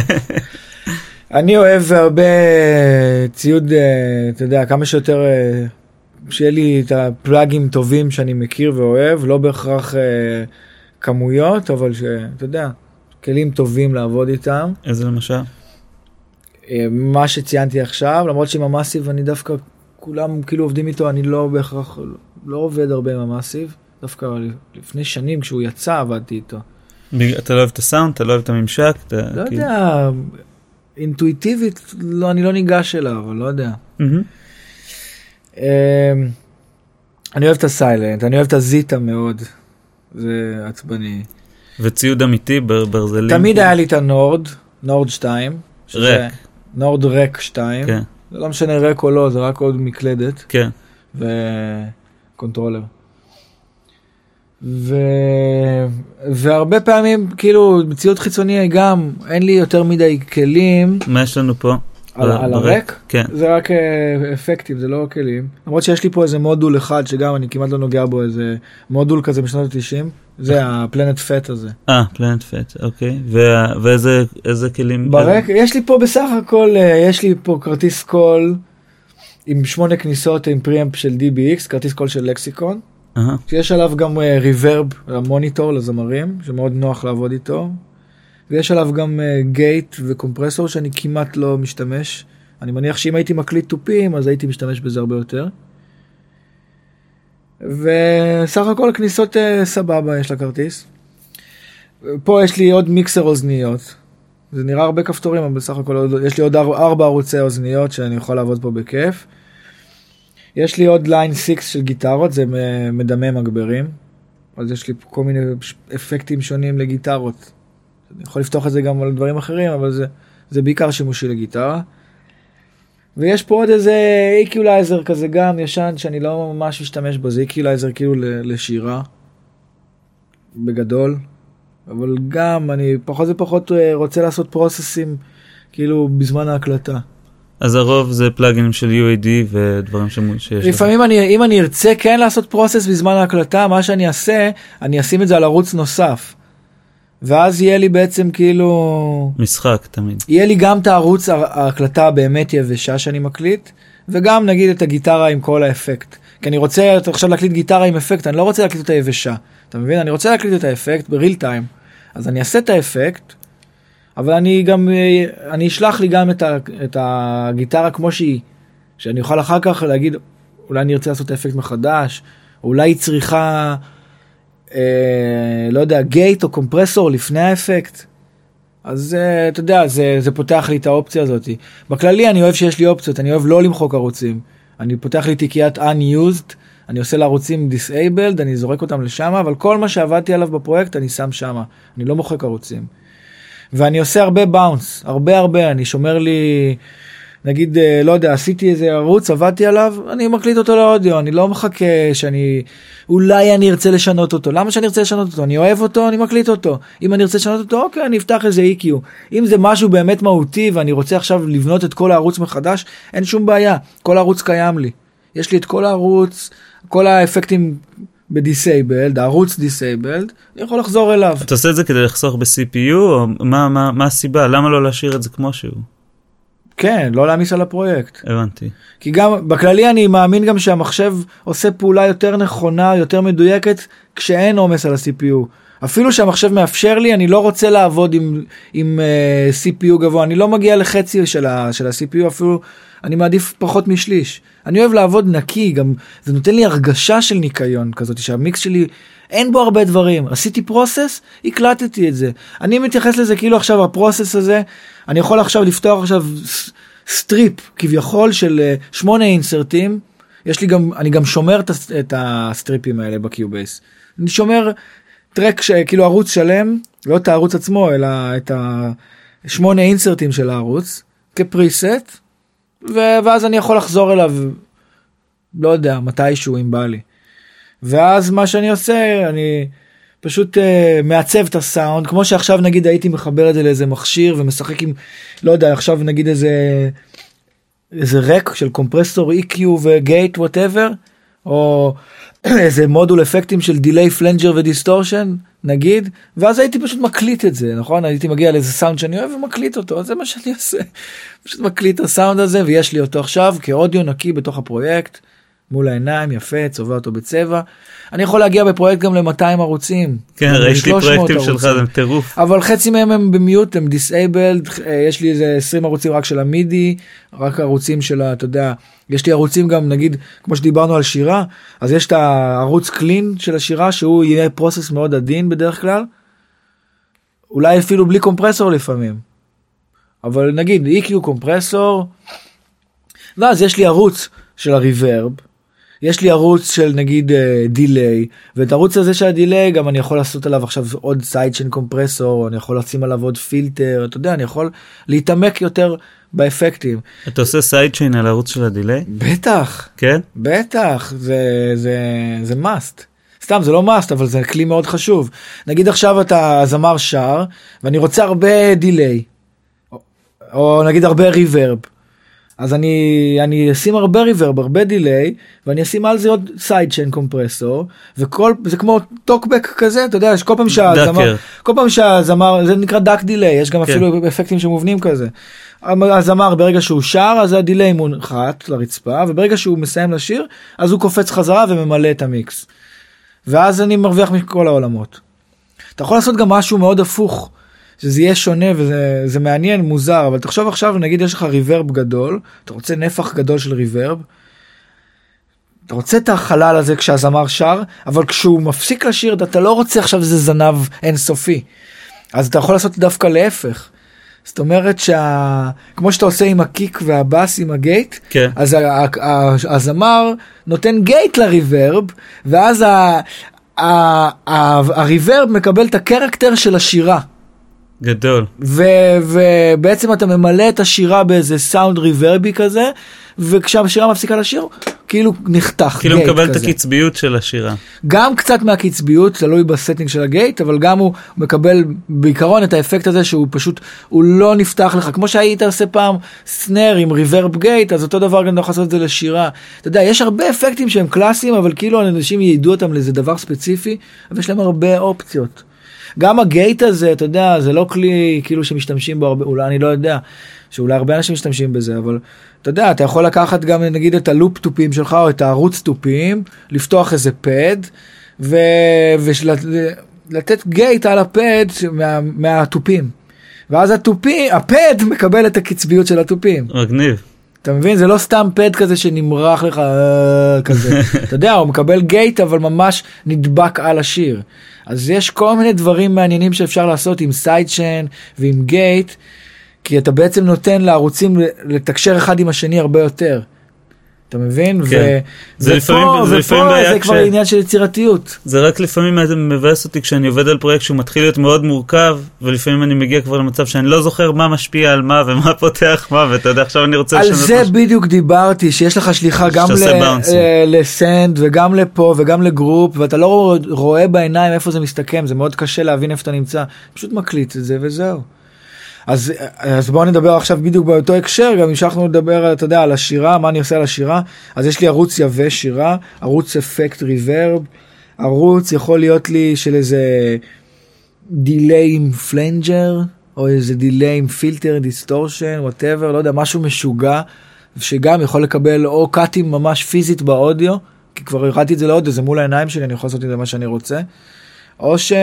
Speaker 2: אני אוהב הרבה ציוד, אתה יודע, כמה שיותר... שיהיה לי את הפלאגים טובים שאני מכיר ואוהב, לא בהכרח אה, כמויות, אבל שאתה יודע, כלים טובים לעבוד איתם.
Speaker 1: איזה למשל?
Speaker 2: אה, מה שציינתי עכשיו, למרות שעם המאסיב אני דווקא, כולם כאילו עובדים איתו, אני לא בהכרח, לא עובד הרבה עם המאסיב, דווקא לפני שנים כשהוא יצא עבדתי איתו.
Speaker 1: אתה לא אוהב את הסאונד, אתה לא אוהב את הממשק? אתה,
Speaker 2: לא
Speaker 1: כאילו...
Speaker 2: יודע, אינטואיטיבית, לא, אני לא ניגש אליו, אבל לא יודע.
Speaker 1: Mm-hmm.
Speaker 2: אני אוהב את הסיילנט, אני אוהב את הזיטה מאוד, זה עצבני.
Speaker 1: וציוד אמיתי ברזלים?
Speaker 2: תמיד היה לי את הנורד, נורד שתיים.
Speaker 1: רק.
Speaker 2: נורד רק שתיים.
Speaker 1: כן.
Speaker 2: זה לא משנה רק או לא, זה רק עוד מקלדת.
Speaker 1: כן.
Speaker 2: וקונטרולר. ו... והרבה פעמים, כאילו, בציוד חיצוני גם, אין לי יותר מדי כלים.
Speaker 1: מה יש לנו פה?
Speaker 2: על, על הרק?
Speaker 1: כן.
Speaker 2: זה רק אפקטים, זה לא כלים. למרות שיש לי פה איזה מודול אחד, שגם אני כמעט לא נוגע בו, איזה מודול כזה משנות ה-תשעים. זה הפלנט פט הזה.
Speaker 1: אה, פלנט פט, אוקיי. וה... ואיזה איזה כלים?
Speaker 2: ברק, יש לי פה בסך הכל, יש לי פה כרטיס קול, עם שמונה כניסות, עם פריאמפ של די בי אקס, כרטיס קול של לקסיקון. שיש עליו גם ריברב, המוניטור לזמרים, שמאוד נוח לעבוד איתו. ויש עליו גם גייט וקומפרסור שאני כמעט לא משתמש. אני מניח שאם הייתי מקליט טופים, אז הייתי משתמש בזה הרבה יותר. וסך הכל כניסות סבבה יש לכרטיס. פה יש לי עוד מיקסר אוזניות. זה נראה הרבה כפתורים, אבל בסך הכל יש לי עוד ארבע ערוצי אוזניות שאני יכול לעבוד פה בכיף. יש לי עוד ליין סיקס של גיטרות, זה מדמה מגברים. אז יש לי כל מיני אפקטים שונים לגיטרות. אני יכול לפתוח את זה גם על דברים אחרים, אבל זה, זה בעיקר שימושי לגיטרה. ויש פה עוד איזה איקולייזר כזה גם ישן, שאני לא ממש משתמש בו, זה איקולייזר כאילו לשירה, בגדול. אבל גם אני פחות ופחות רוצה לעשות פרוססים, כאילו בזמן ההקלטה.
Speaker 1: אז הרוב זה פלאגינים של יו איי די ודברים שיש...
Speaker 2: לפעמים אני, אם אני ארצה כן לעשות פרוסס בזמן ההקלטה, מה שאני אעשה, אני אשים את זה על ערוץ נוסף. ואז יהיה לי בעצם כאילו...
Speaker 1: משחק תמיד.
Speaker 2: יהיה לי גם את הערוץ ההקלטה באמת יבשה שאני מקליט, וגם נגיד את הגיטרה עם כל האפקט. כי אני רוצה עכשיו להקליט גיטרה עם אפקט, אני לא רוצה להקליט אותה יבשה. אתה מבין? אני רוצה להקליט את האפקט בריל טיים. אז אני אעשה את האפקט, אבל אני גם, אני אשלח לי גם את, ה, את הגיטרה כמו שהיא, שאני אוכל אחר כך להגיד, אולי אני ארצה לעשות את האפקט מחדש, או אולי היא צריכה, אה, לא יודע, גייט או קומפרסור לפני האפקט. אז אה, אתה יודע, זה, זה פותח לי את האופציה הזאת. בכללי אני אוהב שיש לי אופציות, אני אוהב לא למחוק ערוצים. אני פותח לי תיקיית unused, אני עושה לערוצים disabled, אני זורק אותם לשם, אבל כל מה שעבדתי עליו בפרויקט אני שם שם, אני לא מוחק ערוצים. ואני עושה הרבה באונס, הרבה הרבה, אני שומר לי, נגיד, לא יודע, עשיתי איזה ערוץ, עבדתי עליו, אני מקליט אותו לאודיו, אני לא מחכה שאני, אולי אני ארצה לשנות אותו. למה שאני ארצה לשנות אותו? אני אוהב אותו, אני מקליט אותו. אם אני ארצה לשנות אותו, אוקיי, אני אפתח איזה אי קיו. אם זה משהו באמת מהותי, ואני רוצה עכשיו לבנות את כל הערוץ מחדש, אין שום בעיה, כל הערוץ קיים לי. יש לי את כל הערוץ, כל האפקטים בדיסייבלד, הערוץ דיסייבלד, אני יכול לחזור אליו.
Speaker 1: אתה עושה את זה כדי לחסוך ב-סי פי יו, או מה, מה, מה הסיבה? למה לא להשאיר את זה כמו שהוא?
Speaker 2: כן, לא להמיס על הפרויקט.
Speaker 1: הבנתי.
Speaker 2: כי גם, בכללי אני מאמין גם שהמחשב עושה פעולה יותר נכונה, יותר מדויקת, כשאין עומס על ה-סי פי יו. אפילו שהמחשב מאפשר לי, אני לא רוצה לעבוד עם, עם uh, סי פי יו גבוה, אני לא מגיע לחצי של ה, של ה-סי פי יו, אפילו אני מעדיף פחות משליש. אני אוהב לעבוד נקי, גם זה נותן לי הרגשה של ניקיון כזאת, שהמיקס שלי אין בו הרבה דברים. עשיתי פרוסס, הקלטתי את זה. אני מתייחס לזה כאילו עכשיו הפרוסס הזה, אני יכול עכשיו לפתוח עכשיו סטריפ כביכול של שמונה אינסרטים, יש לי גם, אני גם שומר את, את הסטריפים האלה בקיובייס. אני שומר טרק, כאילו ערוץ שלם, לא את הערוץ עצמו, אלא את השמונה אינסרטים של הערוץ, כפריסט, ואז אני יכול לחזור אליו, לא יודע, מתישהו אם בא לי. ואז מה שאני עושה, אני פשוט uh, מעצב את הסאונד, כמו שעכשיו נגיד הייתי מחבר את זה לאיזה מכשיר, ומשחק עם, לא יודע, עכשיו נגיד איזה, איזה רק של קומפרסור, אי קיו וגייט, whatever, או איזה מודול אפקטים של דיליי פלנג'ר ודיסטורשן, נגיד, ואז הייתי פשוט מקליט את זה, נכון? הייתי מגיע לאיזה סאונד שאני אוהב ומקליט אותו, אז זה מה שאני עושה. פשוט מקליט את הסאונד הזה, ויש לי אותו עכשיו כאודיו נקי בתוך הפרויקט, מול העיניים, יפה, צובע אותו בצבע. אני יכול להגיע בפרויקט גם ל-מאתיים ערוצים.
Speaker 1: כן, ראיתי פרויקטים שלך, זה טירוף.
Speaker 2: אבל חצי מהם הם במיוט, הם disabled, יש לי איזה עשרים ערוצים רק של המידי, רק ערוצים של, אתה יודע, יש לי ערוצים גם, נגיד, כמו שדיברנו על שירה, אז יש את הערוץ קלין של השירה, שהוא יהיה פרוסס מאוד עדין בדרך כלל, אולי אפילו בלי קומפרסור לפעמים. אבל נגיד, אי קיו קומפרסור, ואז יש לי ערוץ של הריברב, יש לי ערוץ של נגיד דיליי, ואת הערוץ הזה של הדיליי גם אני יכול לעשות עליו עכשיו עוד סיידצ'יין קומפרסור, אני יכול לשים עליו עוד פילטר, אתה יודע, אני יכול להתעמק יותר באפקטים.
Speaker 1: אתה עושה סיידצ'יין על הערוץ של הדיליי?
Speaker 2: בטח.
Speaker 1: כן?
Speaker 2: בטח, זה, זה, זה must. סתם, זה לא must, אבל זה כלי מאוד חשוב. נגיד עכשיו אתה זמר שר, ואני רוצה הרבה דיליי, או, או נגיד הרבה ריברב. אז אני, אני אשים הרבה ריברב, הרבה דיליי, ואני אשים על זה עוד סיידצ'יין קומפרסור, וכל, זה כמו טוקבק כזה, אתה יודע, כל פעם שהזמר, כל פעם שהזמר, זה נקרא דק דיליי, יש גם כן. אפילו אפקטים שמובנים כזה. הזמר ברגע שהוא שר, אז הדיליי מונחת לרצפה, וברגע שהוא מסיים לשיר, אז הוא קופץ חזרה וממלא את המיקס. ואז אני מרוויח מכל העולמות. אתה יכול לעשות גם משהו מאוד הפוך, שזה יהיה שונה וזה זה מעניין, מוזר, אבל תחשוב עכשיו, נגיד יש לך ריברב גדול, אתה רוצה נפח גדול של ריברב, אתה רוצה את החלל הזה כשהזמר שר, אבל כשהוא מפסיק לשיר, אתה לא רוצה עכשיו זה זנב אינסופי. אז אתה יכול לעשות דווקא להפך. זאת אומרת שה... כמו שאתה עושה עם הקיק והבאס עם הגייט,
Speaker 1: כן.
Speaker 2: אז הזמר נותן גייט לריברב, ואז ה... ה... ה... הריברב מקבל את הקרקטר של השירה.
Speaker 1: גדול.
Speaker 2: ו- ובעצם אתה ממלא את השירה באיזה סאונד ריברבי כזה, וכשהשירה מפסיקה לשיר, כאילו נחתך.
Speaker 1: כאילו מקבל כזה. את הקצביות של השירה.
Speaker 2: גם קצת מהקצביות, תלוי בסטינג של הגייט, אבל גם הוא מקבל בעיקרון את האפקט הזה שהוא פשוט, הוא לא נפתח לך. כמו שהיית עושה פעם סנר עם ריברב גייט, אז אותו דבר גם לא יכול לעשות את זה לשירה. אתה יודע, יש הרבה אפקטים שהם קלאסיים, אבל כאילו אנשים יידעו אותם לאיזה דבר ספציפי, אבל יש להם הרבה אופציות. גם הגייט הזה, אתה יודע, זה לא כלי כאילו שמשתמשים בו הרבה, אולי אני לא יודע, שאולי הרבה אנשים משתמשים בזה, אבל אתה יודע, אתה יכול לקחת גם נגיד את הלופ טופים שלך, או את הערוץ טופים, לפתוח איזה פד, ולתת גייט על הפד מה, מהטופים. ואז הטופים, הפד מקבל את הקצביות של הטופים.
Speaker 1: מגניב.
Speaker 2: אתה מבין? זה לא סתם פד כזה שנמרח לך כזה. אתה יודע, הוא מקבל גייט, אבל ממש נדבק על השיר. אז יש כל מיני דברים מעניינים שאפשר לעשות עם סיידצ'יין ועם גייט, כי אתה בעצם נותן לערוצים לתקשר אחד עם השני הרבה יותר. אתה מבין?
Speaker 1: כן.
Speaker 2: ו- זה לפעמים, ופה, זה, לפעמים ופה זה כבר ש... עניין של יצירתיות.
Speaker 1: זה רק לפעמים מבאס אותי כשאני עובד על פרויקט שהוא מתחיל להיות מאוד מורכב, ולפעמים אני מגיע כבר למצב שאני לא זוכר מה משפיע על מה ומה פותח מה, ואתה יודע, עכשיו אני רוצה...
Speaker 2: על זה מש... בדיוק דיברתי, שיש לך שליחה גם לסנד וגם לפה וגם לגרופ, ואתה לא רואה בעיניים איפה זה מסתכם, זה מאוד קשה להבין איפה אתה נמצא, פשוט מקליט את זה וזהו. אז, אז בואו נדבר עכשיו בדיוק באותו הקשר, גם המשכנו לדבר, אתה יודע, על השירה, מה אני עושה על השירה, אז יש לי ערוץ יווה שירה, ערוץ אפקט ריברב, ערוץ יכול להיות לי של איזה דיליי עם פלנג'ר, או איזה דיליי עם פילטר, דיסטורשן, whatever, לא יודע, משהו משוגע, שגם יכול לקבל או קאטים ממש פיזית באודיו, כי כבר הראיתי את זה לאודיו, זה מול העיניים שלי, אני יכול לעשות את זה מה שאני רוצה, או ש...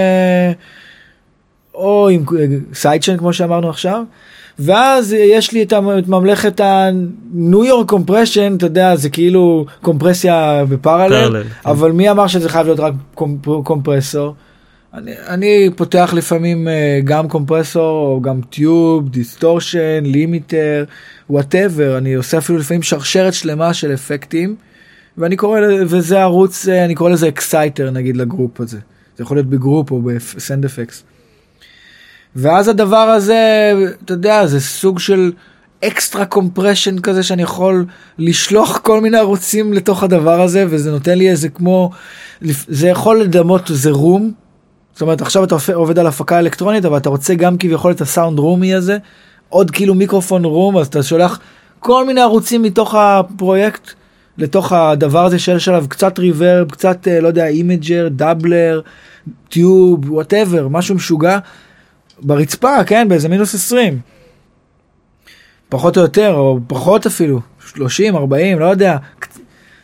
Speaker 2: או עם סיידצ'יין כמו שאמרנו עכשיו, ואז יש לי את ממלכת הניו יורק קומפרשן, אתה יודע, זה כאילו קומפרסיה בפרלל, אבל מי אמר שזה חייב להיות רק קומפרסור? אני, אני פותח לפעמים גם קומפרסור, או גם טיוב, דיסטורשן, לימיטר, whatever, אני עושה אפילו לפעמים שרשרת שלמה של אפקטים, ואני קורא, וזה ערוץ, אני קורא לזה אקסייטר נגיד לגרופ הזה, זה יכול להיות בגרופ או בסנד אפקס. ואז הדבר הזה, אתה יודע, זה סוג של אקסטרה קומפרשן כזה שאני יכול לשלוח כל מיני ערוצים לתוך הדבר הזה, וזה נותן לי איזה כמו, זה יכול לדמות, זה רום, זאת אומרת, עכשיו אתה עובד על הפקה אלקטרונית, אבל אתה רוצה גם כביכול את הסאונד רומי הזה, עוד כאילו מיקרופון רום, אז אתה שולח כל מיני ערוצים מתוך הפרויקט, לתוך הדבר הזה שיש עליו קצת ריברב, קצת, לא יודע, אימג'ר, דאבלר, טיוב, whatever, משהו משוגע, ברצפה, כן, באיזה מינוס עשרים. פחות או יותר, או פחות אפילו, שלושים, ארבעים, לא יודע.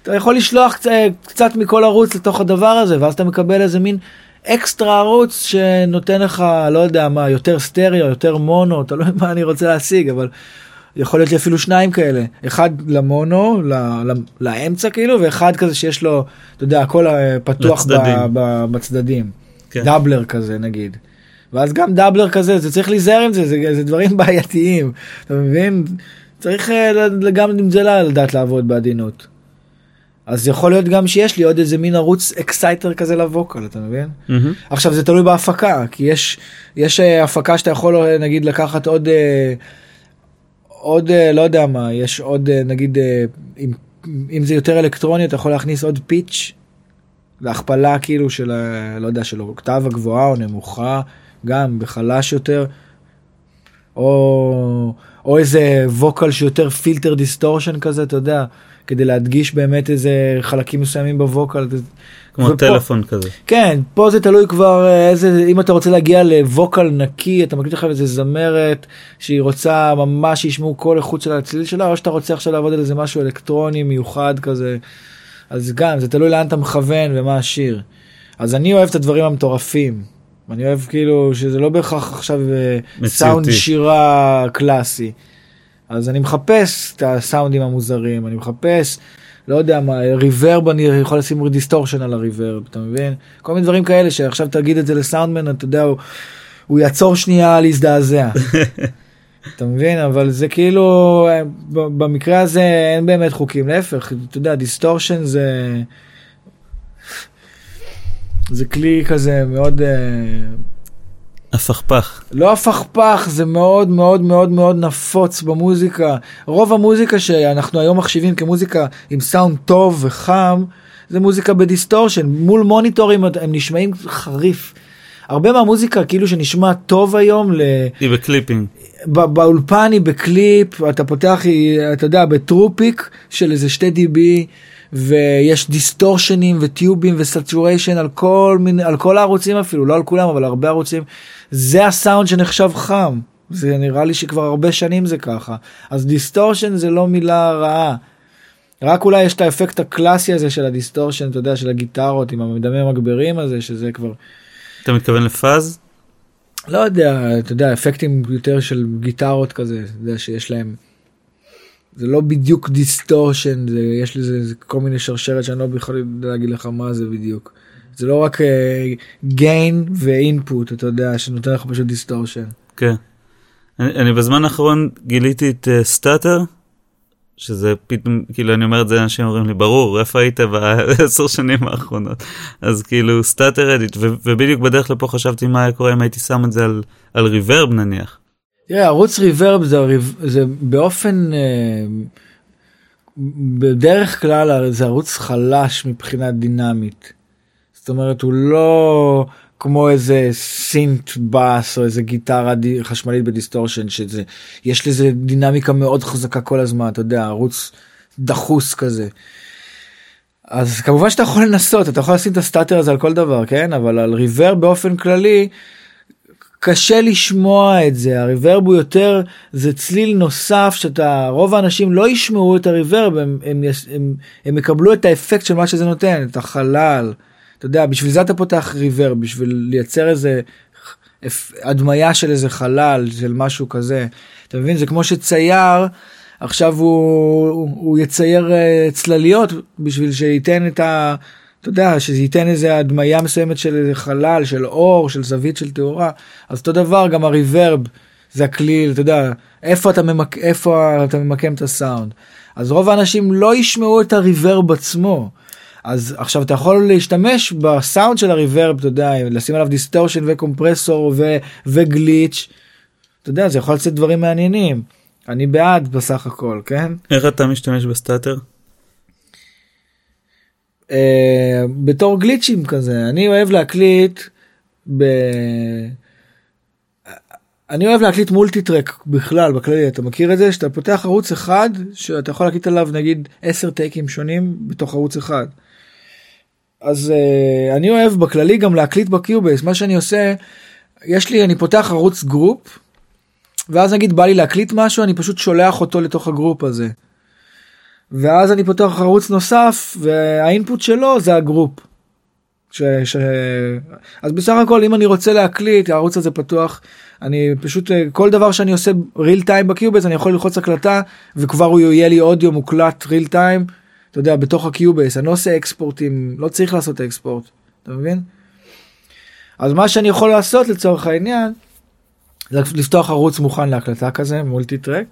Speaker 2: אתה יכול לשלוח קצת, קצת מכל ערוץ לתוך הדבר הזה, ואז אתה מקבל איזה מין אקסטרה ערוץ שנותן לך, לא יודע מה, יותר סטריאו, יותר מונו, אתה לא יודע מה אני רוצה להשיג, אבל יכול להיות לי אפילו שניים כאלה. אחד למונו, ל, ל, לאמצע כאילו, ואחד כזה שיש לו, אתה יודע, הכל פתוח ב, ב, בצדדים. כן. דאבלר כזה נגיד. ואז גם דאבלר כזה, זה צריך להיזהר עם זה, זה, זה דברים בעייתיים. אתה מבין? צריך גם עם זה לדעת לעבוד בעדינות. אז יכול להיות גם שיש לי עוד איזה מין ערוץ אקסייטר כזה לווקל, אתה מבין? Mm-hmm. עכשיו זה תלוי בהפקה, כי יש, יש הפקה שאתה יכול נגיד לקחת עוד, עוד לא יודע מה, יש עוד נגיד, אם, אם זה יותר אלקטרוני, אתה יכול להכניס עוד פיץ', להכפלה כאילו של, לא יודע, של אוקטבה גבוהה או נמוכה, גם בחלש יותר, או, או איזה ווקל שיותר פילטר דיסטורשן כזה, אתה יודע, כדי להדגיש באמת איזה חלקים מסוימים בווקל.
Speaker 1: כמו ופה, טלפון כזה.
Speaker 2: כן, פה זה תלוי כבר איזה, אם אתה רוצה להגיע לווקל נקי, אתה מקליט לך איזה זמרת שהיא רוצה ממש שישמעו כל איכות של הצליל שלה, או שאתה רוצה עכשיו לעבוד על איזה משהו אלקטרוני מיוחד כזה. אז גם, זה תלוי לאן אתה מכוון ומה השיר. אז אני אוהב את הדברים המטורפים. אני אוהב כאילו שזה לא בהכרח עכשיו סאונד שירה קלאסי. אז אני מחפש את הסאונדים המוזרים, אני מחפש, לא יודע מה, ריברב, אני יכול לשים דיסטורשן על הריברב, אתה מבין? כל מיני דברים כאלה שעכשיו תגיד את זה לסאונדמן, אתה יודע, הוא, הוא יעצור שנייה להזדעזע. אתה מבין? אבל זה כאילו, במקרה הזה אין באמת חוקים, להפך, אתה יודע, דיסטורשן זה, זה כלי כזה מאוד,
Speaker 1: הפכפך.
Speaker 2: לא הפכפך, זה מאוד מאוד מאוד מאוד נפוץ במוזיקה. רוב המוזיקה שאנחנו היום מחשיבים כמוזיקה עם סאונד טוב וחם, זה מוזיקה בדיסטורשן. מול מוניטורים הם נשמעים חריף. הרבה מהמוזיקה כאילו שנשמע טוב היום ל...
Speaker 1: היא בקליפינג.
Speaker 2: באולפן היא בקליפ, אתה פותח, אתה יודע, בטרופיק של איזה שתי די בי, ויש דיסטורשנים וטיובים וסטוריישן על כל מיני, על כל הערוצים אפילו, לא על כולם, אבל הרבה ערוצים. זה הסאונד שנחשב חם. זה נראה לי שכבר הרבה שנים זה ככה. אז דיסטורשן זה לא מילה רעה. רק אולי יש את האפקט הקלאסי הזה של הדיסטורשן, אתה יודע, של הגיטרות עם המדמה המגברים הזה, שזה כבר...
Speaker 1: אתה מתכוון לפאז?
Speaker 2: לא יודע, אתה יודע, אפקטים יותר של גיטרות כזה, אתה יודע, שיש להם... זה לא בדיוק דיסטורשן, זה, יש לזה זה כל מיני שרשרת שאני לא יכול להגיד לך מה זה בדיוק. זה לא רק גיין uh, ואינפוט, אתה יודע, שנותן לך פשוט דיסטורשן.
Speaker 1: כן. אני, אני בזמן האחרון גיליתי את uh, סטאטר, שזה פתאום, כאילו אני אומר את זה, אנשים אומרים לי, ברור, איפה היית בעשר שנים האחרונות? אז כאילו סטאטר אדיט, ו- ובדיוק בדרך לפה חשבתי מה היה קורה אם הייתי שם את זה על, על ריברב נניח.
Speaker 2: תראה, ערוץ ריברב זה, זה באופן, בדרך כלל זה ערוץ חלש מבחינה דינמית. זאת אומרת, הוא לא כמו איזה סינט בס או איזה גיטרה חשמלית בדיסטורשן, שזה, יש לזה דינמיקה מאוד חזקה כל הזמן, אתה יודע, ערוץ דחוס כזה. אז כמובן שאתה יכול לנסות, אתה יכול לשים את הסטאטר הזה על כל דבר, כן? אבל על ריברב באופן כללי, קשה לשמוע את זה, הריברב הוא יותר, זה צליל נוסף שאתה, רוב האנשים לא ישמעו את הריברב, הם, הם, הם, הם יקבלו את האפקט של מה שזה נותן, את החלל, אתה יודע, בשביל זה אתה פותח ריברב, בשביל לייצר איזה הדמיה של איזה חלל, של משהו כזה, אתה מבין? זה כמו שצייר, עכשיו הוא, הוא, הוא יצייר צלליות, בשביל שייתן את ה... אתה יודע, שזה ייתן איזו הדמיה מסוימת של חלל, של אור, של זווית, של תאורה. אז אותו דבר, גם הריברב, זה הכליל, אתה יודע, איפה אתה, ממק... איפה אתה ממקם את הסאונד. אז רוב האנשים לא ישמעו את הריברב עצמו. אז עכשיו אתה יכול להשתמש בסאונד של הריברב, אתה יודע, לשים עליו דיסטורשן וקומפרסור ו... וגליץ'. אתה יודע, זה יכול לצאת דברים מעניינים. אני בעד בסך הכל, כן?
Speaker 1: איך אתה משתמש בסטאטר?
Speaker 2: Uh, בתור גליצ'ים כזה, אני אוהב להקליט ב... אני אוהב להקליט מולטי טרק בכלל, בכללי, אתה מכיר את זה? שאתה פותח ערוץ אחד, שאתה יכול להקליט עליו נגיד עשר טייקים שונים בתוך ערוץ אחד. אז uh, אני אוהב בכללי גם להקליט בקיובייס, מה שאני עושה, יש לי, אני פותח ערוץ גרופ, ואז נגיד בא לי להקליט משהו, אני פשוט שולח אותו לתוך הגרופ הזה. ואז אני פותח ערוץ נוסף, והאינפוט שלו זה הגרופ. ש, ש... אז בסך הכל, אם אני רוצה להקליט, הערוץ הזה פתוח, אני פשוט, כל דבר שאני עושה real time בקיובייס, אני יכול ללחוץ הקלטה, וכבר הוא יהיה לי אודיו מוקלט real time, אתה יודע, בתוך הקיובייס. אני לא עושה אקספורטים, לא צריך לעשות אקספורט, אתה מבין? אז מה שאני יכול לעשות לצורך העניין, זה לפתוח ערוץ מוכן להקלטה כזה, מולטי טרק,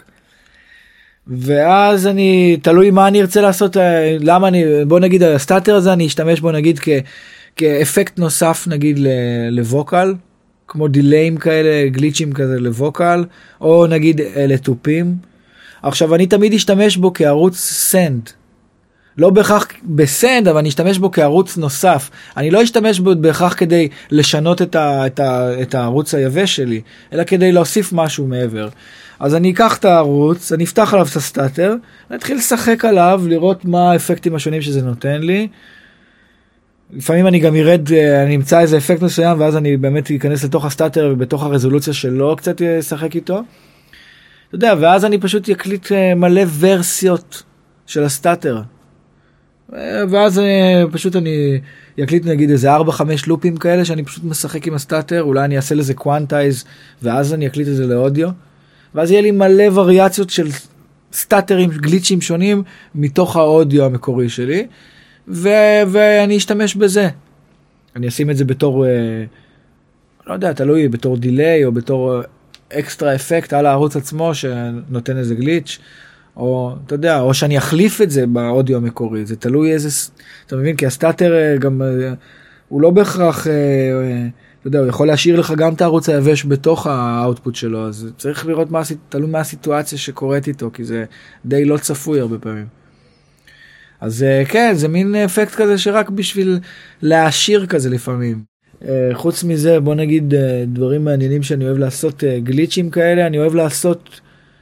Speaker 2: ואז אני, תלוי מה אני ארצה לעשות, למה אני, בוא נגיד, הסטאטר הזה אני אשתמש בו נגיד כ, כאפקט נוסף נגיד לווקל, כמו דיליים כאלה, גליצ'ים כזה לווקל, או נגיד לתופים. עכשיו אני תמיד אשתמש בו כערוץ סנד, לא בהכרח בסנד, אבל אני אשתמש בו כערוץ נוסף. אני לא אשתמש בו בהכרח כדי לשנות את, ה, את, ה, את הערוץ היבש שלי, אלא כדי להוסיף משהו מעבר. אז אני אקח את הערוץ, אני אפתח עליו את הסטאטר, אני אתחיל לשחק עליו, לראות מה האפקטים השונים שזה נותן לי. לפעמים אני גם ירד, אני אמצא איזה אפקט מסוים, ואז אני באמת אכנס לתוך הסטאטר, ובתוך הרזולוציה שלו קצת אשחק איתו. אתה יודע, ואז אני פשוט אקליט מלא ורסיות של הסטאטר. ואז פשוט אני אקליט נגיד איזה ארבע חמש לופים כאלה, שאני פשוט משחק עם הסטאטר, אולי אני אעשה לזה קוונטייז, ואז אני אקליט את זה לאודיו. ואז יהיה לי מלא וריאציות של סטאטרים, גליצ'ים שונים, מתוך האודיו המקורי שלי, ו- ואני אשתמש בזה. אני אשים את זה בתור, לא יודע, תלוי, בתור דיליי, או בתור אקסטרה אפקט על הערוץ עצמו, שנותן איזה גליץ', או, אתה יודע, או שאני אחליף את זה באודיו המקורי. זה תלוי איזה, אתה מבין, כי הסטאטר גם, הוא לא בהכרח, אתה יודע, הוא יכול להשאיר לך גם את הערוץ היבש בתוך האוטפוט שלו, אז צריך לראות מה, תלוי מה הסיטואציה שקורית איתו, כי זה די לא צפוי הרבה פעמים. אז כן, זה מין אפקט כזה שרק בשביל להשאיר כזה לפעמים. חוץ מזה, בוא נגיד דברים מעניינים שאני אוהב לעשות, גליצ'ים כאלה, אני אוהב לעשות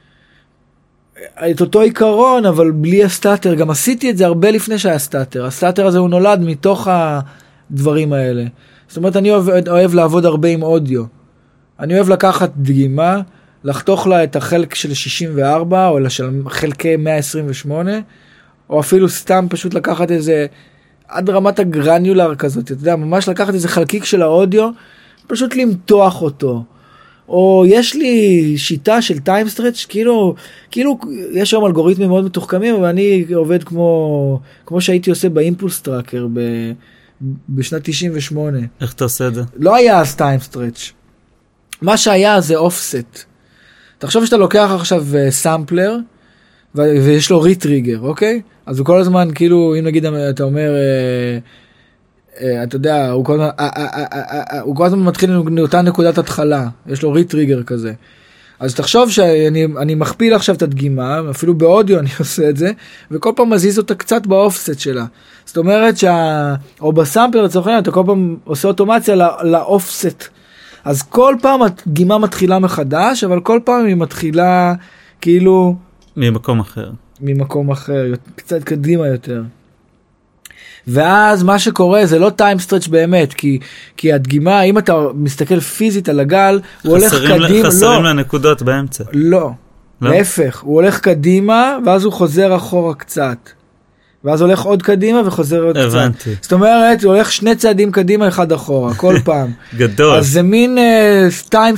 Speaker 2: את אותו עיקרון, אבל בלי הסטאטר. גם עשיתי את זה הרבה לפני שהיה סטאטר. הסטאטר הזה הוא נולד מתוך הדברים האלה. זאת אומרת, אני אוהב, אוהב לעבוד הרבה עם אודיו. אני אוהב לקחת דגימה, לחתוך לה את החלק של שישים וארבע, או של חלקי מאה עשרים ושמונה, או אפילו סתם פשוט לקחת איזה, עד רמת הגרניולר כזאת, אתה יודע, ממש לקחת איזה חלקיק של האודיו, פשוט למתוח אותו. או יש לי שיטה של טיים סטרץ', כאילו, כאילו, יש שם אלגוריתמים מאוד מתוחכמים, אבל אני עובד כמו, כמו שהייתי עושה באימפולס טראקר, ב, בשנת תשעים ושמונה.
Speaker 1: איך אתה עושה את זה? לא
Speaker 2: היה אז טיים סטרץ'. מה שהיה זה אופסט. תחשוב שאתה לוקח עכשיו סמפלר, ויש לו ריטריגר, אוקיי? אז הוא כל הזמן, כאילו, אם נגיד אתה אומר, אתה יודע, הוא כל הזמן, הוא כל הזמן מתחיל מאותה נקודת התחלה, יש לו ריטריגר כזה. אז תחשוב שאני אני מכפיל עכשיו את הדגימה, אפילו באודיו אני עושה את זה, וכל פעם מזיז אותה קצת באופסט שלה. זאת אומרת שה... או בסמפלר לצורך העניין, אתה כל פעם עושה אוטומציה לאופסט. אז כל פעם הדגימה מתחילה מחדש, אבל כל פעם היא מתחילה כאילו...
Speaker 1: ממקום אחר.
Speaker 2: ממקום אחר, קצת קדימה יותר. ואז מה שקורה זה לא טיים סטרץ' באמת, כי, כי הדגימה, אם אתה מסתכל פיזית על הגל, הוא הולך קדימה.
Speaker 1: חסרים לנקודות באמצע.
Speaker 2: לא, לא, להפך, הוא הולך קדימה, ואז הוא חוזר אחורה קצת. ואז הולך עוד קדימה וחוזר עוד
Speaker 1: הבנתי.
Speaker 2: קצת. זאת אומרת, הוא הולך שני צעדים קדימה, אחד אחורה, כל פעם.
Speaker 1: גדול.
Speaker 2: אז זה מין טיים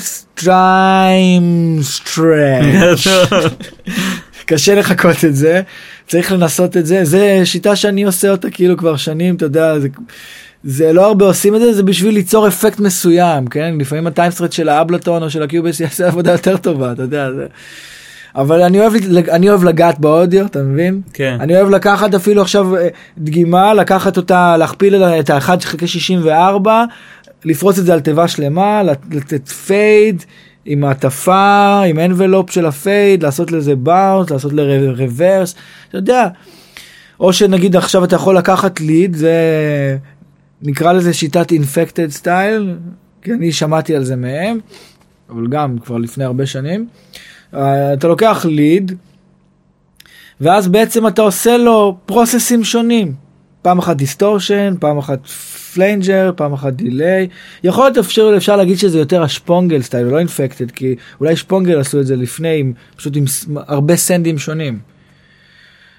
Speaker 2: סטרץ'. קשה לחכות את זה, צריך לנסות את זה, זה שיטה שאני עושה אותה כאילו כבר שנים, אתה יודע, זה, זה לא הרבה עושים את זה, זה בשביל ליצור אפקט מסוים, כן? לפעמים הטיימסטרט של האבלטון או של הקיובייס יעשה עבודה יותר טובה, אתה יודע, זה... אבל אני אוהב, אני אוהב לגעת באודיו, אתה מבין?
Speaker 1: כן.
Speaker 2: אני אוהב לקחת אפילו עכשיו דגימה, לקחת אותה, להכפיל את ה-אחד חלקי שישים וארבע, לפרוץ את זה על תיבה שלמה, לתת פייד, עם העטפה, עם אנבלופ של הפייד, לעשות לזה באונס, לעשות לרוורס, אתה יודע. או שנגיד עכשיו אתה יכול לקחת ליד, זה נקרא לזה שיטת infected style, כי אני שמעתי על זה מהם, אבל גם כבר לפני הרבה שנים. אתה לוקח ליד, ואז בעצם אתה עושה לו פרוססים שונים. פעם אחת דיסטורשן, פעם אחת פליינג'ר, פעם אחת דיליי. יכול להיות אפשר, אפשר להגיד שזה יותר השפונגל סטייל, לא אינפקטד, כי אולי שפונגל עשו את זה לפני, עם, פשוט עם הרבה סנדים שונים.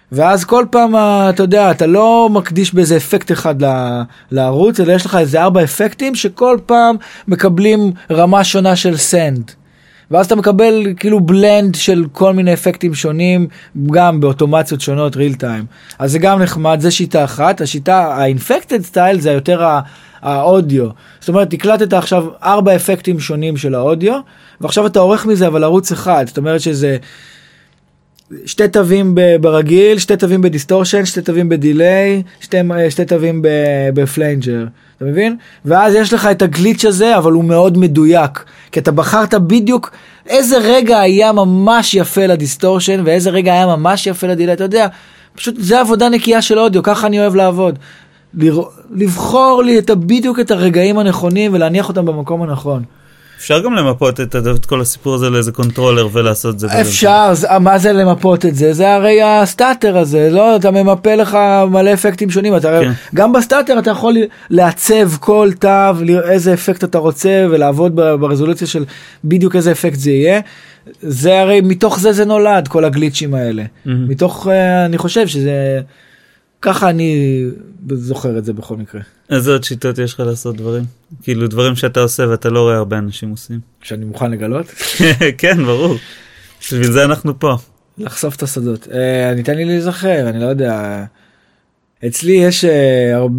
Speaker 2: ואז כל פעם, אתה יודע, אתה לא מקדיש באיזה אפקט אחד לערוץ, אלא יש לך איזה ארבע אפקטים שכל פעם מקבלים רמה שונה של סנד. ואז אתה מקבל כאילו בלנד של כל מיני אפקטים שונים, גם באוטומציות שונות, real time. אז זה גם נחמד, זה שיטה אחת. השיטה, ה-infected style זה יותר האודיו. זאת אומרת, תקלטת עכשיו ארבע אפקטים שונים של האודיו, ועכשיו אתה עורך מזה, אבל ערוץ אחד. זאת אומרת שזה שתי תווים ברגיל, שתי תווים בדיסטורשן, שתי תווים בדיליי, שתי, שתי תווים בפלנג'ר. אתה מבין? ואז יש לך את הגליץ' הזה, אבל הוא מאוד מדויק. כי אתה בחרת בדיוק איזה רגע היה ממש יפה לדיסטורשן, ואיזה רגע היה ממש יפה לדיליי. אתה יודע, פשוט זה עבודה נקייה של אודיו, ככה אני אוהב לעבוד. לבחור לי את בדיוק את הרגעים הנכונים, ולהניח אותם במקום הנכון.
Speaker 1: אפשר גם למפות את, את כל הסיפור הזה לאיזה קונטרולר ולעשות את זה.
Speaker 2: אפשר, זה, מה זה למפות את זה? זה הרי הסטאטר הזה, לא? אתה ממפה לך מלא אפקטים שונים. אתה, כן. גם בסטאטר אתה יכול לעצב כל תו, איזה אפקט אתה רוצה, ולעבוד ברזולוציה של בדיוק איזה אפקט זה יהיה. זה הרי, מתוך זה זה נולד, כל הגליצ'ים האלה. Mm-hmm. מתוך, אני חושב שזה, ככה אני זוכר את זה בכל מקרה.
Speaker 1: איזה עוד שיטות יש לך לעשות דברים? כאילו דברים שאתה עושה ואתה לא רואה הרבה אנשים עושים.
Speaker 2: שאני מוכן לגלות?
Speaker 1: כן, ברור. בשביל זה אנחנו פה.
Speaker 2: לחשוף את הסודות. אה, ניתן לי להיזכר, אני לא יודע. אצלי יש אה, הרבה,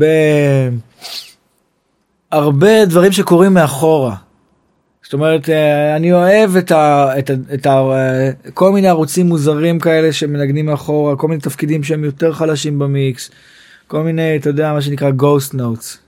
Speaker 2: הרבה דברים שקורים מאחורה. זאת אומרת, אה, אני אוהב את ה, את ה, את ה, אה, כל מיני ערוצים מוזרים כאלה שמנגנים מאחורה, כל מיני תפקידים שהם יותר חלשים במיקס. כל מיני, אתה יודע, מה שנקרא ghost notes.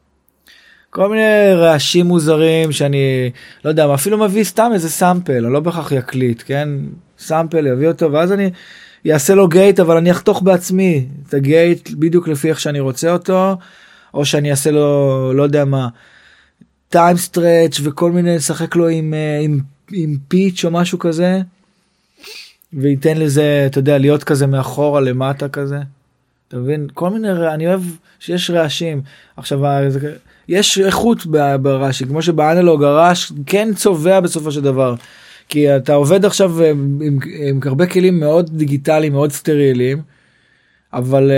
Speaker 2: כל מיני רעשים מוזרים שאני, לא יודע, אפילו מביא סתם איזה סאמפל, אני לא בכך יקליט, כן? סאמפל, יביא אותו, ואז אני אעשה לו גייט, אבל אני אחתוך בעצמי את הגייט בדיוק לפי איך שאני רוצה אותו, או שאני אעשה לו, לא יודע מה, טיים סטרץ' וכל מיני, לשחק לו עם, עם, עם פיץ' או משהו כזה, וייתן לזה, אתה יודע, להיות כזה מאחורה למטה כזה. אתה מבין? כל מיני, אני אוהב שיש רעשים. עכשיו, יש איכות ברעשי, כמו שבאנלוג הרעש כן צובע בסופו של דבר. כי אתה עובד עכשיו עם, עם, עם הרבה כלים מאוד דיגיטליים, מאוד סטריליים, אבל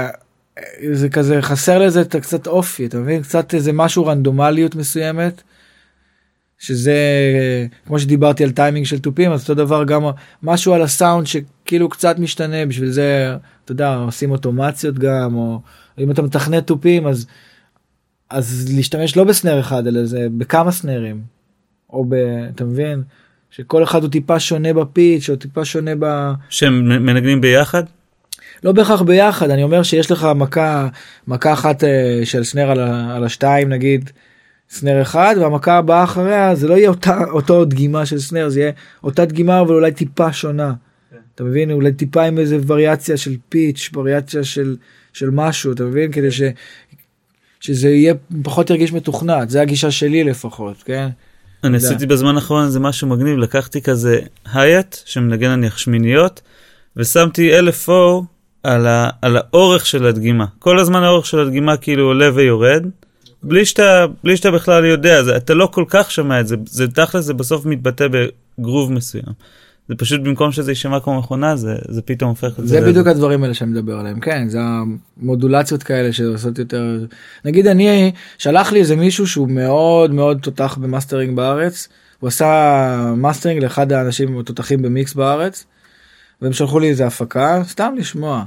Speaker 2: זה כזה, חסר לזה קצת אופי, אתה מבין? קצת איזה משהו רנדומליות מסוימת, שזה, כמו שדיברתי על טיימינג של טופים, אז אותו דבר גם משהו על הסאונד שכאילו קצת משתנה, בשביל זה, אתה יודע, עושים אוטומציות גם, או אם אתה מתכנת טופים, אז, אז להשתמש לא בסנר אחד, אלא זה בכמה סנרים, או ב, אתה מבין, שכל אחד הוא טיפה שונה בפיץ', או טיפה שונה ב...
Speaker 1: שהם מנגנים ביחד?
Speaker 2: לא בהכרח ביחד, אני אומר שיש לך מכה, מכה אחת של סנר על, על השתיים, נגיד, סנר אחד, והמכה הבאה אחריה, זה לא יהיה אותה, אותו דגימה של סנר, זה יהיה אותה דגימה, אבל אולי טיפה שונה. Okay. אתה מבין? אולי טיפה עם איזה וריאציה של פיץ', וריאציה של, של משהו, אתה מבין? כדי ש, שזה יהיה פחות ירגיש מתוכנת, זה הגישה שלי לפחות, כן?
Speaker 1: אני עשיתי בזמן האחרון זה משהו מגניב, לקחתי כזה הייט, שמנגן נניח שמיניות, ושמתי אלף או על, ה, על האורך של הדגימה. כל הזמן האורך של הדגימה כאילו עולה ויורד, בלי שאתה, בלי שאתה בכלל יודע, זה, אתה לא כל כך שומע את זה, זה תכל'ס, זה בסוף מתבטא בגרוב מסוים. זה פשוט במקום שזה יישמע כמו מכונה, זה, זה פתאום הופך את זה.
Speaker 2: זה בדיוק הדברים האלה שאני מדבר עליהם, כן, זה המודולציות כאלה שעושות יותר, נגיד אני, שלח לי איזה מישהו שהוא מאוד מאוד תותח במאסטרינג בארץ, הוא עשה מאסטרינג לאחד האנשים תותחים במיקס בארץ, והם שלחו לי איזה הפקה, סתם לשמוע.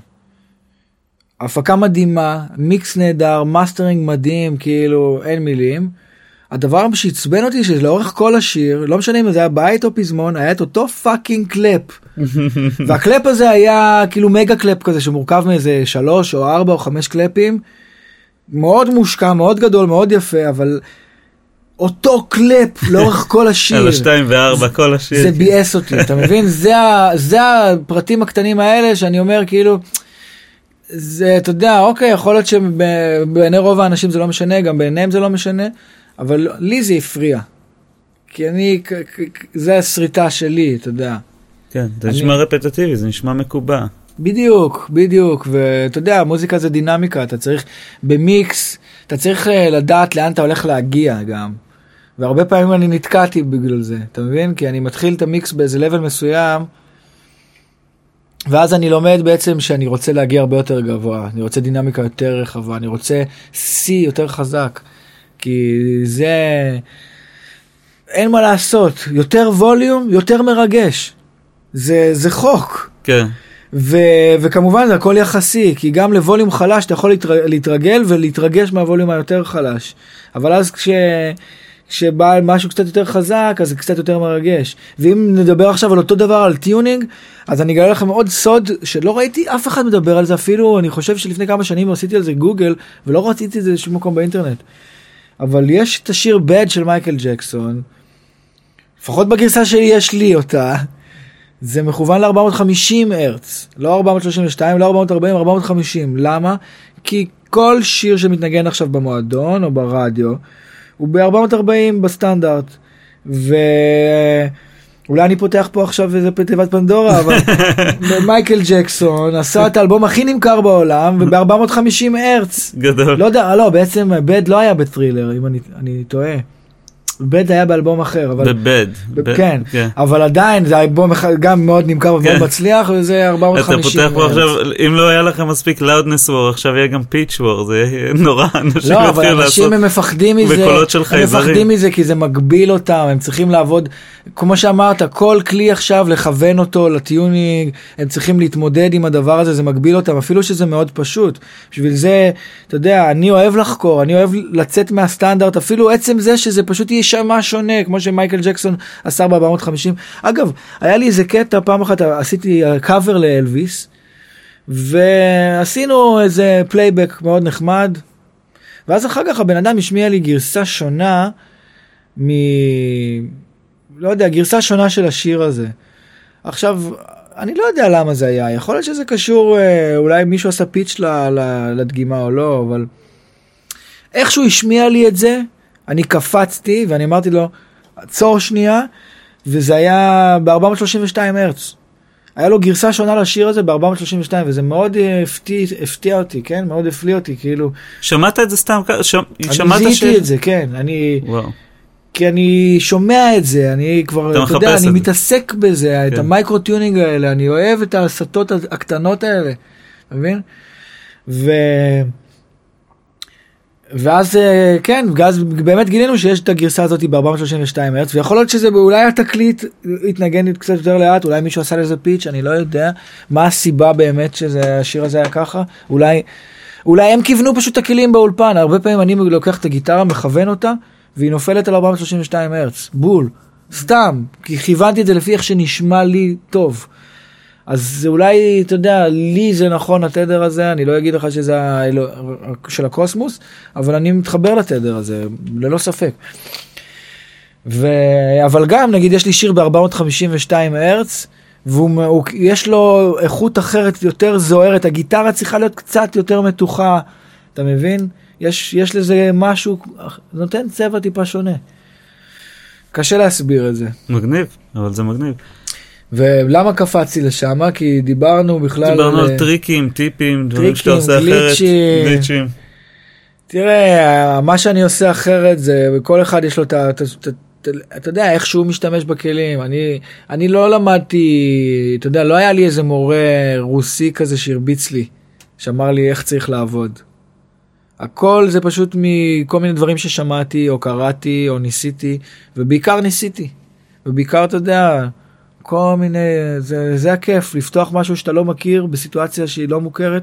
Speaker 2: הפקה מדהימה, מיקס נהדר, מאסטרינג מדהים, כאילו אין מילים. הדבר שהצבן אותי שלאורך כל השיר, לא משנה אם זה היה בית או פזמון, היה את אותו פאקינג קלפ. והקלפ הזה היה כאילו מגה קלפ כזה שמורכב מאיזה שלוש או ארבע או חמש קלפים. מאוד מושקע, מאוד גדול, מאוד יפה, אבל אותו קלפ לאורך כל השיר.
Speaker 1: על השתיים וארבע, כל השיר.
Speaker 2: זה ביאס אותי, אתה מבין? זה, זה הפרטים הקטנים האלה שאני אומר כאילו, זה, אתה יודע, אוקיי, יכול להיות שבעיני רוב האנשים זה לא משנה, גם בעיניהם זה לא משנה, אבל לי זה הפריע. כי אני, זה הסריטה שלי, אתה יודע.
Speaker 1: כן, זה נשמע רפטטיבי, זה נשמע מקובע.
Speaker 2: בדיוק, בדיוק, ואתה יודע, מוזיקה זה דינמיקה, אתה צריך במיקס, אתה צריך לדעת לאן אתה הולך להגיע גם. והרבה פעמים אני נתקעתי בגלל זה, אתה מבין? כי אני מתחיל את המיקס באיזה לבל מסוים, ואז אני לומד בעצם שאני רוצה להגיע הרבה יותר גבוה, אני רוצה דינמיקה יותר רחבה, אני רוצה C יותר חזק, כי זה, אין מה לעשות, יותר ווליום, יותר מרגש, זה, זה חוק.
Speaker 1: כן.
Speaker 2: ו, וכמובן זה הכל יחסי, כי גם לווליום חלש אתה יכול להתרגל ולהתרגש מהווליום היותר חלש, אבל אז כש... כשבא משהו קצת יותר חזק, אז זה קצת יותר מרגש. ואם נדבר עכשיו על אותו דבר, על טיונינג, אז אני אגלה לכם עוד סוד, שלא ראיתי אף אחד מדבר על זה, אפילו אני חושב שלפני כמה שנים עשיתי על זה גוגל, ולא רציתי את זה בשום מקום באינטרנט. אבל יש את השיר Bad של מייקל ג'קסון, לפחות בגרסה שלי יש לי אותה, זה מכוון ל-ארבע מאות וחמישים הרץ, לא ארבע מאות שלושים ושתיים, לא ארבע מאות וארבעים, ארבע מאות וחמישים. למה? כי כל שיר שמתנגן עכשיו במועדון או ברדיו, הוא ב-ארבע מאות וארבעים בסטנדרט, ואולי אני פותח פה עכשיו איזה תיבת פנדורה, אבל מייקל ג'קסון עשה את האלבום הכי נמכר בעולם, וב-ארבע מאות וחמישים הרץ.
Speaker 1: גדול.
Speaker 2: לא יודע, לא, בעצם בד לא היה בטרילר, אם אני, אני טועה. בד היה באלבום אחר, אבל...
Speaker 1: בבד.
Speaker 2: כן, אבל עדיין זה אלבום גם מאוד נמכר ומאוד מצליח, וזה ארבע מאות וחמישים.
Speaker 1: אתה פותח פה עכשיו, אם לא היה לכם מספיק לאודנס וור, עכשיו יהיה גם פיץ' וור, זה נורא, אנשים
Speaker 2: לא, אבל אנשים הם מפחדים מזה, הם מפחדים מזה כי זה מגביל אותם, הם צריכים לעבוד, כמו שאמרת, כל כלי עכשיו לכוון אותו לטיונינג, הם צריכים להתמודד עם הדבר הזה, זה מגביל אותם, אפילו שזה מאוד פשוט. בשביל זה, אתה יודע, אני אוהב לחקור, אני אוהב לצאת מהסטנדרט, אפילו עצם זה שזה פשוט יהיה שמה שונה, כמו שמייקל ג'קסון עשה ב-ארבע מאות וחמישים. אגב, היה לי איזה קטע, פעם אחת עשיתי קאבר לאלוויס, ועשינו איזה פלייבק מאוד נחמד, ואז אחר כך הבן אדם השמיע לי גרסה שונה, מ... לא יודע, גרסה שונה של השיר הזה. עכשיו, אני לא יודע למה זה היה, יכול להיות שזה קשור, אולי מישהו עשה פיץ' לדגימה או לא, אבל איכשהו השמיע לי את זה, אני קפצתי ואני אמרתי לו, עצור שנייה, וזה היה ב-ארבע מאות שלושים ושתיים הרץ. היה לו גרסה שונה לשיר הזה ב-ארבע מאות שלושים ושתיים, וזה מאוד הפתיע, הפתיע אותי, כן? מאוד הפליא אותי, כאילו.
Speaker 1: שמעת את זה סתם? ש...
Speaker 2: אני זיהיתי את זה, כן. אני... וואו. כי אני שומע את זה, אני כבר, אתה, אתה יודע, אני מתעסק בזה, כן. את המייקרו-טיונינג האלה, אני אוהב את הסטות הקטנות האלה, אתה מבין? ו... ואז, כן, ואז באמת גילינו שיש את הגרסה הזאת ב-ארבע מאות שלושים ושתיים הרץ, ויכול להיות שזה אולי התקליט התנגן קצת יותר לאט, אולי מישהו עשה לזה פיץ', אני לא יודע מה הסיבה באמת שהשיר הזה היה ככה, אולי, אולי הם כיוונו פשוט את הכלים באולפן, הרבה פעמים אני לוקח את הגיטרה, מכוון אותה, והיא נופלת על ארבע מאות שלושים ושתיים הרץ, בול, סתם, כי כיוונתי את זה לפי איך שנשמע לי טוב. אז אולי, אתה יודע, לי זה נכון התדר הזה, אני לא אגיד לך שזה של הקוסמוס, אבל אני מתחבר לתדר הזה, ללא ספק. ו... אבל גם, נגיד, יש לי שיר ב-ארבע מאות חמישים ושתיים הרץ, ויש לו איכות אחרת יותר זוהרת, הגיטרה צריכה להיות קצת יותר מתוחה, אתה מבין? יש, יש לזה משהו, נותן צבע טיפה שונה. קשה להסביר את זה.
Speaker 1: מגניב, אבל זה מגניב.
Speaker 2: ולמה קפצתי לשם? כי דיברנו בכלל...
Speaker 1: דיברנו על טריקים, טיפים, דברים שאתה עושה אחרת. גליצ'ים.
Speaker 2: תראה, מה שאני עושה אחרת זה, כל אחד יש לו את ה... אתה יודע, איך שהוא משתמש בכלים. אני, אני לא למדתי, אתה יודע, לא היה לי איזה מורה רוסי כזה שהרביץ לי, שאמר לי איך צריך לעבוד. הכל זה פשוט מכל מיני דברים ששמעתי, או קראתי, או ניסיתי, ובעיקר ניסיתי. ובעיקר, אתה יודע... כל מיני, זה, זה הכיף, לפתוח משהו שאתה לא מכיר בסיטואציה שהיא לא מוכרת,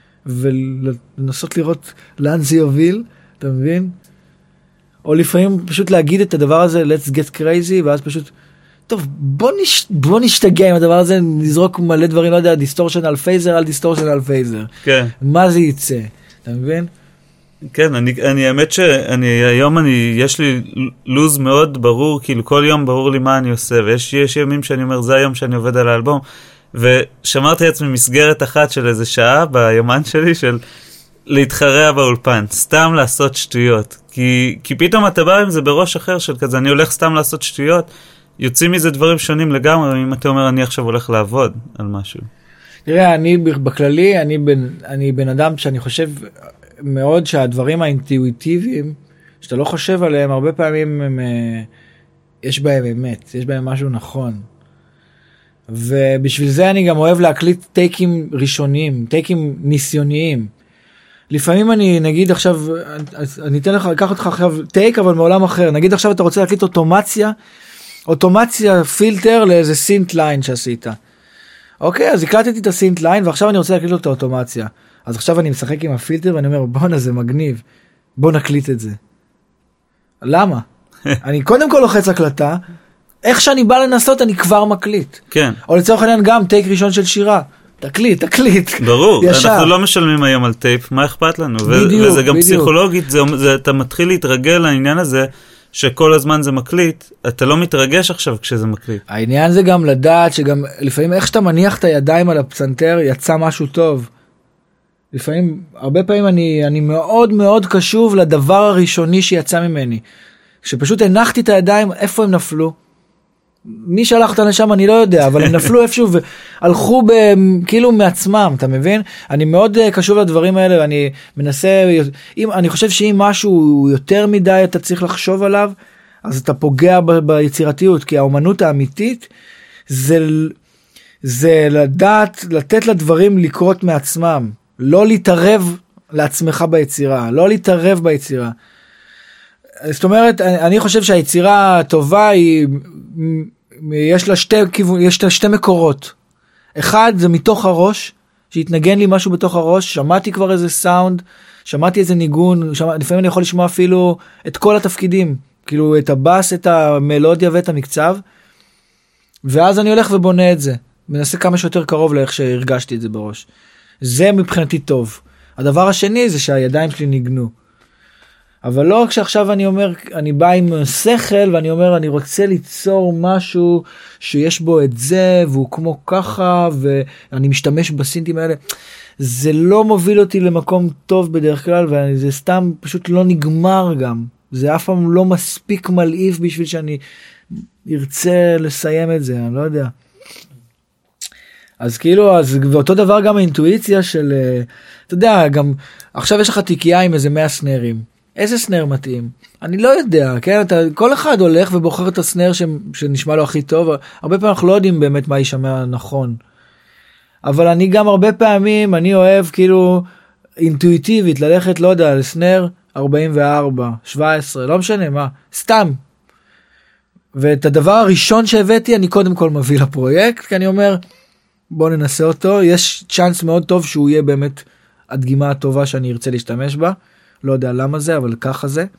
Speaker 2: ולנסות לראות לאן זה יוביל, אתה מבין? או לפעמים פשוט להגיד את הדבר הזה, let's get crazy, ואז פשוט, טוב, בוא, נש, בוא נשתגע עם הדבר הזה, נזרוק מלא דברים, לא יודע, דיסטורשן על פייזר, על דיסטורשן על פייזר. כן. מה זה יצא, אתה מבין?
Speaker 1: כן, אני, אני, האמת שאני, היום אני, יש לי לוז מאוד ברור, כאילו כל יום ברור לי מה אני עושה, ויש יש ימים שאני אומר, זה היום שאני עובד על האלבום, ושמרתי לעצמי מסגרת אחת של איזה שעה ביומן שלי, של להתחרע באולפן, סתם לעשות שטויות, כי, כי פתאום אתה בא עם זה בראש אחר של כזה, אני הולך סתם לעשות שטויות, יוצאים מזה דברים שונים לגמרי, אם אתה אומר, אני עכשיו הולך לעבוד על משהו. תראה,
Speaker 2: אני בכללי, אני בן, אני בן אדם שאני חושב... מאוד שהדברים האינטואיטיביים, שאתה לא חושב עליהם, הרבה פעמים הם, יש בהם אמת, יש בהם משהו נכון. ובשביל זה אני גם אוהב להקליט טייקים ראשוניים, טייקים ניסיוניים. לפעמים אני, נגיד עכשיו, אני אתן לך, אקח אותך עכשיו טייק, אבל מעולם אחר. נגיד עכשיו אתה רוצה להקליט אוטומציה, אוטומציה פילטר לאיזה סינט ליין שעשית. אוקיי, אז הקלטתי את הסינט ליין, ועכשיו אני רוצה להקליט לו את האוטומציה. אז עכשיו אני משחק עם הפילטר, ואני אומר, בוא'נה, זה מגניב. בוא נקליט את זה. למה? אני קודם כל לוחץ הקלטה, איך שאני בא לנסות, אני כבר מקליט.
Speaker 1: כן. או
Speaker 2: לצורך העניין גם טייק ראשון של שירה. תקליט, תקליט.
Speaker 1: ברור, ישר. אנחנו לא משלמים היום על טייפ, מה אכפת לנו?
Speaker 2: בדיוק,
Speaker 1: וזה גם
Speaker 2: בדיוק.
Speaker 1: פסיכולוגית, זה, זה, אתה מתחיל להתרגל לעניין הזה, שכל הזמן זה מקליט, אתה לא מתרגש עכשיו כשזה מקליט.
Speaker 2: העניין זה גם לדעת שגם לפעמים איך שאתה מניח את הידיים על הפסנתר, יצא משהו טוב. לפעמים, הרבה פעמים אני, אני מאוד מאוד קשוב לדבר הראשוני שיצא ממני. כשפשוט הנחתי את הידיים, איפה הם נפלו? מי שלח אותם לשם אני לא יודע, אבל הם נפלו איפשהו והלכו ב, כאילו מעצמם, אתה מבין? אני מאוד קשוב לדברים האלה, ואני מנסה, אם, אני חושב שאם משהו יותר מדי אתה צריך לחשוב עליו, אז אתה פוגע ב, ביצירתיות, כי האומנות האמיתית זה, זה לדעת, לתת לדברים לקרות מעצמם, לא להתערב לעצמך ביצירה, לא להתערב ביצירה. זאת אומרת, אני חושב שהיצירה הטובה היא, יש לה שתי כיוון, יש לה שתי מקורות. אחד זה מתוך הראש, שהתנגן לי משהו בתוך הראש, שמעתי כבר איזה סאונד, שמעתי איזה ניגון, שמע, לפעמים אני יכול לשמוע אפילו את כל התפקידים, כאילו את הבאס, את המלודיה ואת המקצב, ואז אני הולך ובונה את זה, מנסה כמה שיותר קרוב לאיך שהרגשתי את זה בראש. זה מבחינתי טוב. הדבר השני זה שהידיים שלי ניגנו. אבל לא כשעכשיו אני אומר, אני בא עם שכל ואני אומר, אני רוצה ליצור משהו שיש בו את זה, והוא כמו ככה, ואני משתמש בסינטים האלה. זה לא מוביל אותי למקום טוב בדרך כלל, וזה סתם פשוט לא נגמר גם. זה אף פעם לא מספיק מלהיב בשביל שאני ארצה לסיים את זה, אני לא יודע. אז כאילו, אז, ואותו דבר גם האינטואיציה של, אתה יודע, גם, עכשיו יש לך תיקייה עם איזה מאה סנרים. איזה סנר מתאים? אני לא יודע, כן? אתה, כל אחד הולך ובוחר את הסנר ש, שנשמע לו הכי טוב. הרבה פעמים אנחנו לא יודעים באמת מה יישמע נכון. אבל אני גם הרבה פעמים, אני אוהב כאילו אינטואיטיבית ללכת, לא יודע, לסנר ארבעים וארבע, שבע עשרה, לא משנה מה, סתם. ואת הדבר הראשון שהבאתי, אני קודם כל מביא לפרויקט, כי אני אומר, בוא ננסה אותו, יש צ'אנס מאוד טוב שהוא יהיה באמת הדגימה הטובה שאני ארצה להשתמש בה. לא יודע למה זה, אבל ככה זה.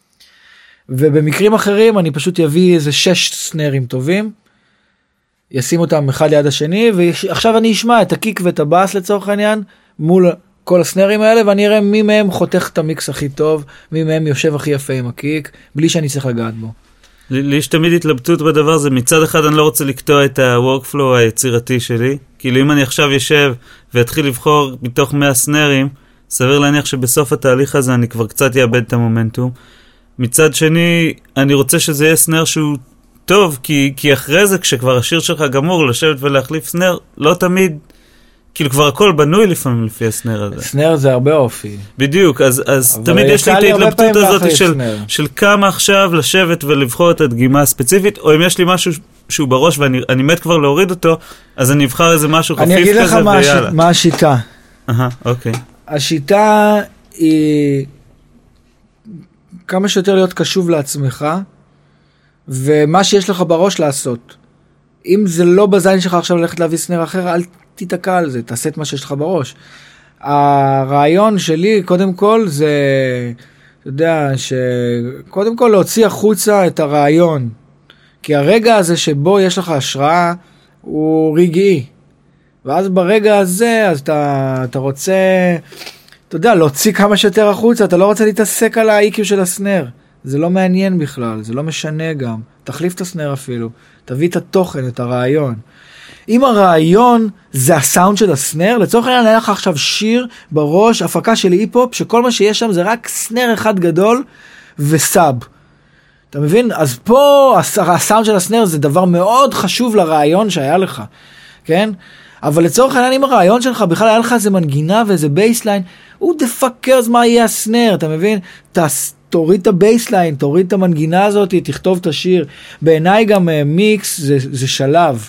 Speaker 2: ובמקרים אחרים אני פשוט יביא איזה שש סנרים טובים, ישים אותם אחד ליד השני, ועכשיו אני אשמע את הקיק ואת הבאס לצורך העניין, מול כל הסנרים האלה, ואני אראה מי מהם חותך את המיקס הכי טוב, מי מהם יושב הכי יפה עם הקיק, בלי שאני צריך לגעת בו.
Speaker 1: לי יש תמיד התלבטות בדבר הזה, מצד אחד אני לא רוצה לקטוע את ה-workflow היצירתי שלי, כאילו אם אני עכשיו יושב ואתחיל לבחור מתוך מאה סנרים, סביר להניח שבסוף התהליך הזה אני כבר קצת יאבד את המומנטום. מצד שני, אני רוצה שזה יהיה סנר שהוא טוב, כי, כי אחרי זה, כשכבר השיר שלך גמור, לשבת ולהחליף סנר, לא תמיד, כאילו כבר הכל בנוי לפעמים לפי הסנר הזה.
Speaker 2: סנר זה הרבה אופי.
Speaker 1: בדיוק, אז, אז תמיד יש לי את ההתלבטות הזאת של, של כמה עכשיו לשבת ולבחור את הדגימה הספציפית, או אם יש לי משהו שהוא בראש ואני אני מת כבר להוריד אותו, אז אני אבחר איזה משהו חפיף כזה ויאללה.
Speaker 2: אני אגיד לך מה, מה השיטה.
Speaker 1: אהה, אוקיי.
Speaker 2: השיטה היא כמה שיותר להיות קשוב לעצמך, ומה שיש לך בראש לעשות. אם זה לא בזין שלך עכשיו ללכת להביא סנר אחר, אל תתקע על זה, תעשה את מה שיש לך בראש. הרעיון שלי, קודם כל, זה, אתה יודע, שקודם כל להוציא החוצה את הרעיון. כי הרגע הזה שבו יש לך השראה, הוא רגעי. ואז ברגע הזה, אז אתה, אתה רוצה, אתה יודע, להוציא כמה שיותר החוצה, אתה לא רוצה להתעסק על ה-איי קיו של הסנר. זה לא מעניין בכלל, זה לא משנה גם. תחליף את הסנר אפילו. תביא את התוכן, את הרעיון. אם הרעיון זה הסאונד של הסנר, לצורך העניין היה לך עכשיו שיר בראש, הפקה של היפ-הופ, שכל מה שיש שם זה רק סנר אחד גדול וסאב. אתה מבין? אז פה הסאונד של הסנר זה דבר מאוד חשוב לרעיון שהיה לך. כן? אבל לצורך העניין, אם הרעיון שלך בכלל היה לך איזה מנגינה ואיזה בייסליין, הוא דפקרס מה יהיה הסנר, אתה מבין? תוריד את הבייסליין, תוריד את המנגינה הזאת, תכתוב את השיר. בעיניי גם מיקס זה, זה שלב.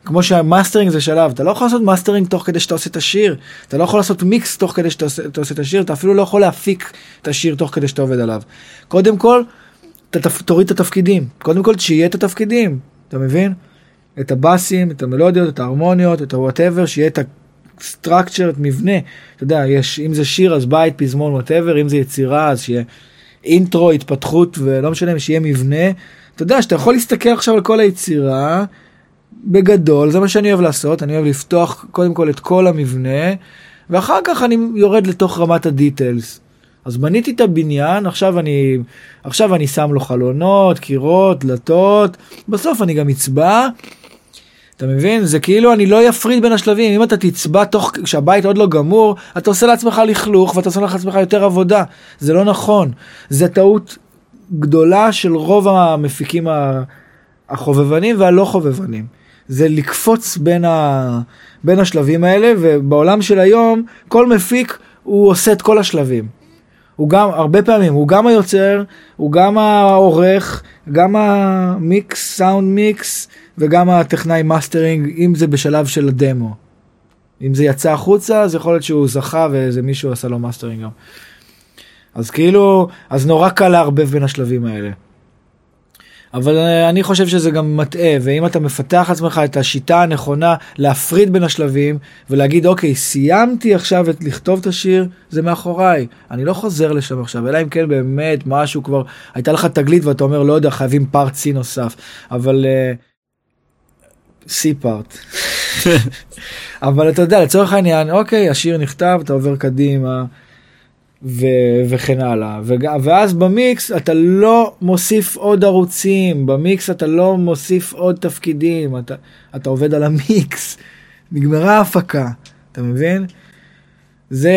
Speaker 2: כמו שהמאסטרינג זה שלב, אתה לא יכול לעשות מאסטרינג תוך כדי שאתה עושה את השיר, אתה לא יכול לעשות מיקס תוך כדי שאתה עושה, אתה עושה את השיר, אתה אפילו לא יכול להפיק את השיר תוך כדי שאתה עובד עליו. קודם כל, אתה תוריד את התפקידים, קודם כל שיהיה את התפקידים, אתה מבין? את הבאסים, את המלודיות, את ההרמוניות, את ה-whatever, שיהיה את ה-structure, את מבנה, אתה יודע, יש, אם זה שיר אז בית, פזמון, whatever, אם זה יצירה אז שיהיה אינטרו, התפתחות, ולא משנה, שיהיה מבנה, אתה יודע, שאתה יכול להסתכל עכשיו על כל היצירה, בגדול, זה מה שאני אוהב לעשות, אני אוהב לפתוח קודם כל את כל המבנה, ואחר כך אני יורד לתוך רמת הדיטלס. אז בניתי את הבניין, עכשיו אני, עכשיו אני שם לו חלונות, קירות, דלתות, בסוף אני גם אצבע, אתה מבין? זה כאילו אני לא יפריד בין השלבים, אם אתה תצבע תוך, כשהבית עוד לא גמור, אתה עושה לעצמך לכלוך, ואתה עושה לעצמך יותר עבודה, זה לא נכון, זה טעות גדולה של רוב המפיקים החובבנים והלא חובבנים. זה לקפוץ בין, ה... בין השלבים האלה, ובעולם של היום, כל מפיק הוא עושה את כל השלבים. הוא גם, הרבה פעמים, הוא גם היוצר, הוא גם העורך, גם המיקס, סאונד מיקס, וגם הטכנאי מאסטרינג, אם זה בשלב של הדמו. אם זה יצא החוצה, אז יכול להיות שהוא זכה, ואיזה מישהו עשה לו מאסטרינג גם. אז כאילו, אז נורא קל להרבב בין השלבים האלה. אבל אני חושב שזה גם מטעה, ואם אתה מפתח עצמך את השיטה הנכונה להפריד בין השלבים, ולהגיד, אוקיי, סיימתי עכשיו את לכתוב את השיר, זה מאחוריי, אני לא חוזר לשם עכשיו, אלא אם כן באמת משהו כבר, הייתה לך תגלית ואתה אומר, לא יודע, חייבים פארט C נוסף, אבל uh, C פארט. אבל אתה יודע, לצורך העניין, אוקיי, השיר נכתב, אתה עובר קדימה, ו- וכן הלאה, ו- ואז במיקס אתה לא מוסיף עוד ערוצים, במיקס אתה לא מוסיף עוד תפקידים, אתה, אתה עובד על המיקס, נגמרה ההפקה, אתה מבין? זה,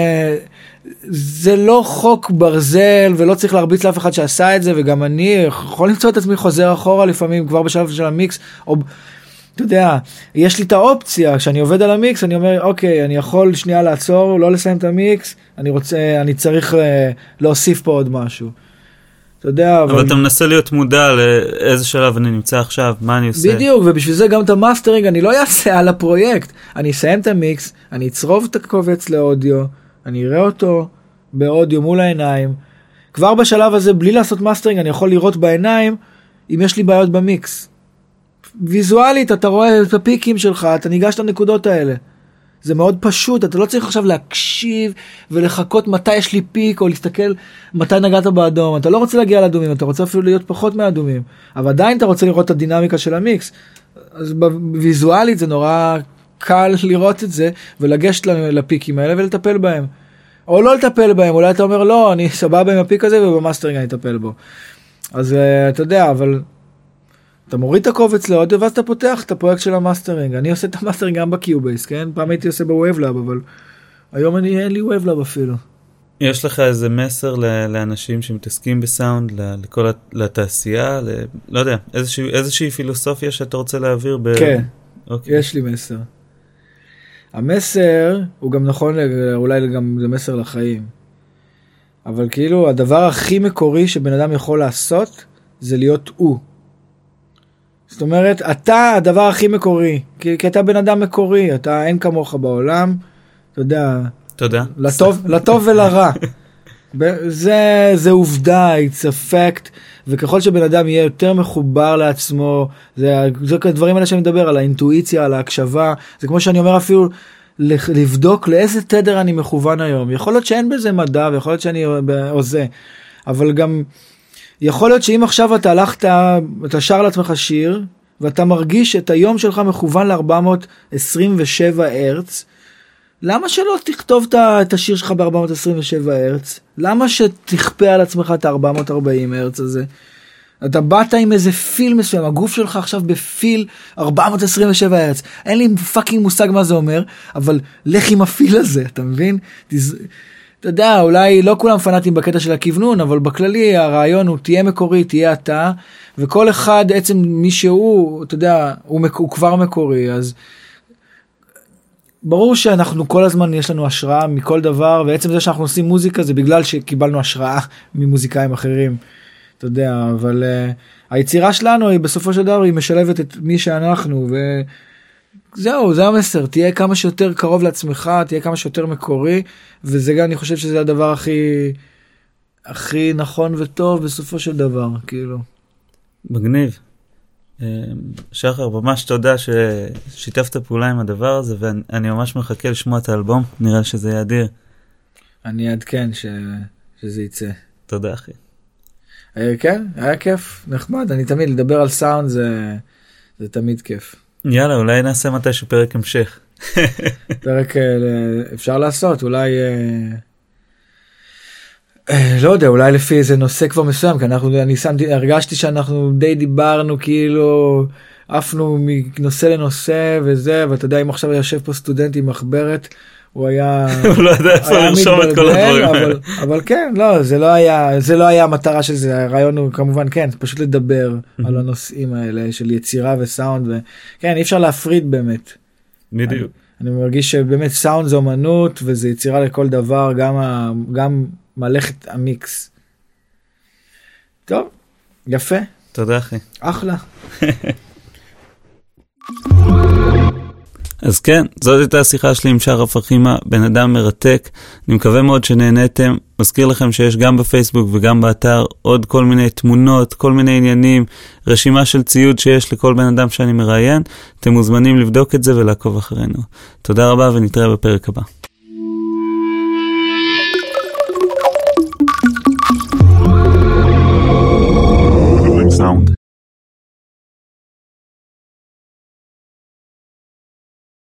Speaker 2: זה לא חוק ברזל, ולא צריך להרביץ לאף אחד שעשה את זה, וגם אני יכול למצוא את עצמי חוזר אחורה לפעמים, כבר בשלב של המיקס, או אתה יודע, יש לי את האופציה, כשאני עובד על המיקס, אני אומר, אוקיי, אני יכול שנייה לעצור, לא לסיים את המיקס, אני רוצה, אני צריך אה, להוסיף פה עוד משהו. אתה יודע,
Speaker 1: אבל... אבל אתה מנסה להיות מודע לאיזה שלב אני נמצא עכשיו, מה אני עושה.
Speaker 2: בדיוק, ובשביל זה גם את המאסטרינג, אני לא אעשה על הפרויקט, אני אסיים את המיקס, אני אצרוב את הקובץ לאודיו, אני אראה אותו באודיו מול העיניים, כבר בשלב הזה, בלי לעשות מאסטרינג, אני יכול לראות בעיניים, אם יש לי בעיות במיקס. ויזואלית, אתה רואה את הפיקים שלך, אתה ניגש לנקודות האלה. זה מאוד פשוט, אתה לא צריך עכשיו להקשיב ולחכות מתי יש לי פיק, או להסתכל מתי נגעת באדום. אתה לא רוצה להגיע לאדומים, אתה רוצה אפילו להיות פחות מאדומים. אבל עדיין אתה רוצה לראות את הדינמיקה של המיקס. אז ויזואלית זה נורא קל לראות את זה, ולגשת לפיקים האלה ולטפל בהם. או לא לטפל בהם, אולי אתה אומר, לא, אני סבבה עם הפיק הזה, ובמאסטרינג אני אטפל בו. אז אתה יודע, אבל... אתה מוריד את הקובץ לאודיו, ואז אתה פותח את הפרויקט של המאסטרינג. אני עושה את המאסטרינג גם בקיובייס, כן? פעם הייתי עושה בווייבלאב, אבל היום אני, אין לי ווייבלאב אפילו.
Speaker 1: יש לך איזה מסר לאנשים שמתעסקים בסאונד, לכל התעשייה, לא יודע, איזושהי, איזושהי פילוסופיה שאתה רוצה להעביר? ב...
Speaker 2: כן,
Speaker 1: אוקיי.
Speaker 2: יש לי מסר. המסר הוא גם נכון, אולי גם זה מסר לחיים. אבל כאילו, הדבר הכי מקורי שבן אדם יכול לעשות, זה להיות הוא. זאת אומרת, אתה הדבר הכי מקורי, כי, כי אתה בן אדם מקורי, אתה אין כמוך בעולם, אתה יודע,
Speaker 1: תודה.
Speaker 2: לטוב, לטוב ולרע. זה, זה עובדה, it's a fact, וככל שבן אדם יהיה יותר מחובר לעצמו, זה, זה הדברים האלה שאני מדבר, על האינטואיציה, על ההקשבה, זה כמו שאני אומר אפילו, לבדוק לאיזה תדר אני מכוון היום. יכול להיות שאין בזה מדע, ויכול להיות שאני עושה, אבל גם... יכול להיות שאם עכשיו אתה הלכת, אתה שר לעצמך שיר, ואתה מרגיש את היום שלך מכוון ל-ארבע מאות עשרים ושבע הרץ, למה שלא תכתוב את השיר שלך ב-ארבע מאות עשרים ושבע הרץ? למה שתכפה על עצמך את ה-ארבע מאות וארבעים הרץ הזה? אתה באת עם איזה פיל מסוים, הגוף שלך עכשיו בפיל ארבע מאות עשרים ושבע הרץ. אין לי פאקינג מושג מה זה אומר, אבל לך עם הפיל הזה, אתה מבין? תז... אתה יודע, אולי לא כולם פנאטים בקטע של הכיוונון, אבל בכללי הרעיון הוא תהיה מקורי, תהיה אתה, וכל אחד עצם מי שהוא, אתה יודע, הוא, מק... הוא כבר מקורי, אז ברור שאנחנו כל הזמן יש לנו השראה מכל דבר, ועצם זה שאנחנו עושים מוזיקה זה בגלל שקיבלנו השראה ממוזיקאים אחרים, אתה יודע, אבל uh, היצירה שלנו היא בסופו של דבר, היא משלבת את מי שאנחנו, זהו, זה המסר, תהיה כמה שיותר קרוב לעצמך, תהיה כמה שיותר מקורי, וזה גם, אני חושב שזה הדבר הכי, הכי נכון וטוב בסופו של דבר, כאילו.
Speaker 1: מגניב. שחר, ממש תודה ששיתפת פעולה עם הדבר הזה, ואני ממש מחכה לשמוע את האלבום, נראה שזה יהיה אדיר.
Speaker 2: אני אעדכן ש... שזה יצא.
Speaker 1: תודה, אחי.
Speaker 2: כן, היה כיף, נחמד, אני תמיד, לדבר על סאונד זה, זה תמיד כיף.
Speaker 1: יאללה, אולי נעשה מתישהו פרק המשך.
Speaker 2: פרק אפשר לעשות, אולי, לא יודע, אולי לפי איזה נושא כבר מסוים, כי אנחנו, אני שמתי, הרגשתי שאנחנו די דיברנו, כאילו, עפנו מנושא לנושא וזה, ואתה יודע, אם עכשיו יושב פה סטודנט עם מחברת, הוא היה,
Speaker 1: הוא לא יודע איפה לרשום את כל הדברים.
Speaker 2: אבל, אבל כן, לא, זה לא היה, זה לא היה המטרה של זה, הרעיון הוא כמובן, כן, פשוט לדבר על הנושאים האלה של יצירה וסאונד, וכן, אי אפשר להפריד באמת.
Speaker 1: בדיוק.
Speaker 2: אני, אני מרגיש שבאמת סאונד זה אומנות, וזה יצירה לכל דבר, גם, ה, גם מלאכת המיקס. טוב, יפה.
Speaker 1: תודה, אחי.
Speaker 2: אחלה.
Speaker 1: אז כן, זאת הייתה השיחה שלי עם שרף אחימה, בן אדם מרתק. אני מקווה מאוד שנהנתם. מזכיר לכם שיש גם בפייסבוק וגם באתר עוד כל מיני תמונות, כל מיני עניינים, רשימה של ציוד שיש לכל בן אדם שאני מראיין. אתם מוזמנים לבדוק את זה ולעקוב אחרינו. תודה רבה ונתראה בפרק הבא.